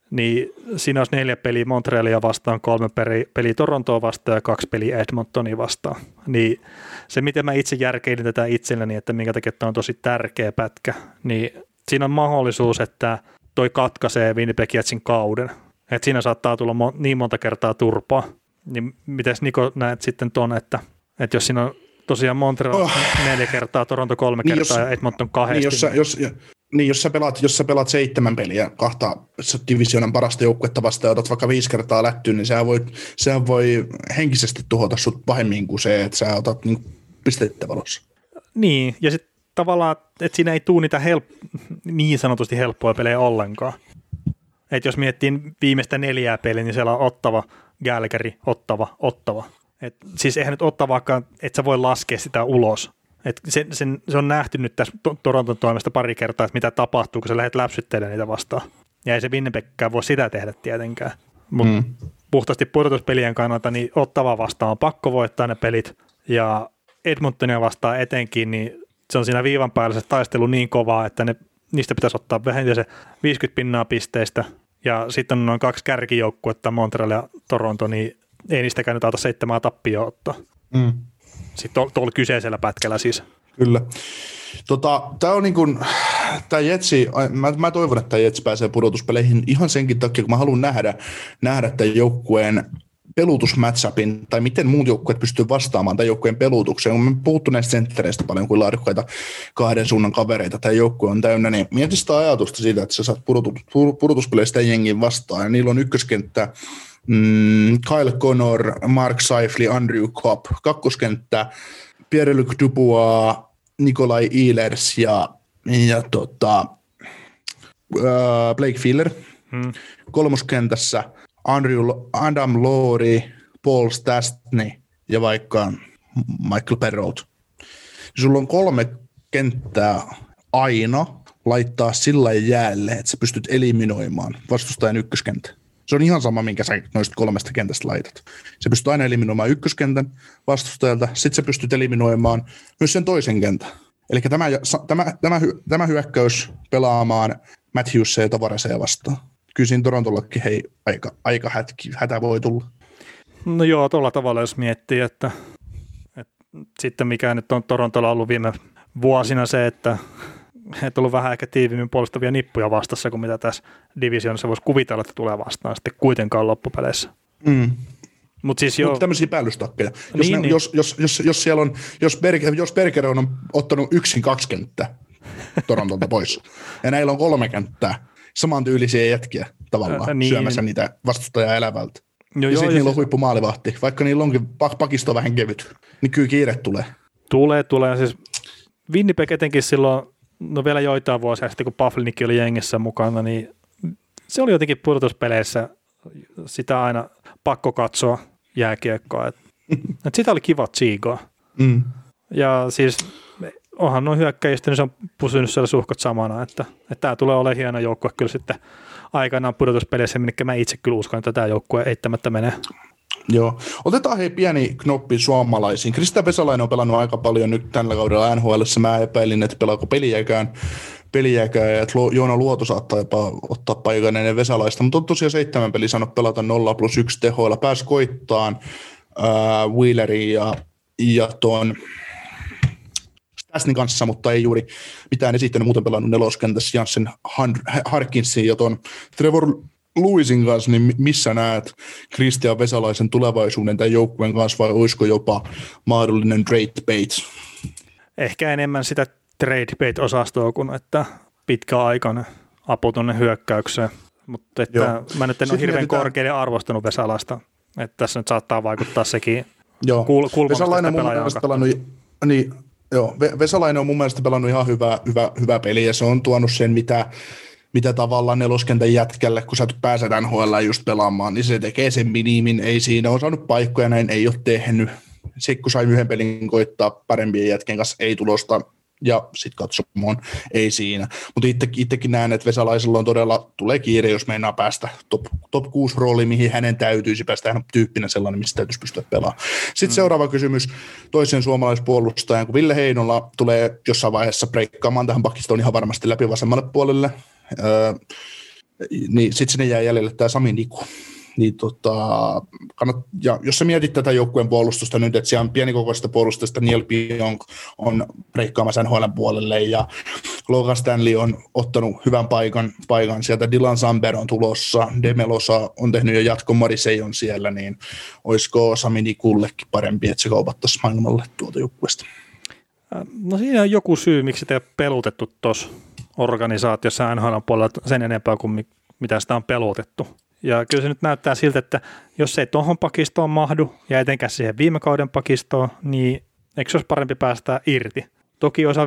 S5: niin siinä olisi 4 peliä Montrealia vastaan, 3 peliä Torontoa vastaan ja 2 peliä Edmontonia vastaan. Niin se, miten mä itse järkeilin tätä itselleni, että minkä takia tämä on tosi tärkeä pätkä, niin siinä on mahdollisuus, että toi katkaisee Winnipeg Jetsin kauden. Että siinä saattaa tulla niin monta kertaa turpaa. Niin mites Niko näet sitten ton, että jos siinä on tosiaan Montreal 4 kertaa, Toronto 3 kertaa ja Edmonton 2.
S4: Jos sä pelaat 7 peliä kahta divisioonan parasta joukkuetta vastaan ja otat vaikka 5 kertaa lättyyn, niin sehän voi henkisesti tuhota sut pahemmin kuin se, että sä otat pisteitä valossa.
S5: Niin, ja sitten tavallaan, että siinä ei tule niitä niin sanotusti helppoja pelejä ollenkaan. Että jos miettii viimeistä 4 peliä, niin siellä on Ottava, Calgary, Ottava. Siis eihän nyt Ottavaakaan, että sä voi laskea sitä ulos. Se on nähty nyt tässä Toronton toimesta pari kertaa, että mitä tapahtuu, kun sä lähdet läpsyttelemään niitä vastaan. Ja ei se Winnipegkään voi sitä tehdä tietenkään. Mutta puhtaasti pudotuspelien kannalta, niin Ottava vastaan on pakko voittaa ne pelit. Ja Edmontonia vastaan etenkin, niin se on siinä viivan päällä se taistelu niin kovaa, että niistä pitäisi ottaa vähintään se 50% pisteistä. Ja sitten on noin 2 kärkijoukkuetta, Montreal ja Toronto, niin ei niistäkään nyt auta 7 tappia ottaa. Sitten tuolla kyseisellä pätkällä siis.
S4: Kyllä. Tämä on niin kuin, tämä Jetsi, mä toivon, että tämä Jetsi pääsee pudotuspeleihin ihan senkin takia, kun mä haluan nähdä tämän joukkueen pelutusmatchupin, tai miten muut joukkueet pystyy vastaamaan tämän joukkueen pelutukseen. Kun me puhuttu näistä senttereistä paljon kuin laadukkaita 2 suunnan kavereita, tämä joukkue on täynnä, niin mieti sitä ajatusta siitä, että sä saat pudotuspeleistä jengin vastaan, ja niillä on ykköskenttä Kyle Connor, Mark Scheifele, Andrew Copp, kakkoskenttä Pierre-Luc Dubois, Nikolai Ehlers ja Blake Filler. Kolmoskentässä Adam Lowry, Paul Stastny ja vaikka Michael Perrault. Sulla on 3 kenttää aina laittaa sillä jäälle, että sä pystyt eliminoimaan vastustajan ykköskenttä. Se on ihan sama, minkä sä noista 3 kentästä laitat. Sä pystyt aina eliminoimaan ykköskentän vastustajalta, sit sä pystyt eliminoimaan myös sen toisen kentän. Eli tämä hyökkäys pelaamaan Matthewsia ja Tavaresia vastaan. Kyllä siinä Torontollakin aika hätä voi tulla.
S5: No joo, tuolla tavalla jos miettii, että sitten mikä nyt on Torontolla ollut viime vuosina se, että on ollut vähän ehkä tiivimmin puolustavia nippuja vastassa kuin mitä tässä divisioonassa voisi kuvitella, että tulee vastaan sitten kuitenkaan loppupeleissä. Mutta siis joo.
S4: Tämmöisiä päällystakkeja. Jos Berger on ottanut yksin 2 kenttää Torontolta pois, ja näillä on 3 kenttää, samantyylisiä jätkiä tavallaan syömässä niitä vastustajaa elävältä. Ja sitten niillä on huippumaalivahti, vaikka niillä onkin pakisto vähän kevyt, niin kyllä kiire tulee.
S5: Tulee. Siis Winnipeg etenkin silloin, no vielä joitain vuosia sitten, kun Pavlinikki oli jengissä mukana, niin se oli jotenkin pudotuspeleissä sitä aina pakko katsoa jääkiekkoa. Et sitä oli kiva tsiigaa. Ja siis onhan nuo hyökkäjistä, niin se on pysynyt siellä suhkot samana, että tämä tulee olemaan hieno joukkue kyllä sitten aikanaan pudotuspeleissä, minkä mä itse kyllä uskon, että tämä joukkue eittämättä menee.
S4: Joo. Otetaan pieni knoppi suomalaisiin. Kristian Vesalainen on pelannut aika paljon nyt tällä kaudella NHL:ssä. Mä epäilin, että pelaako peliäkään ja että Joona Luoto saattaa jopa ottaa paikan ennen Vesalaista, mutta on tosiaan 7 peliä saanut pelata 0+1 tehoilla. Pääsi koittaan Wheelerin ja tuon Stastnyn kanssa, mutta ei juuri mitään esittänyt, muuten pelannut 4. Janssen Harkinsin ja tuon Trevor Lewisin kanssa, niin missä näet Kristian Vesalaisen tulevaisuuden tämän joukkueen kanssa, vai olisiko jopa mahdollinen trade bait?
S5: Ehkä enemmän sitä trade bait-osastoa kuin että pitkäaikainen apu tuonne hyökkäykseen, mutta että mä nyt en ole hirveän korkealle arvostanut Vesalaista, että tässä nyt saattaa vaikuttaa sekin kulmasta pelaajalta.
S4: Vesalainen on mun mielestä pelannut ihan hyvä peli, ja se on tuonut sen, mitä tavallaan 4. jätkälle, kun sä pääset NHL just pelaamaan, niin se tekee sen minimin, ei siinä on saanut paikkoja, näin ei ole tehnyt. Sitten kun sai 1 pelin koittaa parempien jätkien kanssa, ei tulosta, ja sitten katsomaan, ei siinä. Mutta itsekin näen, että Vesalaisella on todella, tulee kiire, jos meinaa päästä top 6 rooliin, mihin hänen täytyisi päästä. Hän on tyyppinen sellainen, mistä täytyisi pystyä pelaamaan. Sitten seuraava kysymys, toisen suomalaispuolustajan, kun Ville Heinola tulee jossain vaiheessa breikkaamaan tähän pakistoon ihan varmasti läpi vasemmalle puolelle. Niin sitten sinne jää jäljelle tämä Sami Niku. Niin ja jos sä mietit tätä joukkueen puolustusta nyt, että siellä on pienikokoisesta puolustusta, Neil Pionk on breikkaamassa NHL:n puolelle ja Logan Stanley on ottanut hyvän paikan sieltä, Dylan Samber on tulossa, Demelosa on tehnyt jo jatkon, Marisei on siellä, niin olisiko Sami Nikullekin parempi, että se kaupattaisiin maailmalle tuolta joukkueesta?
S5: No siinä on joku syy, miksi te ei ole pelutettu tuossa organisaatiossa NHL:n puolella sen enempää kuin mitä sitä on pelutettu. Ja kyllä se nyt näyttää siltä, että jos ei tuohon pakistoon mahdu ja etenkään siihen viime kauden pakistoon, niin eikö se olisi parempi päästää irti? Toki osa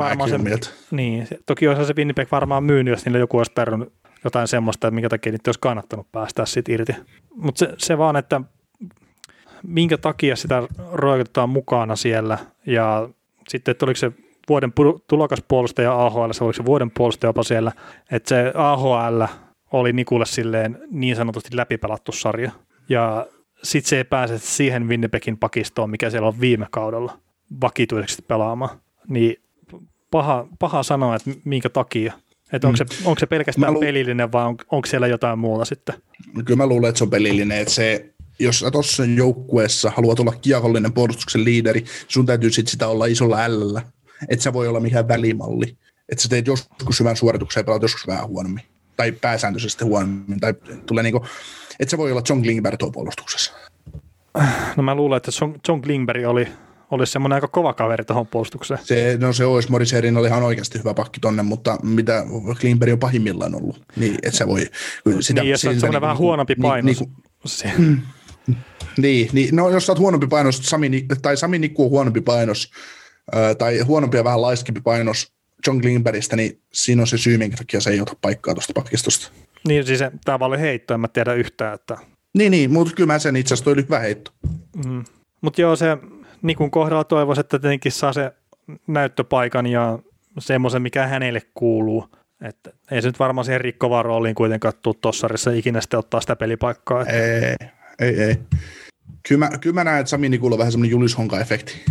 S5: se Winnipeg varmaan myynyt, jos niillä joku olisi tarjonnut jotain semmoista, että minkä takia niitä olisi kannattanut päästää siitä irti. Mutta se vaan, että minkä takia sitä roikotetaan mukana siellä ja sitten, että oliko se vuoden tulokaspuolustaja AHL, oliko se vuoden puolustaja jopa siellä, että se AHL oli Nikulle silleen niin sanotusti läpipelattu sarja. Ja sitten se ei pääse siihen Winnipegin pakistoon, mikä siellä on viime kaudella vakituisesti pelaamaan. Niin paha sanoa, että minkä takia. Että onko se pelkästään pelillinen vai onko siellä jotain muuta sitten?
S4: Kyllä mä luulen, että se on pelillinen. Että se, jos tuossa joukkueessa haluat olla kiekollinen puolustuksen liideri, sun täytyy sitten sitä olla isolla L:llä. Että sä voi olla mikään välimalli. Että sä teet joskus hyvän suorituksen ja pelaat joskus vähän huonommin. Tai pääsääntöisesti huonommin, tai tulee niinku, että se voi olla John Klingberg tuo puolustuksessa.
S5: No mä luulen, että John Klingberg olisi semmoinen aika kova kaveri tuohon puolustukseen.
S4: Se olisi, Morriserin oli ihan oikeasti hyvä pakki tonne, mutta mitä Klingberg on pahimmillaan ollut, niin et sä voi.
S5: Sitä, niin, jos on semmoinen vähän huonompi painos.
S4: No jos sä oot huonompi painos, Sami Nikku on huonompi painos, tai huonompi ja vähän laiskempi painos John Klingbergistä, niin siinä on se syy, minkä takia se ei ota paikkaa tuosta pakistosta.
S5: Niin, siis tämä vaan oli heitto, en mä tiedä yhtään. Että...
S4: Niin, mutta kyllä mä sen itse asiassa toi oli hyvä heitto.
S5: Mutta joo, se Nikun kohdalla toivoisi, että tietenkin saa se näyttöpaikan ja semmoisen, mikä hänelle kuuluu. Että ei se nyt varmaan siihen rikkovaan rooliin kuitenkaan tule tossarissa ikinä sitten ottaa sitä pelipaikkaa. Että...
S4: Ei. Kyllä mä näen, että Sami Nikulla on vähän semmoinen Julius Honka-efekti.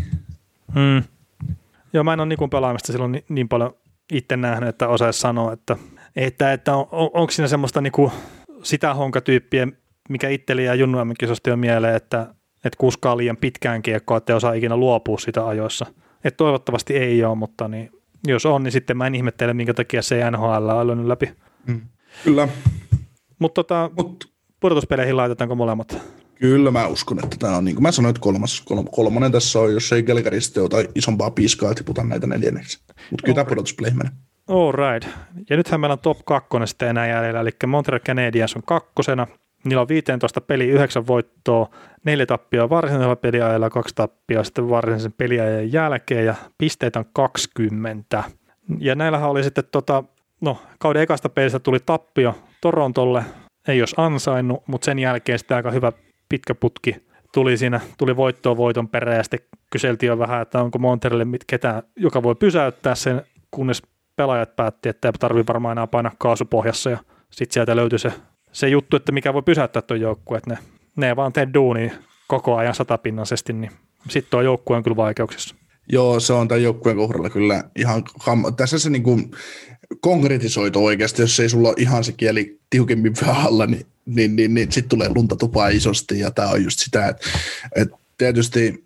S5: Joo, mä en ole Nikun pelaamista silloin niin paljon itse nähnyt, että osaisi sanoa, että onko siinä semmoista niinku sitä Honka-tyyppiä, mikä itselle ja Junnu kisosta jo mieleen, että kuskaa liian pitkään kiekkoa, ettei osaa ikinä luopua sitä ajoissa. Että toivottavasti ei ole, mutta niin, jos on, niin sitten mä en ihmettele, minkä takia se ei NHL ole lyönyt läpi.
S4: Kyllä.
S5: Mutta pudotuspeleihin laitetaanko molemmat?
S4: Kyllä mä uskon, että tämä on niin kuin mä sanoin, että kolmonen tässä on, jos ei Kelkari sitten ota isompaa piiskaa ja tiputa näitä neljänneksi. Mutta kyllä tämä pudotuspeleihin menee.
S5: All right. Ja nythän meillä on top 2 sitten enää jäljellä, eli Montreal Canadiens on 2. Niillä on 15 peliä, 9 voittoa, 4 tappioa varsinaisella peliajalla, 2 tappioa sitten varsinaisen peliajan jälkeen ja pisteitä on 20. Ja näillähän oli sitten kauden ekasta pelistä tuli tappio Torontolle, ei olisi ansainnut, mutta sen jälkeen sitten aika hyvä pitkä putki tuli voittoa voiton perään ja sitten kyseltiin jo vähän, että onko Montrealille ketään, joka voi pysäyttää sen, kunnes pelaajat päätti, että ei tarvitse varmaan enää painaa kaasupohjassa ja sitten sieltä löytyi se juttu, että mikä voi pysäyttää tuon joukkueen, että ne vaan tee duunia koko ajan satapinnaisesti, niin sitten tuo joukkue on kyllä vaikeuksissa. Joo,
S4: se on tämän joukkueen kohdalla kyllä ihan, tässä se niin kuin konkretisoitu oikeasti, jos ei sulla ole ihan se kieli tiukemmin alla, niin sitten tulee lunta tupaa isosti, ja tämä on just sitä, että tietysti,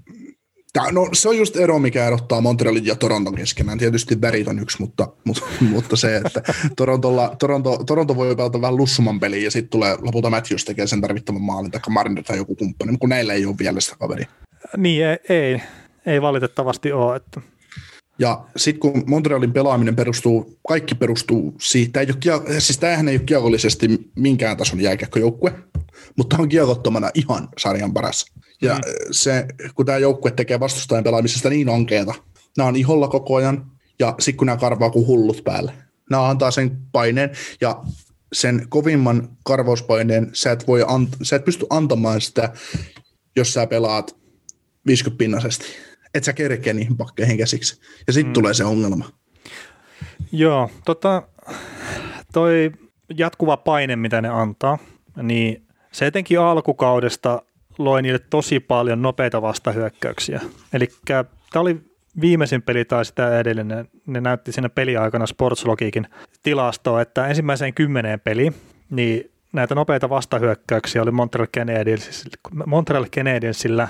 S4: se on just ero, mikä erottaa Montrealin ja Toronton keskenään. Tietysti värit on yksi, mutta se, että Toronto voi pelata vähän lussuman peliä, ja sitten tulee lopulta Matthews tekee sen tarvittavan maalin, tai Marner tai joku kumppani, kun näillä ei ole vielä sitä kaveria.
S5: Niin, ei valitettavasti ole. Että.
S4: Ja sitten kun Montrealin pelaaminen kaikki perustuu siitä, siis tämähän ei ole kiekollisesti minkään tason jääkiekkojoukkue, mutta on kiekottomana ihan sarjan paras. Ja se, kun tämä joukkue tekee vastustajan pelaamisesta niin ankeeta, nämä on iholla koko ajan, ja sitten kun nämä karvaa kuin hullut päälle, nämä antaa sen paineen, ja sen kovimman karvauspaineen sä et pysty antamaan sitä, jos sä pelaat 50-pinnaisesti. Et sä kerkeä niihin pakkeihin käsiksi. Ja sitten tulee se ongelma.
S5: Joo, toi jatkuva paine, mitä ne antaa, niin se etenkin alkukaudesta loi niille tosi paljon nopeita vastahyökkäyksiä. Eli tämä oli viimeisin peli tai sitä edellinen, ne näytti siinä peliaikana Sportslogikin tilastoa, että ensimmäiseen 10 peliin, niin näitä nopeita vastahyökkäyksiä oli Montreal Canadiensillä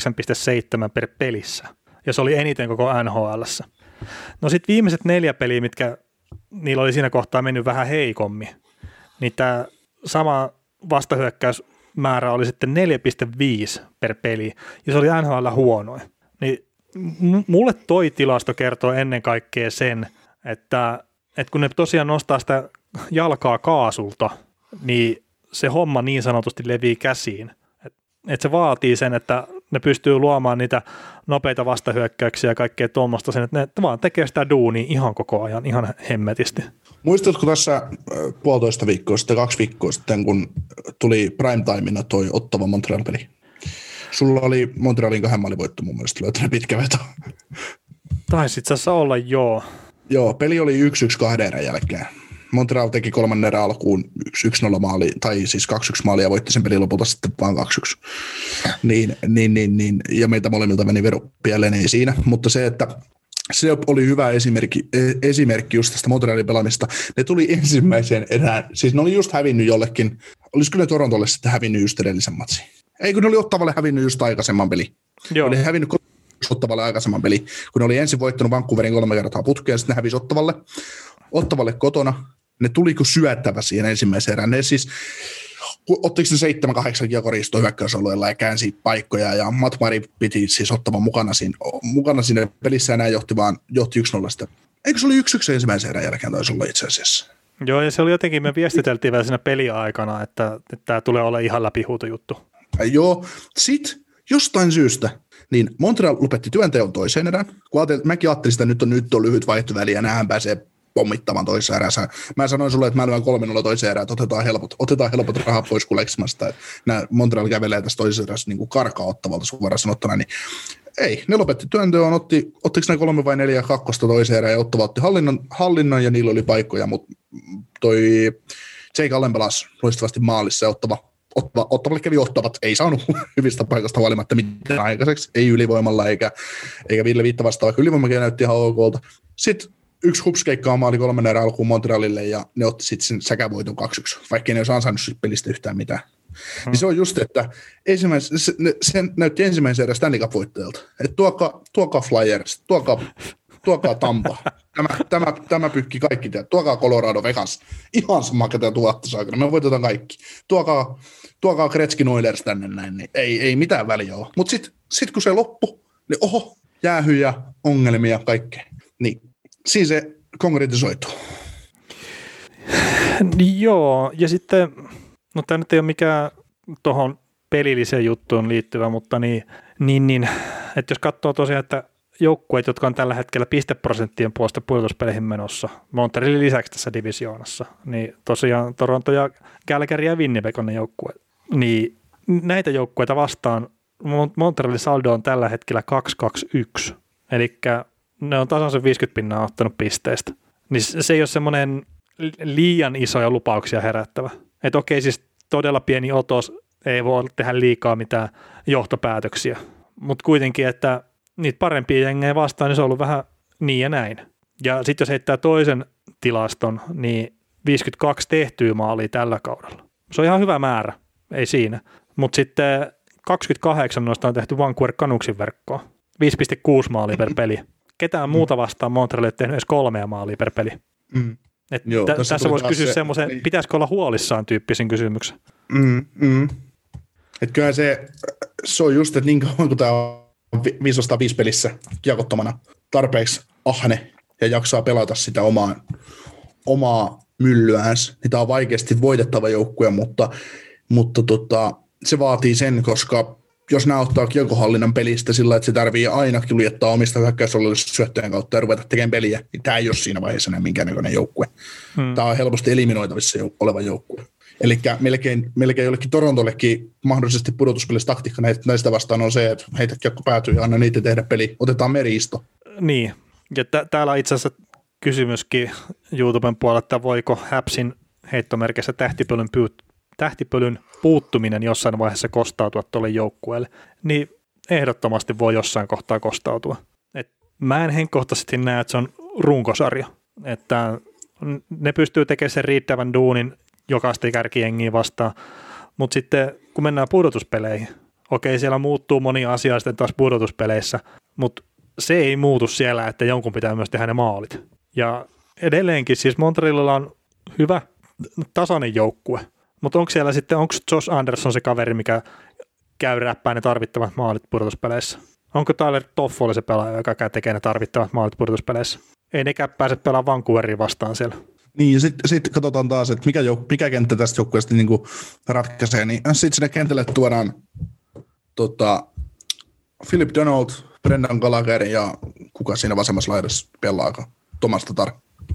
S5: 9,7 per pelissä, ja se oli eniten koko NHL:ssä. No sitten viimeiset 4 peliä, mitkä niillä oli siinä kohtaa mennyt vähän heikommin, niin tämä sama vastahyökkäysmäärä oli sitten 4,5 per peli, ja se oli NHL huonoin. Niin mulle toi tilasto kertoo ennen kaikkea sen, että kun ne tosiaan nostaa sitä jalkaa kaasulta, niin se homma niin sanotusti levii käsiin. Et se vaatii sen, että ne pystyy luomaan niitä nopeita vastahyökkäyksiä ja kaikkea tuommoista sen, että ne vaan tekee sitä duunia ihan koko ajan, ihan hemmetisti.
S4: Muistatko tässä 1,5 viikkoa sitten, 2 viikkoa sitten, kun tuli primetimena toi Ottava Montreal-peli? Sulla oli Montrealin 2 maalivoitto mun mielestä löytänyt pitkä veto.
S5: Taisi itse asiassa olla, joo.
S4: Joo, peli oli 1-1 2 erän jälkeen. Montreal teki 3. erän alkuun 1-0 maali, tai siis 2-1 maalia ja voitti sen pelin lopulta sitten vaan 2-1. Niin, ja meitä molemmilta meni veru pieleen, ei siinä, mutta se, että se oli hyvä esimerkki just tästä Montrealin pelaamista. Ne tuli ensimmäiseen erään, siis ne oli just hävinnyt jollekin, olisiko ne Torontolle sitten hävinnyt just edellisen matsin? Ei, kun ne oli Ottavalle hävinnyt just aikaisemman peli. Joo. Oli hävinnyt Ottavalle aikaisemman peli, kun ne oli ensin voittanut Vancouverin 3 kertaa putkeen, sitten ne hävisi Ottavalle kotona. Ne tuli kuin syöttävä siihen ensimmäiseen erään. Ne siis, ottiko ne 7-8 kiekoristoa hyökkäysalueella ja käänsi paikkoja, ja Matt Murray piti siis Ottavan mukana siinä pelissä, ja näin johti 1-0 sitä. Eikö se oli 1-1 ensimmäisen erän jälkeen taisi olla itse asiassa?
S5: Joo, ja se oli jotenkin, me viestiteltiin vielä siinä peliaikana, että tämä tulee olla ihan läpihuutojuttu.
S4: Joo, sitten jostain syystä, niin Montreal lopetti työnteon toiseen erään. Mäkin ajattelin sitä, että nyt on lyhyt vaihtoväli ja nämähän pääsee pommittamaan toisessa erässä. Mä sanoin sulle, että mä lyön 3-0 toiseen erään, että otetaan helpot rahat pois kuleksimasta. Nämä Montreal kävelee tässä toisessa erässä niin kuin karkaa Ottavalta suoraan sanottuna. Niin ei, ne lopetti työnteon, ottiko ne 3 vai 4 kakkosta toiseen erään ja Ottava otti hallinnon ja niillä oli paikkoja, mutta toi Jake Allen pelasi loistavasti maalissa ja Ottavalle kävi johtavat, ei saanut hyvistä paikasta huolimatta mitään aikaiseksi, ei ylivoimalla eikä Ville Viitta vastaan, vaikka ylivoimakin näytti ihan okolta. Sitten yksi hupskeikkaa maali 3 erän alkuun Montrealille ja ne otti sitten sen säkävoiton 2-1, vaikka ne olisi ansainnut sit pelistä yhtään mitään. Niin se on just, että se näytti ensimmäisen erän Stanley Cup-voittajalta, että tuokaa Flyers, tuokaa Tampa, tämä pykki kaikki, tuokaa Colorado, Vegas, ihan sama ketä tuottaisi aikana, me voitetaan kaikki, tuokaa Gretzky Oilers tänne näin, niin ei mitään väliä ole. Mutta sitten kun se loppui, niin jäähyjä, ongelmia, kaikkea, niin siinä se konkretisoituu.
S5: Joo, ja sitten, no tämä nyt ei ole mikään tuohon pelilliseen juttuun liittyvä, mutta niin, että jos katsoo tosiaan, että joukkueet, jotka on tällä hetkellä pisteprosenttien puolesta pudotuspeleihin menossa, Montrealin lisäksi tässä divisioonassa, niin tosiaan Toronto ja Calgary ja Winnipeg on ne joukkueet. Niin näitä joukkueita vastaan Montrealin saldo on tällä hetkellä 2-2-1, eli ne on tasan 50% ottanut pisteistä. Niin se ei ole semmoinen liian isoja lupauksia herättävä. Että okei, siis todella pieni otos, ei voi tehdä liikaa mitään johtopäätöksiä, mutta kuitenkin, että niitä parempia jengejä vastaan, niin se on ollut vähän niin ja näin. Ja sitten jos heittää toisen tilaston, niin 52 tehtyä maalia tällä kaudella. Se on ihan hyvä määrä, ei siinä. Mutta sitten 28 noista on tehty Vancouver Canucksin verkkoon. 5,6 maalia per peli. Ketään muuta vastaan Montreal ei tehnyt edes 3 maalia per peli. Joo, tässä voisi kysyä semmoisen, pitäisikö olla huolissaan tyyppisen kysymyksen.
S4: Että kyllä se on just, että niin kauan kun tämä on 505 pelissä kiekottomana tarpeeksi ahne ja jaksaa pelata sitä omaa myllyäänsä, niin tämä on vaikeasti voitettava joukkue, mutta se vaatii sen, koska jos nämä ottaa kiekohallinnan pelistä sillä, että se tarvii aina kuljettaa omista hyökkäysollisista syöttöjen kautta ja ruveta tekemään peliä, niin tämä ei ole siinä vaiheessa enää minkäännäköinen joukkue. Tämä on helposti eliminoitavissa oleva joukkue. Eli melkein jollekin Torontollekin mahdollisesti pudotuspelissä taktiikka näistä vastaan on se, että heitä kiekko päätyy ja anna niitä tehdä peli. Otetaan meri-isto.
S5: Niin, ja täällä on itse asiassa kysymyskin YouTuben puolella, että voiko Habsin heittomerkissä tähtipölyn puuttuminen jossain vaiheessa kostautua tuolle joukkueelle, niin ehdottomasti voi jossain kohtaa kostautua. mä en henkkohtaisesti näe, että se on runkosarja. Että ne pystyy tekemään sen riittävän duunin jokaista kärkijengiä vastaan, mutta sitten kun mennään pudotuspeleihin, okei, siellä muuttuu monia asioita sitten taas pudotuspeleissä, mutta se ei muutu siellä, että jonkun pitää myös tehdä ne maalit. Ja edelleenkin siis Montrealilla on hyvä tasainen joukkue, mutta onko siellä sitten, onko Josh Anderson se kaveri, mikä käy räppää ne tarvittavat maalit pudotuspeleissä? Onko Tyler Toffoli se pelaaja, joka tekee ne tarvittavat maalit pudotuspeleissä? Ei nekään pääse pelaamaan Vancouveria vastaan siellä.
S4: Niin, ja sitten katsotaan taas, että mikä kenttä tästä joukkueesta niin ratkaisee, niin sitten sinne kentälle tuodaan Philip Donald, Brendan Gallagher ja kuka siinä vasemmassa laidassa pelaakaan? Thomas Tatar.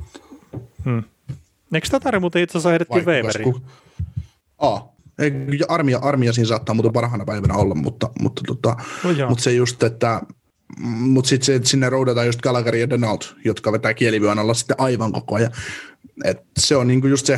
S5: Eikö Tatar muuten itse asiassa heitettiin Waveriin?
S4: Armia siinä saattaa muuten parhaana päivänä olla, mutta se just, että sitten sinne roudataan just Gallagher ja Donald, jotka vetää kielivyön alla sitten aivan koko ajan. Et se on niinku just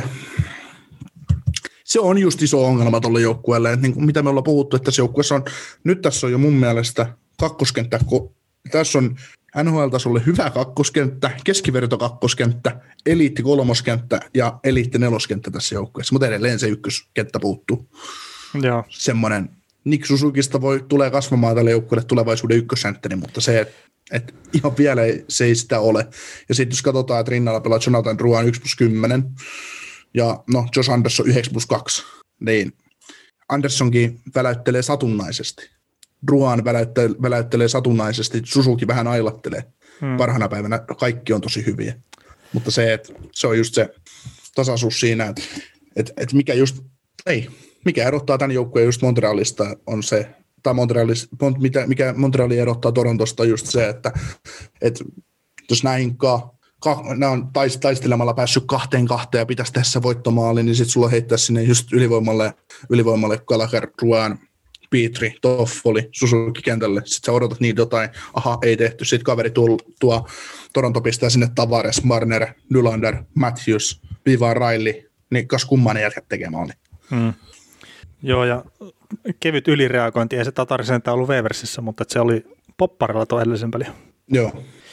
S4: se on just iso ongelma tuolle joukkueelle, että niinku mitä me ollaan puhuttu, että tässä joukkueessa on, nyt tässä on jo mun mielestä kakkoskenttä, tässä on NHL-tasolle hyvä kakkoskenttä, keskiverto kakkoskenttä, eliitti kolmoskenttä ja eliitti neloskenttä tässä joukkueessa, mutta edelleen se ykköskenttä puuttuu.
S5: Joo.
S4: Semmoinen Nick Susukista tulee kasvamaan tälle joukkueelle tulevaisuuden ykkössentteri, mutta se, että ihan vielä se ei sitä ole. Ja sitten jos katsotaan, että rinnalla pelaa Jonathan Drouin 1+10 ja Josh Anderson 9+2, niin Andersonkin väläyttelee satunnaisesti. Drouin väläyttelee satunnaisesti, Suzuki vähän ailattelee. Parhaana päivänä kaikki on tosi hyviä. Mutta se on just se tasaisuus siinä, että mikä erottaa tämän joukkueen just Montrealista on se, tai mikä Montreali erottaa Torontosta just se, että jos nämä on taistelemalla päässyt 2-2 ja pitäisi tässä voittomaali, niin sitten sulla heittää sinne just ylivoimalle Gallagher, Drouin, Petri, Toffoli, Suzuki kentälle. Sitten sä odotat niitä jotain, ei tehty. Sitten kaveri tuo Toronto pistää sinne Tavares, Marner, Nylander, Matthews, Viva Riley, niin kas kumman ne jätkät tekemään.
S5: Joo, ja kevyt ylireagointi, ei se Tatarisen ollut Weversissä, mutta se oli popparilla tuo edellisen peli.
S4: Joo.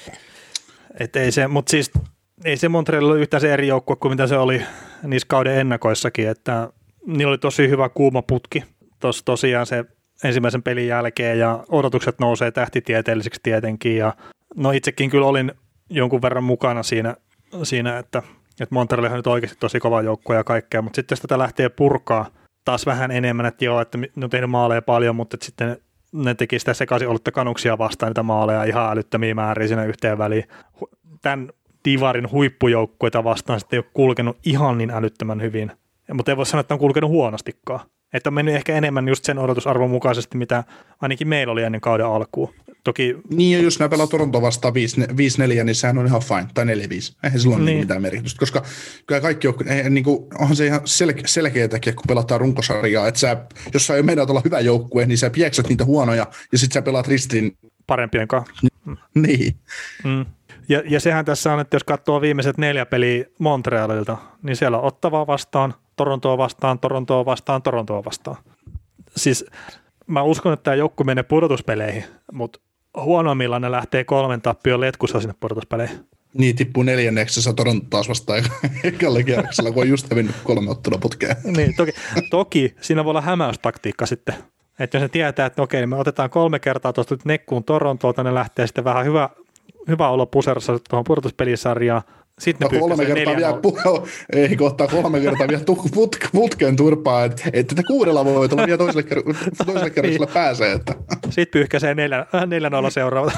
S5: Mutta siis ei se Montreal ole yhtään se eri joukkue kuin mitä se oli niissä kauden ennakoissakin, että niillä oli tosi hyvä kuuma putki tosiaan se ensimmäisen pelin jälkeen ja odotukset nousee tähtitieteelliseksi tietenkin ja itsekin kyllä olin jonkun verran mukana siinä että Montreal on nyt oikeasti tosi kova joukkue ja kaikkea, mutta sitten jos tätä lähtee purkaa taas vähän enemmän, että joo, että ne on tehnyt maaleja paljon, mutta sitten ne teki sitä sekaisin ollutta kanuksia vastaan niitä maaleja ihan älyttömiä määriä siinä yhteen väliin. Tämän divarin huippujoukkueita vastaan sitten ei ole kulkenut ihan niin älyttömän hyvin, mutta ei voi sanoa, että on kulkenut huonostikaan. Että on mennyt ehkä enemmän just sen odotusarvon mukaisesti, mitä ainakin meillä oli ennen kauden alkuun. Toki... Niin,
S4: ja jos nämä pelaa Toronto vastaan 5-4, niin sehän on ihan fine, tai 4-5. Eihän sillä ole mitään merkitystä, koska kyllä kaikki onhan se ihan selkeä tekijä, kun pelataan runkosarjaa, että jos sä meinaat olla hyvä joukkue, niin sä pieksät niitä huonoja, ja sitten sä pelaat ristiin
S5: parempien kanssa.
S4: Niin.
S5: Ja sehän tässä on, että jos katsoo viimeiset 4 peliä Montrealilta, niin siellä on Ottavaa vastaan, Torontoa vastaan, Torontoa vastaan, Torontoa vastaan. Siis mä uskon, että tämä joukku menee pudotuspeleihin, mutta huonoimmillaan ne lähtee 3 tappion letkussa sinne pudotuspeleihin.
S4: Niin, tippuu 4. Toronto taas vastaan ekalla kierroksella, kun on just hävinnyt 3 ottelua putkeen.
S5: Niin, toki siinä voi olla hämäystaktiikka sitten. Että jos ne tietää, että okei, me otetaan 3 kertaa tuosta nyt nekkuun Torontolta, ne lähtee sitten vähän hyvä olla puserassa tuohon pudotuspelisarjaan. Sitten ne pyyhkäsee 4-0.
S4: Ei kohtaa 3 kertaa vielä putkeen turpaa, että tätä 6 voitolla vielä toiselle kerrokselle pääsee. Että.
S5: Sitten pyyhkäsee 4-0 seuraava.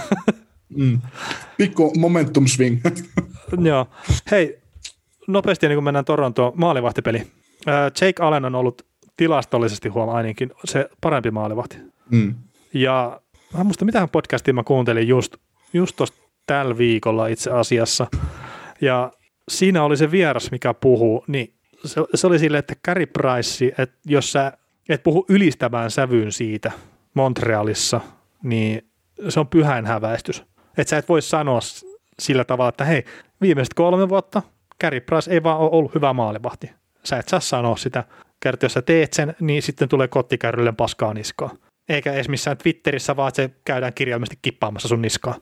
S4: Pikku momentum swing.
S5: Joo. Hei, nopeasti niin kun mennään Torontoon, maalivahtipeli. Jake Allen on ollut tilastollisesti ainakin se parempi maalivahti. Ja mä muistan, mitähän podcastia mä kuuntelin just tuosta tällä viikolla itse asiassa. Ja siinä oli se vieras, mikä puhuu, niin se oli silleen, että Carey Price, että jos sä et puhu ylistävään sävyyn siitä Montrealissa, niin se on pyhäinhäväistys. Että sä et voi sanoa sillä tavalla, että hei, viimeiset 3 vuotta Carey Price ei vaan ole ollut hyvä maalivahti. Sä et saa sanoa sitä. Kerta, jos sä teet sen, niin sitten tulee kottikärrylle paskaa niskaa. Eikä edes missään Twitterissä, vaan se käydään kirjaimellisesti kippaamassa sun niskaa.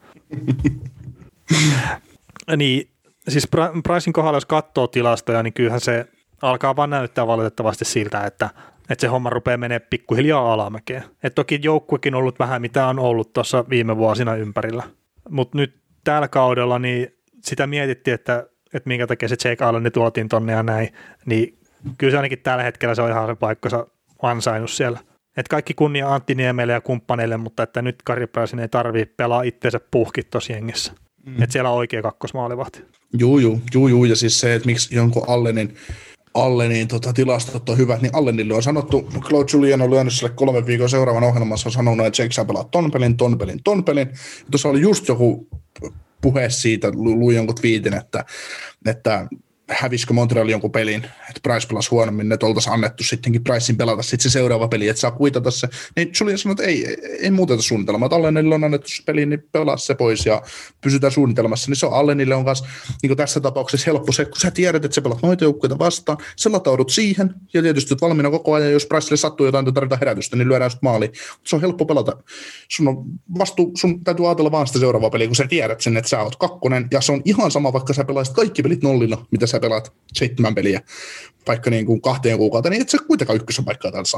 S5: Niin, siis Pricen kohdalla, jos katsoo tilastoja, niin kyllähän se alkaa vaan näyttää valitettavasti siltä, että se homma rupeaa menemään pikkuhiljaa alamäkeen. Et toki joukkuekin on ollut vähän mitä on ollut tuossa viime vuosina ympärillä. Mutta nyt tällä kaudella niin sitä mietittiin, että minkä takia se Jake Alleni tuotiin tonne ja näin, niin kyllä se ainakin tällä hetkellä se on ihan se paikkansa ansainnut siellä. Et kaikki kunnia Antti Niemelle ja kumppaneille, mutta että nyt Carey Pricen ei tarvitse pelaa itseensä puhkit tuossa jengissä. Että siellä on oikea kakkosmaalivahti.
S4: Juu, ja siis se, että miksi jonkun Allenin tilastot on hyvät, niin Allenille on sanottu, Claude Julien on lyönyt sille 3 viikon seuraavan ohjelmassa, on sanonut, että Jake sä pelaat ton pelin. Tuossa oli just joku puhe siitä, luin jonkun twiitin, että hävisikö Montreal jonkun pelin, että Price pelasi huonommin, että oltaisiin annettu sittenkin Pricein pelata sitten se seuraava peli, että saa kuitata se. Niin Julien sanoi, että ei muuteta suunnitelmaa, että Allenille on annettu se peli, niin pelaa se pois ja pysytään suunnitelmassa. Niin se on Allenille on kanssa niin tässä tapauksessa helppo se, kun sä tiedät, että sä pelaat noita joukkueita vastaan, sä lataudut siihen ja tietysti olet valmiina koko ajan, jos Pricelle sattuu jotain tarvitaan herätystä, niin lyödään sut maaliin. Se on helppo pelata. Sun täytyy ajatella vaan sitä seuraavaa peliä, kun sä tiedät sen, että sä oot kakkonen ja se on ihan sama, vaikka sä pelaisit kaikki pelit nollina, mitä sä pelaat 7 peliä, vaikka niin kuin 2 kuukautta, niin et sä kuitenkaan ykkösen paikkaa täällä saa.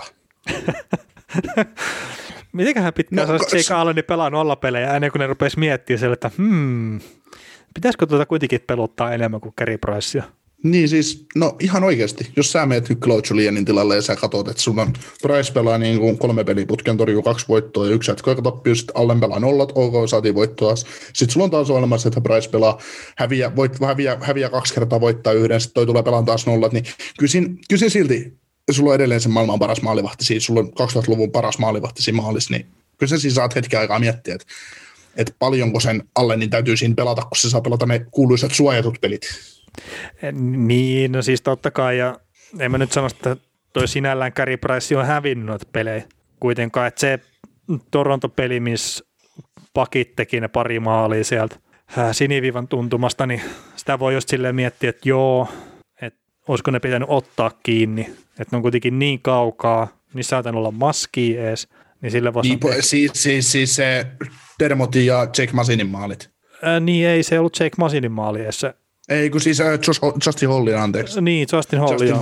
S5: Mitenköhän pitää sanoa, Jake Alleni pelaa 0 pelejä ennen kuin ne rupesi miettimään sille, että pitäisikö kuitenkin peluttaa enemmän kuin Carey Pricea?
S4: Niin siis, no ihan oikeasti, jos sä menet nyt Claude Julienin tilalle ja sä katsot, että sun on Price pelaa niin kuin 3 peliputken, torjuu 2 voittoa ja 1 jatkoa tappio, sitten Allen pelaa 0, ok, saatiin voittoa. Sitten sulla on taas olemassa, että Price pelaa, häviää 2 kertaa, voittaa 1, sitten toi tulee pelaan taas 0, niin kyllä silti sulla on edelleen sen maailman paras maalivahti, siis sulla on 2000-luvun paras maalivahti siinä maalissa, niin kyllä sä siis saat hetken aikaa miettiä, että paljonko sen Allenin täytyy siinä pelata, kun se saa pelata ne kuuluisat suojatut pelit.
S5: Niin, no siis totta kai, ja en mä nyt sano, että toi sinällään Carey Price on hävinnyt noita pelejä. Kuitenkaan, että se Toronto-peli, missä pakit teki ne pari maalia sieltä siniviivan tuntumasta, niin sitä voi just silleen miettiä, että joo, että olisiko ne pitänyt ottaa kiinni, että ne on kuitenkin niin kaukaa, niin saatan olla maskia ees, niin sille voisi...
S4: Siis se Dermotin ja Jake Masinin maalit.
S5: Niin, ei se ollut Jake Masinin maali ees. Ei,
S4: kun siis Justin Holley, anteeksi.
S5: Niin, Justin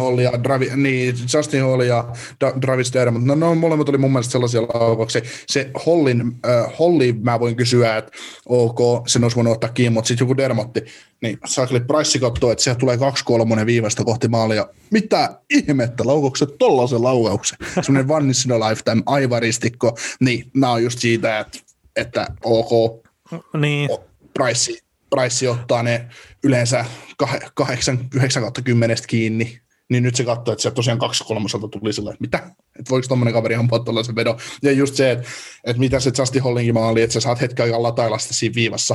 S4: Holley ja Travis Dermott. No molemmat oli mun mielestä sellaisia laukauksia. Se Holley mä voin kysyä, että ok, sen olisi voinut ottaa kiinni, mutta sitten joku Dermotti, niin saakeli Price katsoo, että siellä tulee 2-3 viivasta kohti maalia. Mitä ihmettä laukaukset, tollaisen laukauksen. Sellainen one in a lifetime, aivaristikko. Niin, nämä on just siitä, että ok,
S5: niin.
S4: Price ottaa ne yleensä 8-9/10 kiinni, niin nyt se katsoo, että se tosiaan 2/3 tuli sillä, että mitä? Että voiko tommonen kaveri ampua tollaisen vedon? Ja just se, että mitä se Justin Hollingin maali, että sä saat hetken aikaa latailla sitä siinä viivassa,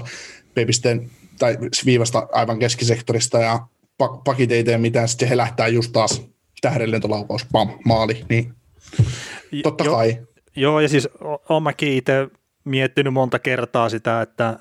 S4: tai viivasta aivan keskisektorista, ja pakit ei tee mitään, sitten he lähtää just taas tähdellentolaukaus, pam, maali, niin totta kai.
S5: Joo, ja siis olen mäkin itse miettinyt monta kertaa sitä, että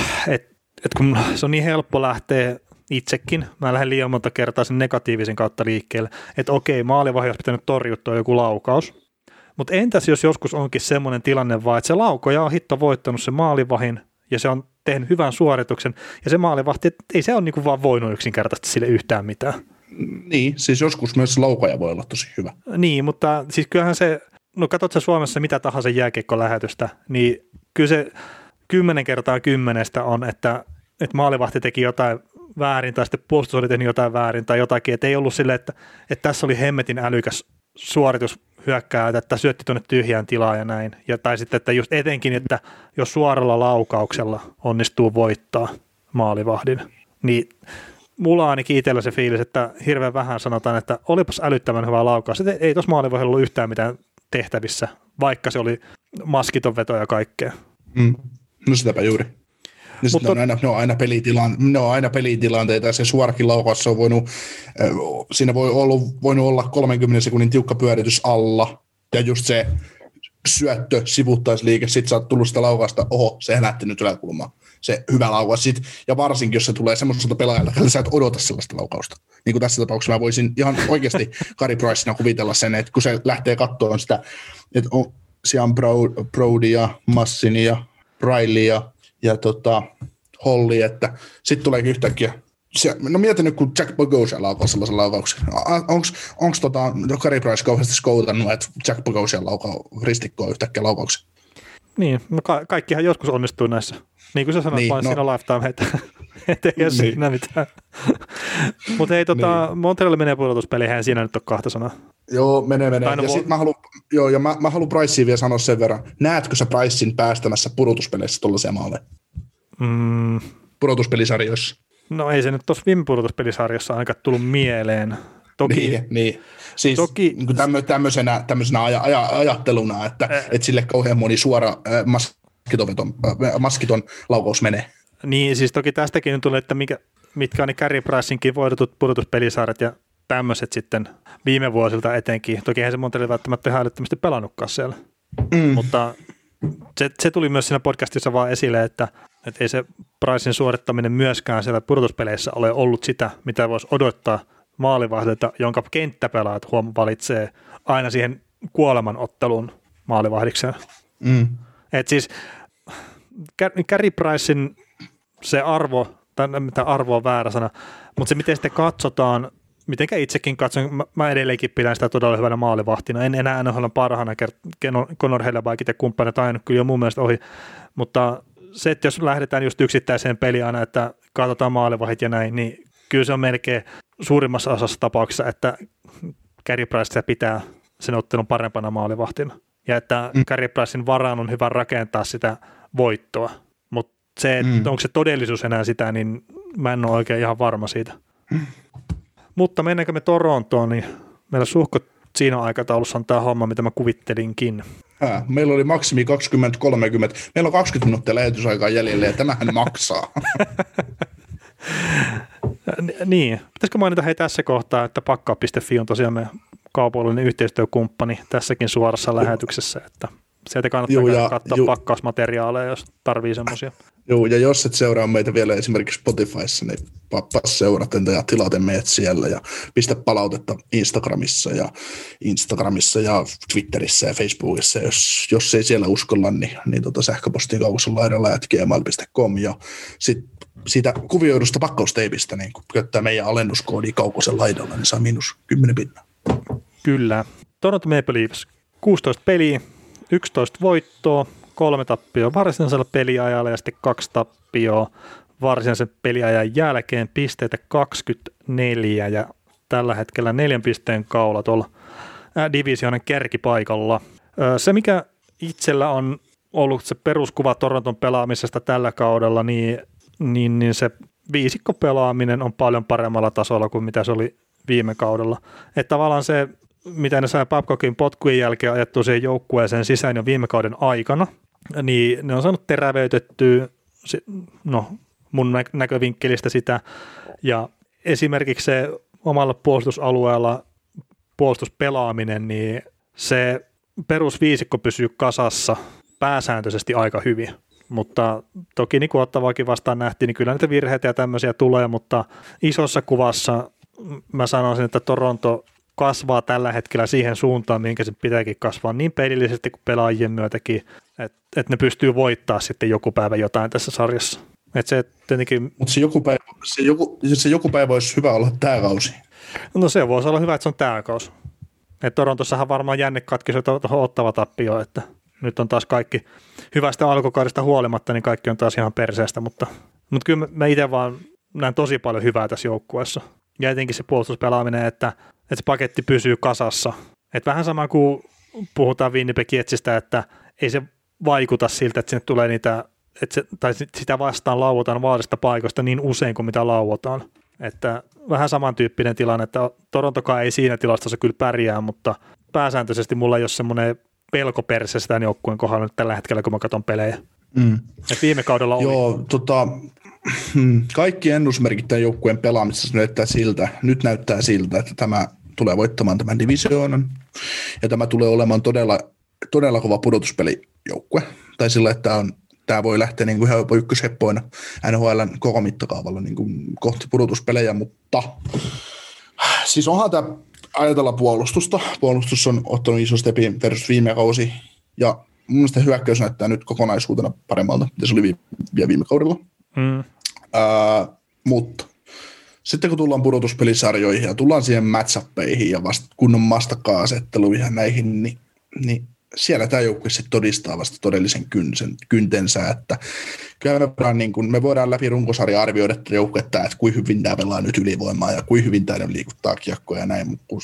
S5: kun se on niin helppo lähteä itsekin, mä lähden liian monta kertaa sen negatiivisen kautta liikkeelle, että okei, maalivahti olisi pitänyt torjuttua joku laukaus, mutta entäs jos joskus onkin semmoinen tilanne vaan, että se laukoja on hitto voittanut se maalivahin ja se on tehnyt hyvän suorituksen ja se maalivahti, että ei se ole niinku vaan voinut yksinkertaisesti sille yhtään mitään.
S4: Niin, siis joskus myös laukoja voi olla tosi hyvä.
S5: Niin, mutta siis kyllähän se, no katsot sä Suomessa mitä tahansa jääkiekkolähetystä, niin kyllä se 10 kertaa 10 on, että maalivahti teki jotain väärin tai sitten puolustus oli tehnyt jotain väärin tai jotakin, että ei ollut silleen, että tässä oli hemmetin älykäs suoritus hyökkää, että syötti tuonne tyhjään tilaan ja näin. Ja, tai sitten, että just etenkin, että jos suoralla laukauksella onnistuu voittaa maalivahdin, niin mulla on ainakin itsellä se fiilis, että hirveän vähän sanotaan, että olipas älyttömän hyvä laukaus. Ei tuossa maalivahdilla ollut yhtään mitään tehtävissä, vaikka se oli maskiton veto ja kaikkea.
S4: No sitäpä juuri. Ne on aina pelitilanteita ja se suorakin laukaus on siinä voinut olla 30 sekunnin tiukka pyöritys alla ja just se syöttö, sivuttaisliike, sit sä oot tullut sitä laukausta, se lähti nyt yläkulmaan. Se hyvä laukaus sit, ja varsinkin jos se tulee semmoiselta pelaajalta, että sä et odota sellaista laukausta. Niin kuin tässä tapauksessa mä voisin ihan oikeasti Carey Pricena kuvitella sen, että kun se lähtee katsomaan sitä, että Sean Brody ja Massin ja Riley ja Holly, että sitten tuleekin yhtäkkiä. No mietin nyt, kun Jack Bogosia laukoo sellaisen laukauksen. Onko Carey Price kauheasti skoutannut, että Jack Bogosia laukoo ristikkoa yhtäkkiä laukauksen?
S5: Niin, no kaikkihan joskus onnistuu näissä. Niin kuin sä sanoit, niin, vain siinä lifetime, ettei ole siinä mitään. Mutta hei, Montreal menee pudotuspeleihin, eihän siinä nyt ole kahta sanaa.
S4: Joo, menee. Ja sitten mä haluan Priceen vielä sanoa sen verran. Näetkö sä Pricein päästämässä pudotuspeleissä tuollaisia maaleja? Pudotuspelisarjoissa.
S5: No ei se nyt tuossa viime pudotuspelisarjassa ainakaan tullut mieleen. Toki,
S4: niin. Siis niin tämmöisenä ajatteluna, että sille kauhean moni suora maskiton laukaus menee.
S5: Niin, siis toki tästäkin nyt tulee, että mitkä on ne Carey Priceinkin voidetut pudotuspelisarjat ja tämmöiset sitten viime vuosilta etenkin. Toki eihän se Montreal välttämättä ihan älyttömästi pelannutkaan siellä. Mutta se tuli myös siinä podcastissa vaan esille, että ei se Pricein suorittaminen myöskään siellä pudotuspeleissä ole ollut sitä, mitä voisi odottaa maalivahdilta, jonka kenttäpelaajat valitsee aina siihen kuolemanottelun maalivahdikseen. Et siis Carey Pricein se arvo, tai mitä arvo on väärä sana, mutta se miten sitten katsotaan, mitenkä itsekin katson, mä edelleenkin pidän sitä todella hyvänä maalivahtina. En enää NHL parhaana, Connor Hellebuyckit ja kumppanit aina kyllä jo mun mielestä ohi, mutta se, että jos lähdetään just yksittäiseen peliin aina, että katsotaan maalivahdit ja näin, niin kyllä se on melkein suurimmassa osassa tapauksessa, että Carey Price pitää sen ottelun parempana maalivahtina. Ja että Carey Pricein varaan on hyvä rakentaa sitä voittoa. Mutta se, että onko se todellisuus enää sitä, niin mä en ole oikein ihan varma siitä. Mutta mennäänkö me Torontoon, niin meillä suhkot siinä aikataulussa on tämä homma, mitä mä kuvittelinkin.
S4: Meillä oli maksimi 20-30. Meillä on 20 minuuttia lähetysaikaa jäljellä ja tämähän maksaa.
S5: Niin, pitäisikö mainita hei tässä kohtaa, että pakkaa.fi on tosiaan meidän kaupallinen yhteistyökumppani tässäkin suorassa lähetyksessä, että sieltä kannattaa katsoa pakkausmateriaaleja, jos tarvii semmoisia. Joo,
S4: ja jos et seuraa meitä vielä esimerkiksi Spotifyssa, niin pappas seuraten ja tilate meidät siellä ja pistä palautetta Instagramissa ja Twitterissä ja Facebookissa. Jos ei siellä uskolla, niin sähköpostiin kaukosonlaidalla@gmail.com ja sitten siitä kuvioidusta pakkausteipistä, niin kun käyttää meidän alennuskoodia Kaukosen laidalla, niin saa -10 €.
S5: Kyllä. Toronto Maple Leafs 16 peliä, 11 voittoa, 3 tappioa varsinaisella peliajalla ja sitten 2 tappioa varsinaisen peliajan jälkeen, pisteitä 24 ja tällä hetkellä 4 pisteen kaula tuolla divisioonan kärkipaikalla. Se, mikä itsellä on ollut se peruskuva Toronton pelaamisesta tällä kaudella, niin se viisikko pelaaminen on paljon paremmalla tasolla kuin mitä se oli viime kaudella. Että tavallaan se, mitä ne sai Babcockin potkujen jälkeen ajettua siihen joukkueeseen sisään jo viime kauden aikana, niin ne on saanut terävöitettyä, mun näkövinkkelistä sitä, ja esimerkiksi se omalla puolustusalueella puolustuspelaaminen, niin se perusviisikko pysyy kasassa pääsääntöisesti aika hyvin. Mutta toki niin kuin Ottavaakin vastaan nähtiin, niin kyllä niitä virheitä ja tämmöisiä tulee, mutta isossa kuvassa mä sanoisin, että Toronto kasvaa tällä hetkellä siihen suuntaan, minkä se pitääkin kasvaa niin pelillisesti kuin pelaajien myötäkin, että ne pystyy voittaa sitten joku päivä jotain tässä sarjassa.
S4: Mutta se joku päivä olisi hyvä olla tämä kausi.
S5: No se voisi olla hyvä, että se on tämä kausi. Torontossahan varmaan jänne katkisi tuohon Ottava tappioon, että nyt on taas kaikki hyvästä alkukaudesta huolimatta, niin kaikki on taas ihan perseestä, mutta kyllä mä itse vaan näen tosi paljon hyvää tässä joukkueessa. Ja etenkin se puolustuspelaaminen, että se paketti pysyy kasassa. Että vähän sama kuin puhutaan Winnipeg Jetsistä, että ei se vaikuta siltä, että sinne tulee niitä, tai sitä vastaan lauotaan vaarista paikoista niin usein kuin mitä lauotaan. Että vähän samantyyppinen tilanne, että Torontokaan ei siinä tilastossa kyllä pärjää, mutta pääsääntöisesti mulla ei ole semmoinen pelko perseestä tämän joukkueen kohdalla nyt tällä hetkellä, kun mä katson pelejä. Et viime kaudella oli.
S4: Joo, kaikki ennusmerkit tämän joukkueen pelaamisessa nyt näyttää siltä, että tämä tulee voittamaan tämän divisioonan, ja tämä tulee olemaan todella kova pudotuspelijoukkue, tai sillä, että tämä voi lähteä niin kuin ihan jopa ykkösheppoina NHL:n koko mittakaavalla niin kuin kohti pudotuspelejä, mutta siis onhan tämä, ajatella puolustusta. Puolustus on ottanut iso stepin versus viime kausi, Ja mun mielestä hyökkäys näyttää nyt kokonaisuutena paremmalta, mitä se oli viime kaudella. Mutta sitten kun tullaan pudotuspelisarjoihin ja tullaan siihen match-uppeihin ja kunnon vastakkainasetteluihin ja näihin, niin siellä tämä joukkue sitten todistaa vasta todellisen kyntensä, että kyllä me voidaan läpi runkosarja arvioida tätä joukkuetta, että kuinka hyvin tämä pelaa nyt ylivoimaa ja kuinka hyvin tämä liikuttaa kiekkoja ja näin, mutta kun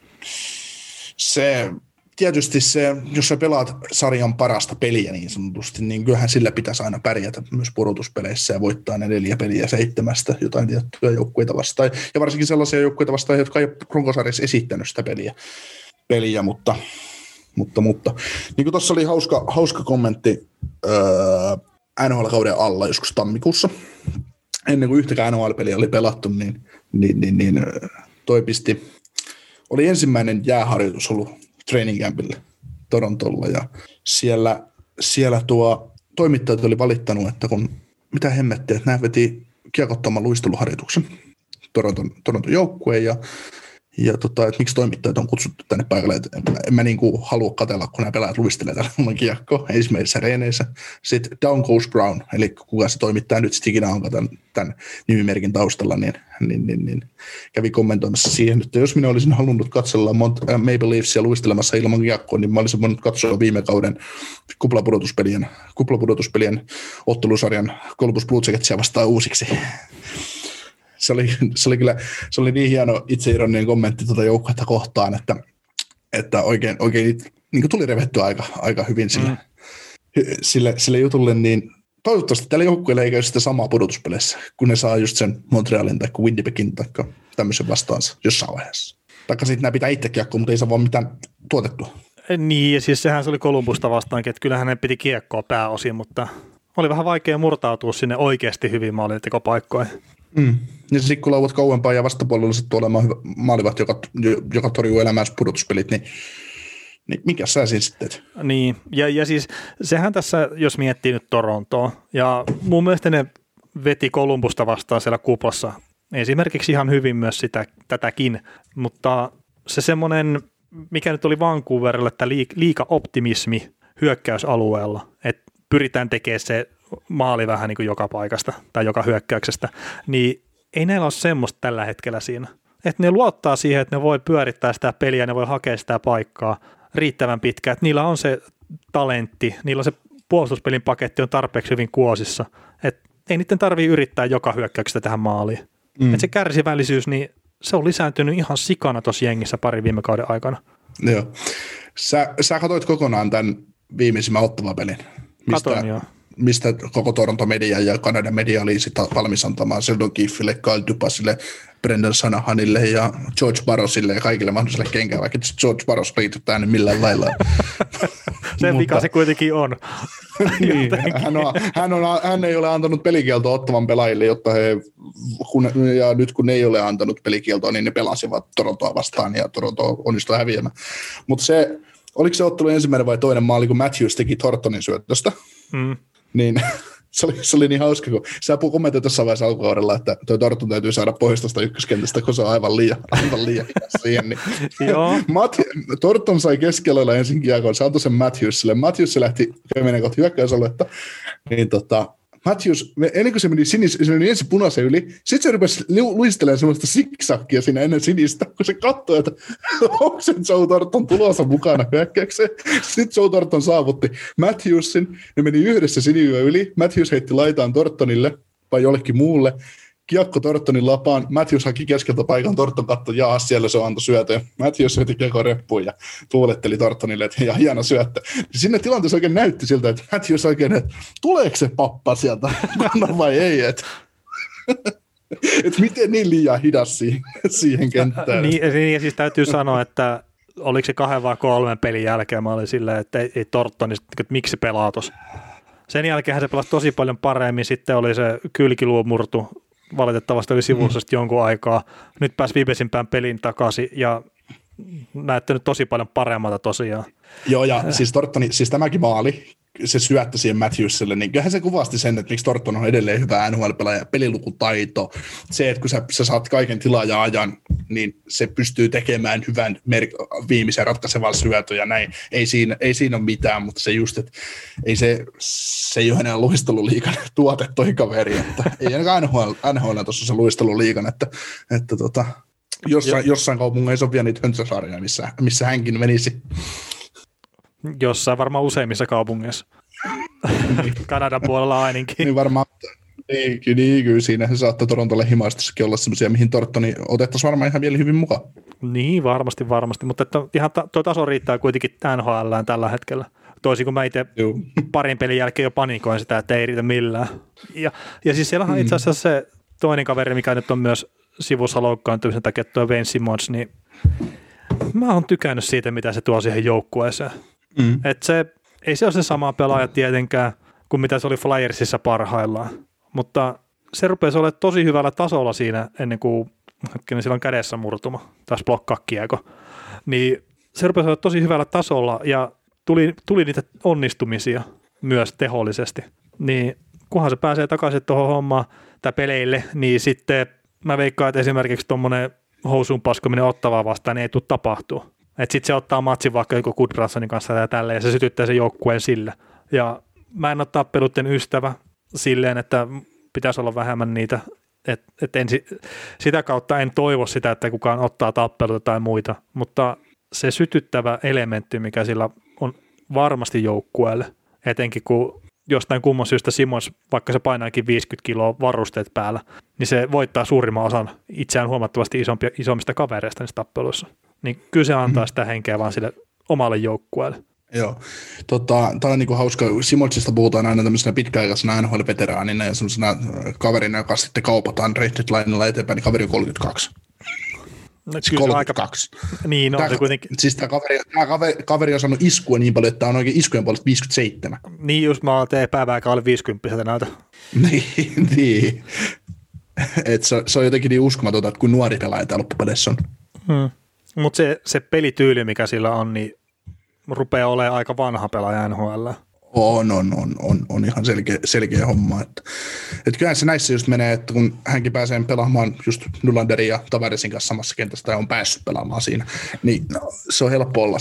S4: se tietysti jos sä pelaat sarjan parasta peliä niin sanotusti, niin kyllähän sillä pitäisi aina pärjätä myös pudotuspeleissä ja voittaa ne 4 peliä 7 jotain tiettyjä joukkueita vastaan. Ja varsinkin sellaisia joukkueita vastaan, jotka ei ole runkosarjassa esittänyt sitä peliä mutta niin kuin tuossa oli hauska kommentti NHL-kauden alla joskus tammikuussa, ennen kuin yhtäkään NHL-peliä oli pelattu, niin toi oli ensimmäinen jääharjoitus ollut training campille Torontolla ja siellä tuo toimittajat oli valittanut, että mitä hemmettiä, että nämä veti kiekottoman luisteluharjoituksen Toronton joukkueen ja että miksi toimittajat on kutsuttu tänne paikalle, että en mä niinku halua katsella, kun nämä pelaajat luistelee täällä ilman kiekkoa ensimmäisessä reeneissä. Sitten Down Goes Brown, eli kuka se toimittaja nyt sitten ikinä onko tämän nimimerkin taustalla, niin kävi kommentoimassa siihen, että jos minä olisin halunnut katsella Maple Leafsia luistelemassa ilman kiekkoa, niin mä olisin voinut katsoa viime kauden kuplapudotuspelien ottelusarjan Columbus Blue Jacketsia vastaan uusiksi. Se oli niin hieno itseironinen kommentti tuota joukkuetta kohtaan, että oikein niin tuli revettyä aika hyvin sille jutulle, niin toivottavasti tällä joukkueella ei käy sitä samaa pudotuspeleissä, kun ne saa just sen Montrealin tai Winnipegin tai tämmöisen vastaansa jossain vaiheessa. Taikka sitten nämä pitää itse kiekkoa, mutta ei saa vaan mitään tuotettua.
S5: Niin, ja siis sehän se oli Columbusta vastaankin, että kyllähän ne piti kiekkoa pääosin, mutta oli vähän vaikea murtautua sinne oikeasti hyvin maalintekopaikkoihin.
S4: Ja sitten kun lauvat kauempaa ja vastapuolella sitten olemaan maalivat, joka torjuu elämänsä pudotuspelit, niin mikä sä siinä sitten?
S5: Niin, ja siis sehän tässä, jos miettii nyt Torontoa, ja mun mielestä ne veti Columbusta vastaan siellä kuplassa, esimerkiksi ihan hyvin myös tätäkin, mutta se semmoinen, mikä nyt oli Vancouverille, että liika optimismi hyökkäysalueella, että pyritään tekemään se maali vähän niin kuin joka paikasta tai joka hyökkäyksestä, niin ei näillä ole semmoista tällä hetkellä siinä. Että ne luottaa siihen, että ne voi pyörittää sitä peliä, ne voi hakea sitä paikkaa riittävän pitkään, että niillä on se talentti, niillä on se puolustuspelin paketti on tarpeeksi hyvin kuosissa, että ei niiden tarvitse yrittää joka hyökkäyksestä tähän maaliin. Että se kärsivällisyys, niin se on lisääntynyt ihan sikana tuossa jengissä pari viime kauden aikana.
S4: Joo. Sä katsoit kokonaan tämän viimeisimmän Ottawa-pelin.
S5: Katoin, joo.
S4: Mistä koko Toronto-media ja Kanadan media oli sitten valmis antamaan Sheldon Keefelle, Kyle Dubasille, Brendan Shanahanille ja George Barrosille ja kaikille mahdollisille kenkään, vaikka George Barros liityttää nyt millään lailla.
S5: Sen vika se kuitenkin on.
S4: Niin, hän ei ole antanut pelikieltoa Ottavan pelaajille, jotta ja nyt kun ne ei ole antanut pelikieltoa, niin ne pelasivat Torontoa vastaan ja Toronto onnistui häviämään. Mutta oliko se ottelu ensimmäinen vai toinen maali, kun Matthews teki Thorntonin syöttöstä? Niin se oli niin hauska, kun sä kommentoit jossain vaiheessa alkukaudella, että toi Thornton täytyy saada pois tuosta ykköskentästä, kun se on aivan liian siihen. Niin. Thornton sai keskellä ensin kiekon, se antoi sen Matthewsille. Matthews lähti käyminen kohti hyökkäysaluetta, niin Matthews, ennen kuin se meni ensin punaisen yli, sitten se rupesi luistelemaan semmoista siksakkia siinä ennen sinistä, kun se katsoi, että onko se Joe Thornton tulossa mukana hyökkäykseen. Sitten Joe Thornton saavutti Matthewsin, ne meni yhdessä sinivyö yli, Matthews heitti laitaan Thorntonille vai jollekin muulle, kiekko Thorntonin lapaan, Matthews haki keskeltä paikan, Thornton katsoi, siellä se antoi syötöä. Matthews veti kiekon reppuun ja tuuletteli Thorntonille, että hieno syöttö. Sinne tilanteessa oikein näytti siltä, että Matthews oikein, että tuleeko se pappa sieltä vai ei, että miten niin liian hidas siihen kenttään.
S5: Niin, ja siis täytyy sanoa, että oliko se 2 vai 3 pelin jälkeen, mä olin silleen, että ei Thorntonista, että miksi se pelaa tuossa. Sen jälkeen se pelasi tosi paljon paremmin, sitten oli se kylkiluo murtu, valitettavasti oli sivussa jonkun aikaa. Nyt pääsi viimeisimpään pelin takaisin ja näyttänyt tosi paljon paremmalta tosiaan. Joo,
S4: ja siis Thorntoni, siis tämäkin maali, se syöttö siihen Matthewsille, niin kyllähän se kuvasti sen, että miksi Thornton on edelleen hyvä NHL-pelaaja, pelilukutaito, se, että kun sä saat kaiken tilaa ja ajan niin se pystyy tekemään hyvän viimeisen ratkaisevan syötön ja näin. Ei siinä ole mitään, mutta se just, että se ei ole enää luisteluliigan tuote toi kaveri, että ei ainakaan NHL tuossa se luisteluliigan, että jossain kaupungeissa on vielä niitä höntsäsarjoja, missä hänkin menisi.
S5: Jossain varmaan useimmissa kaupungeissa. Kanadan puolella ainakin.
S4: Niin varmaan. Niin, kyllä siinä se saattaa Torontolle himaistussakin olla semmoisia, mihin Tortoni otettaisiin varmaan ihan vielä hyvin mukaan.
S5: Niin, varmasti, mutta että ihan tuo taso riittää kuitenkin NHL:ään tällä hetkellä. Toisin kuin mä itse parin pelin jälkeen jo panikoin sitä, että ei riitä millään. Ja siis siellä on itse asiassa se toinen kaveri, mikä nyt on myös sivussa loukkaantumisen takia, tuo Wayne Simmonds, niin mä oon tykännyt siitä, mitä se tuo siihen joukkueeseen. Että ei se ole se sama pelaaja tietenkään kuin mitä se oli Flyersissa parhaillaan, mutta se rupesi olemaan tosi hyvällä tasolla siinä ennen kuin sillä on kädessä murtuma, taas blokkaa kiekko, niin se rupesi olemaan tosi hyvällä tasolla ja tuli niitä onnistumisia myös tehollisesti, niin kunhan se pääsee takaisin tuohon hommaan tai peleille, niin sitten mä veikkaan, että esimerkiksi tuommoinen housuun paskominen Ottavaa vastaan niin ei tule tapahtua. Että sitten se ottaa matsin vaikka joku Goodbransonin kanssa ja tälleen, ja se sytyttää sen joukkueen sillä. Ja mä en ole tappeluiden ystävä silleen, että pitäisi olla vähemmän niitä, että sitä kautta en toivo sitä, että kukaan ottaa tappeluita tai muita, mutta se sytyttävä elementti, mikä sillä on varmasti joukkueelle, etenkin kun jostain kumman syystä Simons, vaikka se painaakin 50 kiloa varusteet päällä, niin se voittaa suurimman osan itseään huomattavasti isommista kavereista niissä tappeluissa. Niin kyllä se antaa sitä henkeä vaan sille omalle joukkueelle.
S4: Joo. Tämä on niinku hauska. Simonsista puhutaan aina tämmöisenä pitkäaikaisena NHL-veteraanina ja semmoisena kaverina, joka sitten kaupataan rated linella eteenpäin, niin kaveri on 32.
S5: No,
S4: 32.
S5: Niin, no, se kuitenkin.
S4: Siis tämä kaveri on saanut iskua niin paljon, että tämä on oikein iskujen puolesta 57.
S5: Niin, just mä oon epävääkään alle 50 näytä.
S4: niin. Että se on jotenkin niin uskomatonta, että kun nuori pelaaja täällä loppupeleissä on.
S5: Mutta se pelityyli, mikä sillä on, niin rupeaa olemaan aika vanha pelaaja NHL.
S4: On ihan selkeä homma. Että kyllähän se näissä just menee, että kun hänkin pääsee pelaamaan just Nylanderin ja Tavaresin kanssa samassa kentässä tai on päässyt pelaamaan siinä, niin se on helppo olla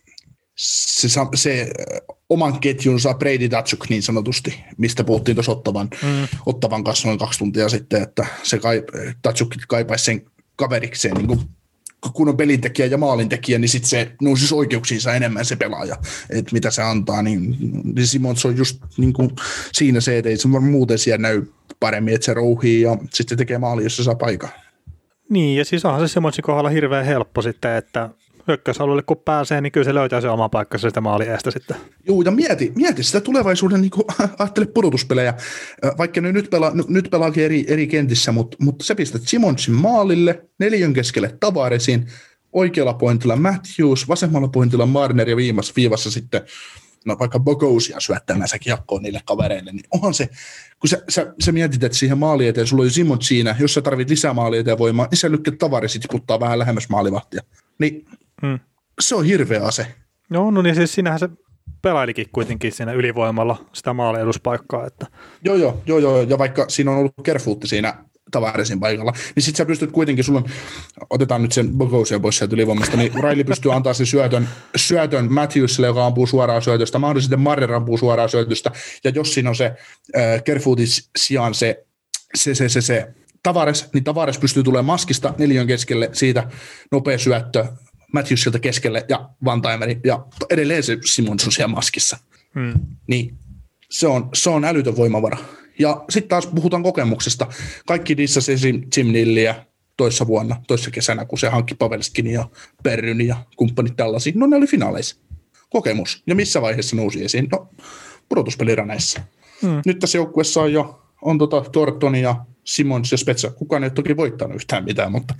S4: se oman ketjunsa Brady Tkachuk niin sanotusti, mistä puhuttiin tuossa Ottavan kanssa noin 2 tuntia sitten, että se Tkachuk kaipaisi sen kaverikseen niin kun on pelintekijä ja maalintekijä, niin sitten se nousisi oikeuksiinsa enemmän se pelaaja, että mitä se antaa, niin Simons on just niin kuin siinä se, että ei se muuten siellä näy paremmin, että se rouhii ja sitten tekee maali, jos se saa paikan.
S5: Niin, ja siis onhan se Simonsin kohdalla hirveän helppo sitten, että hyökkäysalueelle kun pääsee, niin kyllä se löytää se oma paikkansa sitä maaliestä sitten. Joo,
S4: ja mieti sitä tulevaisuuden, niin kuin ajattele pudotuspelejä, vaikka ne nyt pelaakin eri kentissä, mutta sä pistät Simonsin maalille, 4 keskelle Tavaresin, oikealla pointilla Matthews, vasemmalla pointilla Marner ja viivassa sitten vaikka Bogosian syöttämässä kiekkoon niille kavereille, niin onhan se, kun sä mietit, että siihen maali eteen, sulla oli Simons siinä, jos sä tarvit lisää maali eteen voimaa, niin sä lykkät Tavaresit tiputtaa vähän lähemmäs maalivahtia. Niin se on hirveä ase.
S5: No niin siis sinähän se pelailikin kuitenkin siinä ylivoimalla sitä maalieduspaikkaa. Että.
S4: Joo, ja vaikka siinä on ollut Kerfuutti siinä Tavaresin paikalla, niin sit sä pystyt kuitenkin, otetaan nyt sen Bogosia pois sieltä ylivoimasta, niin Riley pystyy antaa sen syötön Matthewsille, joka ampuu suoraan syötöstä, mahdollisesti Marner ampuu suoraan syötöstä, ja jos siinä on se Kerfuutin sijaan se Tavares, niin Tavares pystyy tulemaan maskista 4 keskelle, siitä nopea syöttö Matthewsilta keskelle ja Vantaimeri, ja edelleen se Simons on siellä maskissa. Niin se on älytön voimavara. Ja sitten taas puhutaan kokemuksesta. Kaikki dissasi Jim Nilliä toissa kesänä, kun se hankki Pavelskin ja Perryn ja kumppanit tällaisia. No ne oli finaaleissa. Kokemus. Ja missä vaiheessa nousi esiin? No pudotuspeliränneissä. Nyt tässä joukkueessa on Thornton ja Simons ja Spezza. Kukaan ei ole toki voittanut yhtään mitään, mutta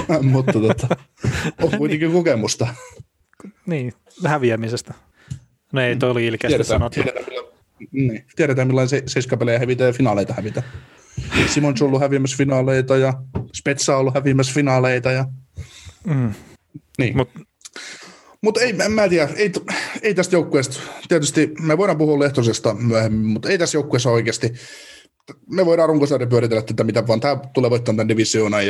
S4: on kuitenkin kokemusta.
S5: Niin, häviämisestä. No ei, toi oli ilkeästi sanottu.
S4: Tiedetään millainen seiskapelejä hävitään ja finaaleita hävitään. Simons on ollut häviämässä finaaleita ja Spezza on ollut häviämässä finaaleita. Ja. Niin. Mutta mä en tiedä, ei tästä joukkueesta, tietysti me voidaan puhua Lehtosesta myöhemmin, mutta ei tässä joukkueessa oikeasti, me voidaan runkosarja pyöritellä tätä mitä vaan, tämä tulee voittamaan tämän divisioonan ja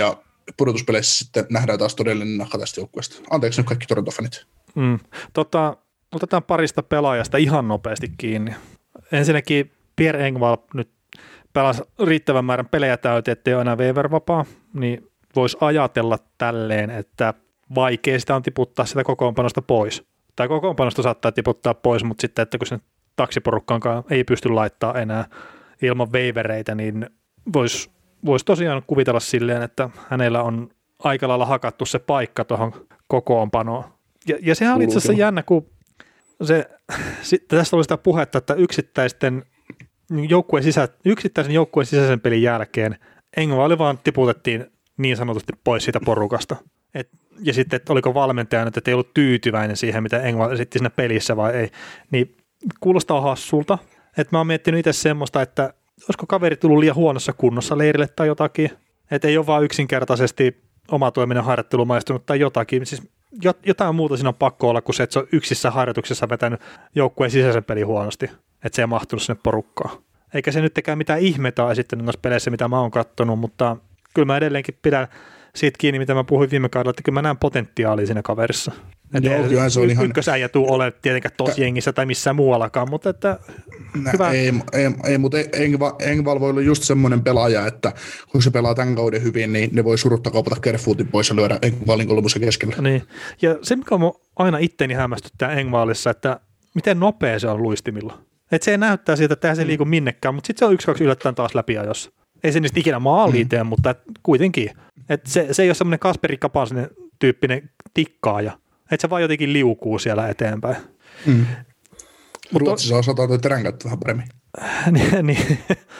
S4: pudotuspeleissä sitten nähdään taas todellinen nahka tästä joukkueesta. Anteeksi nyt kaikki Toronto-fanit.
S5: Otetaan parista pelaajasta ihan nopeasti kiinni. Ensinnäkin Pierre Engvall nyt pelasi riittävän määrän pelejä täyteen, ettei ole enää waiver-vapaa, niin voisi ajatella tälleen, että vaikea sitä on tiputtaa sitä kokoonpanosta pois. Tai kokoonpanosta saattaa tiputtaa pois, mutta sitten, että kun sen taksiporukkaankaan ei pysty laittaa enää ilman waivereitä, niin voisi tosiaan kuvitella silleen, että hänellä on aika lailla hakattu se paikka tuohon kokoonpanoon. Ja sehän oli itse asiassa jännä, kun tästä oli sitä puhetta, että yksittäisen joukkueen sisäisen pelin jälkeen Engvall vaan tiputettiin niin sanotusti pois siitä porukasta. Ja sitten, että oliko valmentaja, että ei ollut tyytyväinen siihen, mitä Engvall esitti siinä pelissä vai ei. Niin kuulostaa hassulta. Että mä oon miettinyt itse semmoista, että olisiko kaveri tullut liian huonossa kunnossa leirille tai jotakin. Että ei ole vaan yksinkertaisesti omatoiminen harjoittelu maistunut tai jotakin. Siis jotain muuta siinä on pakko olla kuin se, että se on yksissä harjoituksissa vetänyt joukkueen sisäisen pelin huonosti. Että se ei mahtunut sinne porukkaan. Eikä se nyt tekään mitään ihmettä esittänyt noissa peleissä, mitä mä oon katsonut, mutta kyllä mä edelleenkin pidän siitä kiinni, mitä mä puhuin viime kaudella, että kyllä mä näen potentiaalia siinä kaverissa. Että
S4: se on ihan
S5: ykkösäijä tuu ole tietenkään tosi jengissä tai missään muuallakaan, mutta että hyvä.
S4: Ei, mutta Engvall voi olla just semmoinen pelaaja, että kun se pelaa tämän kauden hyvin, niin ne voi surutta kaupata Kerfootin pois ja lyödä Engvallin kolmosen keskellä.
S5: Niin, ja se mikä on aina itteni hämmästyttää Engvallissa, että miten nopea se on luistimilla. Että se näyttää siltä, että se ei liiku minnekään, mutta sitten se on 1-2 yllättäen taas läpiajossa. Ei se niistä ikinä maaliin tee, mutta kuitenkin. Että se ei ole semmoinen Kasperi Kapasen tyyppinen tikkaaja. Että se vaan jotenkin liukuu siellä eteenpäin.
S4: Ruotsissa osataan toi teränkäyttö vähän paremmin.
S5: niin.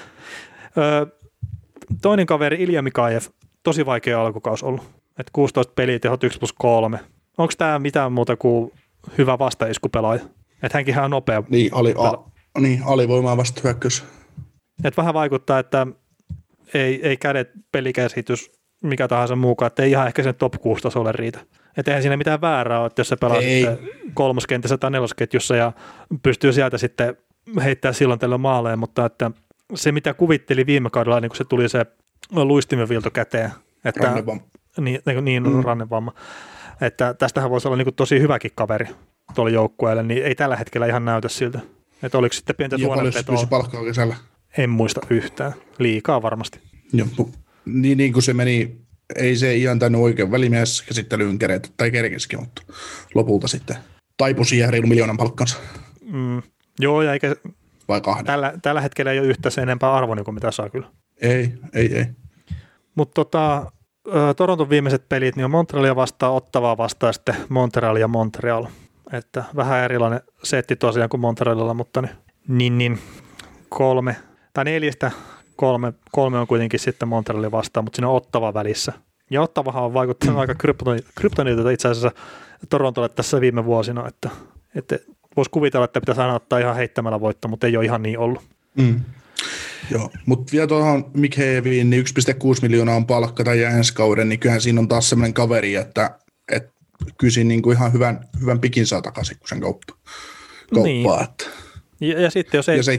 S5: Toinen kaveri, Ilja Mikheyev, tosi vaikea alkukausi ollut. Että 16 peliä, tehot 1+3. Onko tämä mitään muuta kuin hyvä vastaiskupelaaja? Että hänkin on nopea.
S4: Niin, alivoimaa vasta hyökkäys.
S5: Että vähän vaikuttaa, että ei kädet, pelikäsitys, mikä tahansa muukaan, että ei ihan ehkä sen top 6 tasolle riitä. Että eihän siinä mitään väärää ole, että jos se pelaa sitten kolmoskentässä tai nelosketjussa ja pystyy sieltä sitten heittämään silloin tällöin maaleen, mutta että se mitä kuvitteli viime kaudella, niin kun se tuli se luistimen viilto käteen. Että, rannevamma. Rannevamma. Että tästähän voisi olla niin kuin tosi hyväkin kaveri tuolle joukkueelle, niin ei tällä hetkellä ihan näytä siltä. Että oliko sitten pientä suonenvetoa?
S4: Ja palkkaa kesällä?
S5: En muista yhtään. Liikaa varmasti.
S4: Joo, niin kuin se meni, ei se ihan tainnut oikein välimieskäsittelyyn keretä, tai kerkesikin, mutta lopulta sitten taipui siihen reilu miljoonan palkkansa.
S5: Joo, ja eikä
S4: vai 2.
S5: Tällä hetkellä ei ole yhtä sen enempää arvoa kuin mitä saa kyllä.
S4: Ei.
S5: Mutta Toronton viimeiset pelit, niin on Montrealia vastaan, Ottavaa vastaan, sitten Montreal ja Montreal. Että vähän erilainen setti tosiaan kuin Montrealilla, mutta niin 3 on kuitenkin sitten Montrealia vastaan, mutta siinä on Ottava välissä. Ja Ottavahan on vaikuttanut aika kryptoniitilta itse asiassa Torontolle tässä viime vuosina, että voisi kuvitella, että pitäisi aina ottaa ihan heittämällä voitto, mutta ei ole ihan niin ollut.
S4: Joo, mutta vielä tuohon Mikheyeviin, niin 1,6 miljoonaa on palkka tai ensi kauden, niin kyllähän siinä on taas sellainen kaveri, että kyllä siinä niin kuin ihan hyvän pikin saa takaisin, kun sen kauppaa. Niin.
S5: Ja sitten jos ei...
S4: Ja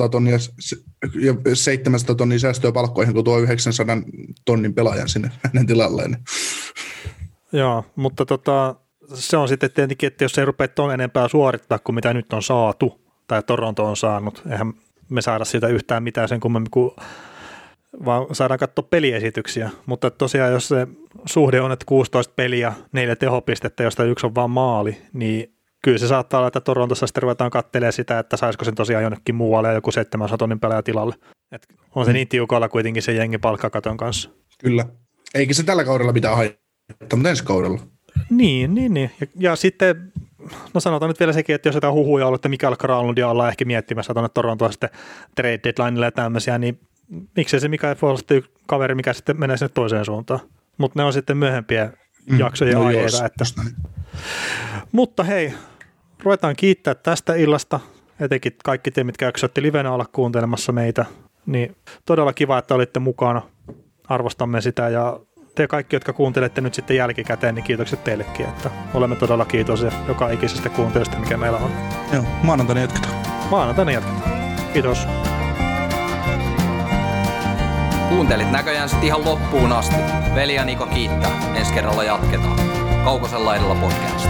S4: 700 tonnia säästöä palkkoihin, kun tuo 900 tonnin pelaajan sinne hänen tilalleen.
S5: Joo, mutta se on sitten tietenkin, että jos ei rupea ton enempää suorittaa kuin mitä nyt on saatu, tai Toronto on saanut, eihän me saada siitä yhtään mitään sen kummemmin kuin vaan saadaan katsoa peliesityksiä, mutta tosiaan jos se suhde on, että 16 peliä, 4 tehopistettä, josta 1 on vaan maali, niin kyllä se saattaa olla, että Torontossa sitten ruvetaan katselemaan sitä, että saisiko sen tosiaan jonnekin muualle ja joku 700 tonnin pelaaja tilalle. Et on se niin tiukalla kuitenkin se jengi palkkakaton kanssa.
S4: Kyllä. Eikä se tällä kaudella mitään haittaa, mutta ensi kaudella.
S5: Niin. Ja sitten, no sanotaan nyt vielä sekin, että jos jotain huhuja on ollut, että Mikael Granlundia ollaan ehkä miettimässä tuonne Torontoon sitten trade deadlinelle ja tämmöisiä, niin miksei se Mikael voi olla sitten kaveri, mikä sitten menee sinne toiseen suuntaan. Mutta ne on sitten myöhempiä jaksoja aiheita. Mutta hei, ruvetaan kiittää tästä illasta, etenkin kaikki te, mitkä jaksoitte livenä olla kuuntelemassa meitä, niin todella kiva, että olitte mukana, arvostamme sitä ja te kaikki, jotka kuuntelette nyt sitten jälkikäteen, niin kiitokset teillekin, että olemme todella kiitollisia joka ikisestä kuuntelusta, mikä meillä on.
S4: Joo, maanantaina jatketaan.
S5: Kiitos.
S3: Kuuntelit näköjään sit ihan loppuun asti. Veli ja Niko kiittää. Ensi kerralla jatketaan. Kaukosen laidalla podcast.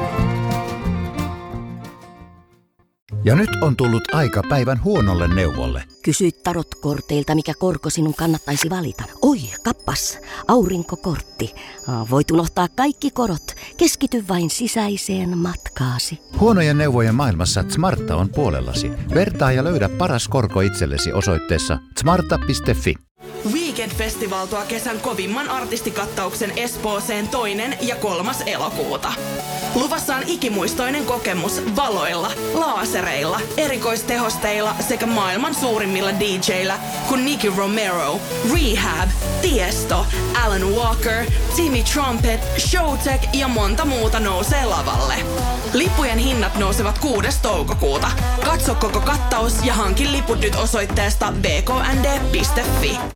S6: Ja nyt on tullut aika päivän huonolle neuvolle.
S7: Kysy tarotkorteilta, mikä korko sinun kannattaisi valita. Oi, kappas, aurinkokortti. Voit unohtaa kaikki korot. Keskity vain sisäiseen matkaasi.
S6: Huonojen neuvojen maailmassa Smarta on puolellasi. Vertaa ja löydä paras korko itsellesi osoitteessa smarta.fi.
S8: Weekend Festival tuo kesän kovimman artistikattauksen Espooseen 2. ja 3. elokuuta. Luvassa on ikimuistoinen kokemus valoilla, laasereilla, erikoistehosteilla sekä maailman suurimmilla DJillä kuin Nicky Romero, Rehab, Tiesto, Alan Walker, Timmy Trumpet, Showtek ja monta muuta nousee lavalle. Lippujen hinnat nousevat 6. toukokuuta. Katso koko kattaus ja hankin liput nyt osoitteesta bknd.fi.